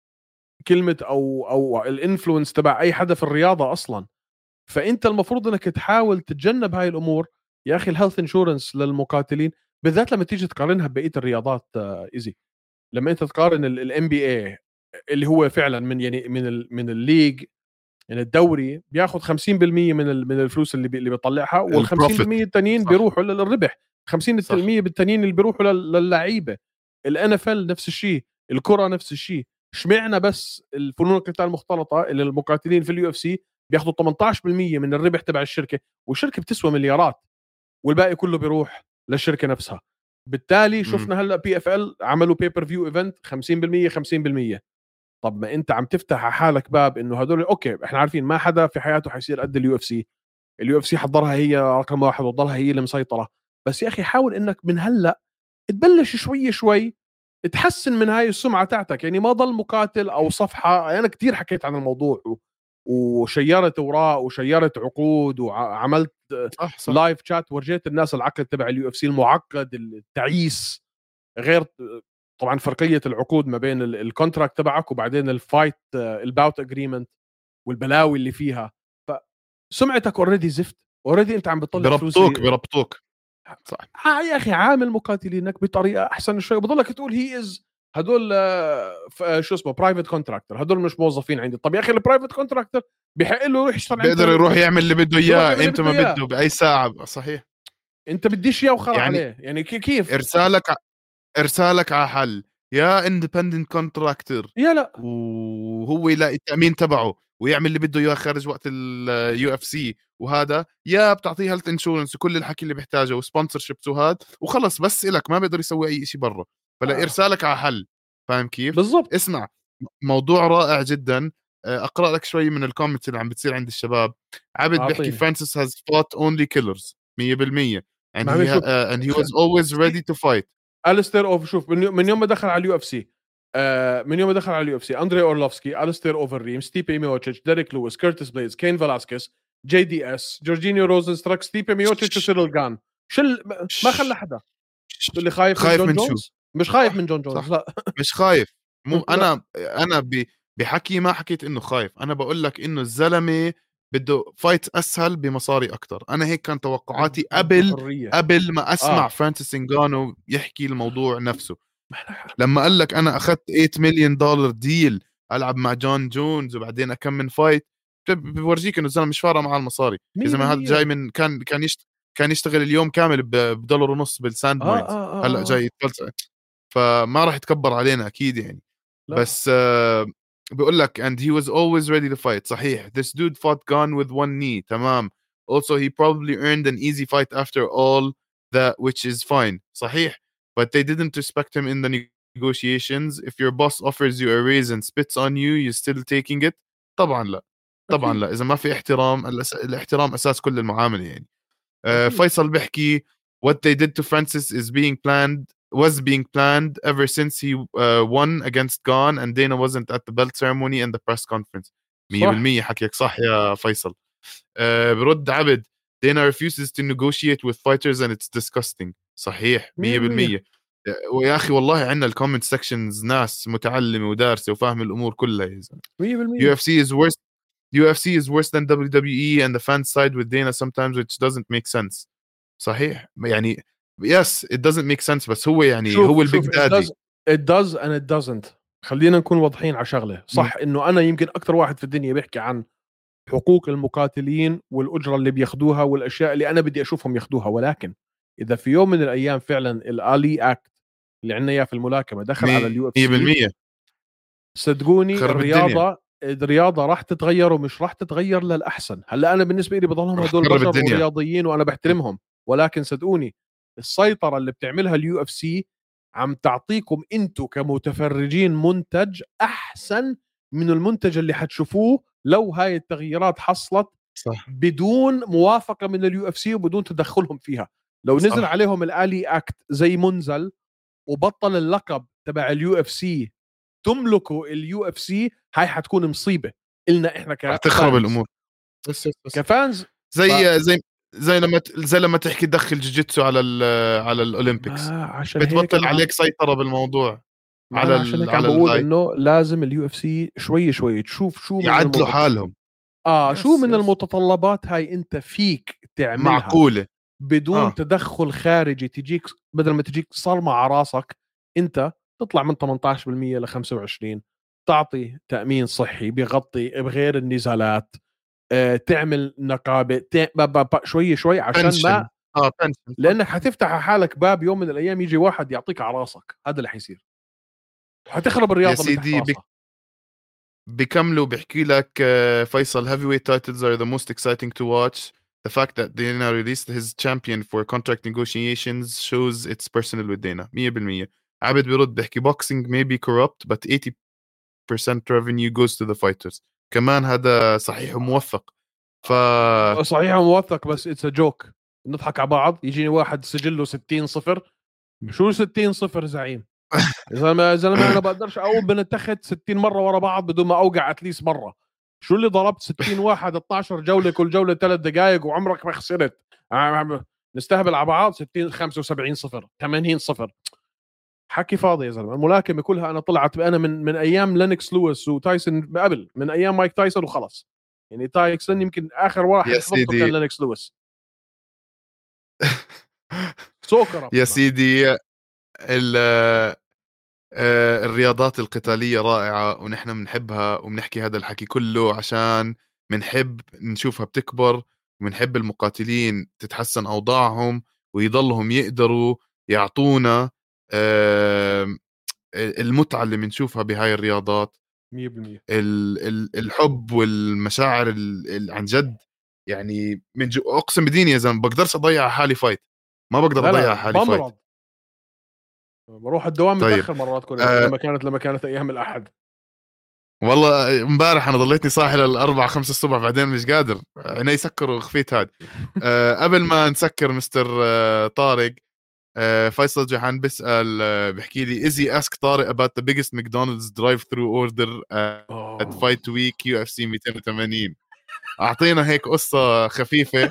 كلمه او او الانفلونس تبع اي حدا في الرياضه اصلا. فانت المفروض انك تحاول تتجنب هاي الامور. يا اخي الهيلث انشورنس للمقاتلين بالذات لما تيجي تقارنها ببقيه الرياضات آه، ايزي. لما انت تقارن الام بي اي اللي هو فعلا من يعني من ال من الليج، يعني الدوري بياخذ خمسين بالمية من ال- من الفلوس اللي بي اللي بيطلعها، وال البروفيت. خمسين بالمية التانيين صح بيروحوا للربح. صح. خمسين بالمية بالتانيين اللي بيروحوا لل- للعيبه. الان اف ال نفس الشيء، الكره نفس الشيء. اشمعنا بس الفنون القتال المختلطه اللي المقاتلين في اليو اف سي بياخذوا ثمانية عشر بالمية من الربح تبع الشركه، والشركه بتسوى مليارات، والباقي كله بيروح للشركه نفسها. بالتالي امم شفنا هلا بي اف ال عملوا بيبر فيو ايفنت خمسين بالمية خمسين بالمية. طب ما انت عم تفتح على حالك باب انه هدول اوكي احنا عارفين ما حدا في حياته حيصير قد اليو اف سي. اليو اف سي حضرها هي رقم واحد وتضلها هي اللي مسيطره. بس يا اخي حاول انك من هلا تبلش شوي شوي تحسن من هاي السمعه تاعتك. يعني ما ضل مقاتل او صفحه. انا كتير حكيت عن الموضوع وشيرت اوراق وشيرت عقود وعملت صح صح. لايف شات، ورجيت الناس العقد تبع اليو اف سي المعقد التعيس، غير طبعا فرقيه العقود ما بين الكونتراكت تبعك وبعدين الفايت الباوت اجريمنت والبلاوي اللي فيها. فسمعتك اوريدي زفت، اوريدي انت عم بتطلع فلوس. بربطوك بربطوك صح. آه يا اخي عامل مقاتلينك بطريقه احسن شوي، بضلك تقول هي از هدول آه شو اسمه برايفت كونتراكتور، هدول مش موظفين عندي. طب يا اخي البرايفت كونتراكتور بحق له يروح يشتغل، بيقدر يروح يعمل اللي بده اياه امتى ما بده بده باي ساعه. صحيح. انت بديش اياه وخر يعني عليه. يعني كيف ارسالك ع... ارسالك على حل يا اندبندنت كونتراكتور، يا لا وهو يلاقي التامين تبعه ويعمل اللي بده اياه خارج وقت اليو اف سي، وهذا يا بتعطيه هيلث انشورنس وكل الحكي اللي بيحتاجه وسبونسر شيبس وهذا وخلص بس إلك، ما بيقدر يسوي اي شيء برا. فلا آه. ارسالك على حل. فاهم كيف؟ بالضبط. اسمع، موضوع رائع جدا. اقرا لك شوي من الكومنتس اللي عم بتصير عند الشباب. عبد بيحكي فرانسيس has fought only killers مية بالمية and he ha- uh, and he was always ready to fight. أليستير اوف شوف من يوم ما دخل على اليو اف سي آه من يوم ما دخل على اليو اف سي اندري اورلوفسكي، أليستير اوفرريم، ستيبي ميوتشيتش، ديريك لويس، كيرتس بليز، كين فلاسكيز، جي دي اس، جورجينيو روزنستراك، ستيبي ميوتشيتش وسيرل جان. شل ما خلى حدا. اللي خايف, خايف من من جون شو؟ جونز؟ مش خايف صح من جون جونز. صح. لا مش خايف. مو لا. انا انا ب- بحكي ما حكيت انه خايف، انا بقول لك انه الزلمه بده فايت اسهل بمصاري اكتر. انا هيك كان توقعاتي قبل حرية. قبل ما اسمع آه. فرانسيس انغانو يحكي الموضوع نفسه. لما قال لك انا اخذت ثمانية مليون دولار ديل العب مع جون جونز وبعدين اكمل فايت، بورجيك انه الزلمه مش فارقه مع المصاري. اذا ما هذا جاي من كان كان يشت كان يشتغل اليوم كامل بدولار ونص بالساند آه ماينز، آه آه هلا جاي يتفلسف. فما راح يتكبر علينا اكيد يعني. لا. بس uh, بيقول لك and he was always ready to fight. صحيح. this dude fought Gone with one knee. تمام. also he probably earned an easy fight after all that, which is fine. صحيح. but they didn't respect him in the negotiations. if your boss offers you a raise and spits on you, you still taking it. طبعا لا طبعا لا. اذا ما في احترام، الاحترام اساس كل المعامله يعني. uh, فيصل بيحكي what they did to Francis is being planned was being planned ever since he uh, won against Gone and Dana wasn't at the belt ceremony and the press conference. مية بالمية حكيك صح يا فيصل. uh, برد عبد Dana refuses to negotiate with fighters and it's disgusting. صحيح مية بالمية. ويا أخي والله عندنا الكومنت سيكشنز ناس متعلمة ودارسة وفاهم الأمور كلها يا زلمة. مية بالمية. يو إف سي is worse يو إف سي is worse than دبليو دبليو إي and the fans side with Dana sometimes which doesn't make sense. صحيح يعني yes it doesn't make sense بس هو يعني شوف هو شوف البيج دادي. it does, it does and it doesn't. خلينا نكون واضحين على شغله. صح انه انا يمكن اكثر واحد في الدنيا بيحكي عن حقوق المقاتلين والاجره اللي بياخذوها والاشياء اللي انا بدي اشوفهم ياخذوها، ولكن اذا في يوم من الايام فعلا الالي اكت اللي عندنا اياه في الملاكمه دخل على اليو اف سي مية بالمية صدقوني خرب الرياضه الرياضه راح تتغير ومش راح تتغير للاحسن. هلا انا بالنسبه لي بضلهم راح هدول تخرب بشر الدنيا. ورياضيين وانا بحترمهم، ولكن صدقوني السيطره اللي بتعملها اليو اف سي عم تعطيكم انتم كمتفرجين منتج احسن من المنتج اللي حتشوفوه لو هاي التغييرات حصلت صح. بدون موافقه من اليو اف سي وبدون تدخلهم فيها. لو صح. نزل عليهم الالي اكت زي منزل وبطل اللقب تبع اليو اف سي تملكوا اليو اف سي، هاي حتكون مصيبه إلنا احنا كفانز. تخرب الامور بس بس كفانز. زي ف... زي زي لما زي لما تحكي تدخل جوجيتسو على ال على الاولمبيكس عشان بتبطل هيك عليك سيطره بالموضوع. ما على أنا عشان هيك على عم بقول الهاي انه لازم اليو اف سي شوي شوي تشوف شو من يعدلوا المتط... حالهم. اه يس شو من يس. المتطلبات هاي انت فيك تعملها معقوله بدون آه. تدخل خارجي تجيك بدل ما تجيك صرمة على راسك. انت تطلع من ثمانية عشر بالمية ل خمسة وعشرين، تعطي تأمين صحي بيغطي بغير النزالات، آه، تعمل نقابة ت... ب... ب... ب... شوي شوي عشان pension. ما اه pension. لأنك حتفتح على حالك باب يوم من الأيام يجي واحد يعطيك على راسك. هذا اللي حيصير، حتخرب الرياضة يا من تحت سيدي راسها. بكملوا بحكي لك uh, فيصل heavyweight titles are the most exciting to watch. The fact that Dana released his champion for contract negotiations shows it's personal with Dana. مية بالمية. عبد بيرد بحكي boxing may be corrupt but eighty percent revenue goes to the fighters. كمان هذا صحيح وموثق. ف صحيح وموثق بس it's a joke. نضحك على بعض. يجيني واحد سجله ستين صفر. شو ستين صفر زعيم؟ يا زلمه يا زلمه انا بقدرش اقوم بنتخذ ستين مره ورا بعض بدون ما اوقع اتليس مره. شو اللي ضربت ستين واحد اثنا عشر جوله كل جوله ثلاث دقائق وعمرك ما خسرت؟ نستهبل على بعض. ستين خمسة وسبعين صفر ثمانين صفر حكي فاضي يا زلمه. الملاكمه كلها انا طلعت انا من من ايام لينكس لويس وتايسون قبل، من ايام مايك تايسون وخلص. يعني تايسون يمكن اخر واحد يا حضرته كان سيدي لينكس لويس. سوكر يا سيدي ال آه، الرياضات القتالية رائعة ونحن بنحبها وبنحكي هذا الحكي كله عشان بنحب نشوفها بتكبر، وبنحب المقاتلين تتحسن أوضاعهم ويضلهم يقدروا يعطونا آه، المتعة اللي بنشوفها بهاي الرياضات. مية بالمية ال- ال- الحب والمشاعر ال- ال- عن جد يعني من جو أقسم بديني يا زلمة بقدرش أضيع حالي فايت، ما بقدر لا لا أضيع حالي فايت. بمرض، بروح الدوام طيب متاخر مرات كل أه لما كانت لما كانت ايام الاحد. والله امبارح انا ضليتني صاحي للأربعة خمسة الصبح بعدين مش قادر عيني سكروا وخفيت هاد. أه قبل ما نسكر مستر أه طارق، أه فيصل جوحان بيسأل أه بحكي لي إزي ask طارق about the biggest McDonald's drive-through order uh, at أوه. Fight Week يو إف سي مئتين وثمانين. أعطينا هيك قصة خفيفة.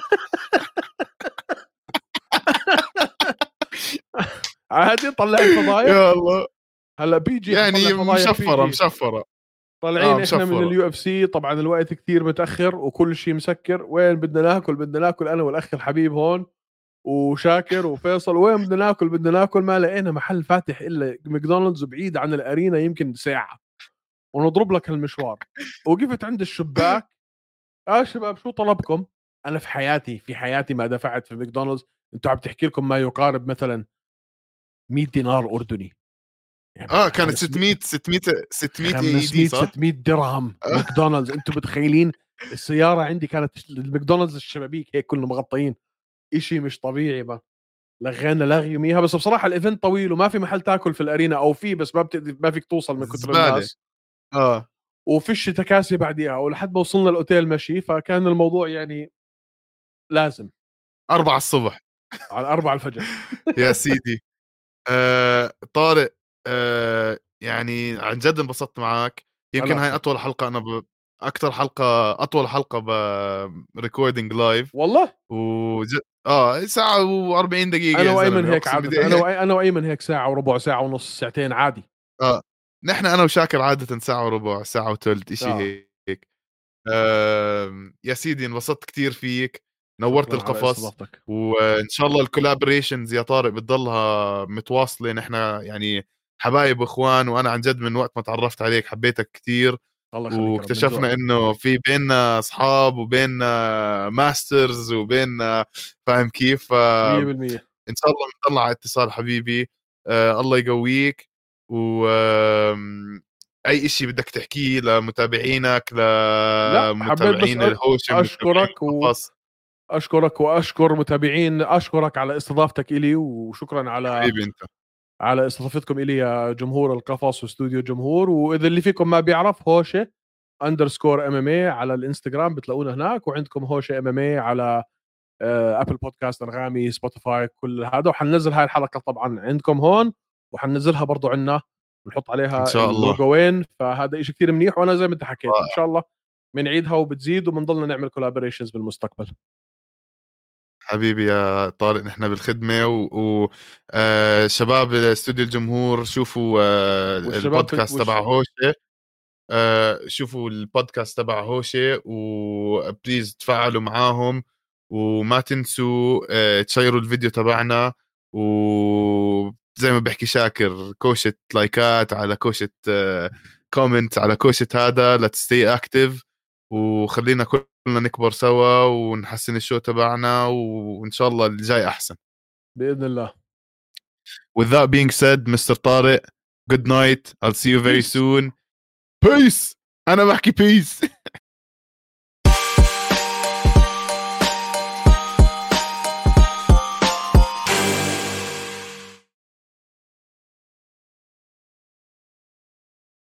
عادي طلع الفضايح. يا الله هلا بيجي يعني حطلع فضايح مشفرة بيجي. مشفرة طالعين اه احنا من مشفرة. اليو اف سي، طبعا الوقت كتير متاخر وكل شيء مسكر. وين بدنا ناكل؟ بدنا ناكل انا والاخ الحبيب هون وشاكر وفيصل. وين بدنا ناكل؟ بدنا ناكل. ما لقينا محل فاتح الا ماكدونالدز بعيد عن الارينا يمكن ساعه، ونضرب لك هالمشوار. وقفت عند الشباك، اه شباب شو طلبكم؟ انا في حياتي في حياتي ما دفعت في ماكدونالدز. انتوا عم تحكي لكم ما يقارب مثلا مية دينار اردني، يعني اه كانت خمسمية ستمية ستمية ستمية اي اي دي خمسمية صح؟ ستمية درهم آه. ماكدونالدز. انتوا متخيلين؟ السياره عندي كانت الماكدونالدز الشبابيك هيك كلهم مغطيين. اشي مش طبيعي بقى. لغينا لغي يوميها. بس بصراحه الايفنت طويل وما في محل تاكل في الارينا، او في بس ما بتقدر ما فيك توصل من كثر زبالة الناس. اه وفيش تكاسي بعديها، ولحد ما وصلنا الاوتيل مشي. فكان الموضوع يعني لازم أربعة الصبح. على أربعة الفجر. يا سيدي آه طارق، آه يعني عن جد انبسطت معك. هلا يمكن هاي أكثر أطول حلقة أنا ب... أكتر حلقة أطول حلقة ب ريكوردينج لايف والله. وج... اه ساعة و40 دقيقة انا يا وايمن زلمة هيك أقسم عاده، انا بدي. وأي... انا وايمن هيك ساعه وربع، ساعه ونص، ساعتين عادي. اه نحن أنا وشاكر عادة ساعة وربع ساعة وثلث إشي اه هيك. آه يا سيدي انبسطت كتير فيك، نورت شكرا على القفص. استضافتك. وان شاء الله الكولابوريشنز يا طارق بتضلها متواصله. نحن يعني حبايب واخوان، وانا عن جد من وقت ما تعرفت عليك حبيتك كتير، الله يخليك يا رب، من واكتشفنا ذوقك. انه في بيننا اصحاب وبيننا ماسترز وبيننا فاهم كيف. مية بالمية. ان شاء الله بنطلع على اتصال حبيبي. آه الله يقويك. و آم، اي اشي بدك تحكيه لمتابعينك لا حبيت بس لمتابعين أ- الهوشم متابعين اشكرك و... القفص. اشكرك واشكر متابعين. اشكرك على استضافتك الي، وشكرا على حبيبي انت على استضافتكم الي يا جمهور القفص واستوديو جمهور. واذا اللي فيكم ما بيعرف، هوشه اندرسكور ام ام اي على الانستغرام بتلاقونا هناك، وعندكم هوشه ام ام اي على ابل بودكاست، انغامي، سبوتيفاي، كل هذا. وحننزل هاي الحلقه طبعا عندكم هون، وحننزلها برضو عندنا، ونحط ان عليها شاء الله. اللوجوين. فهذا إشي كتير منيح. وانا زي ما انت حكيت ان رائع. شاء الله بنعيدها وبتزيد، وبنضلنا نعمل كولابوريشنز بالمستقبل. حبيبي يا طارق نحن بالخدمة و, و... آه شباب استوديو الجمهور شوفوا آه والشباب في البودكاست تبع والش... هوشة. آه شوفوا البودكاست تبع هوشة وبليز تفاعلوا معاهم، وما تنسوا آه تشيروا الفيديو تبعنا. وزي ما بحكي شاكر كوشة لايكات على كوشة آه كومنت على كوشة هذا لتستي اكتف، وخلينا كلنا نكبر سوا ونحسن الشو تبعنا، وإن شاء الله اللي جاي أحسن. باذن الله. With that being said مستر طارق, good night. I'll see you very Peace. soon. Peace. أنا بحكي peace.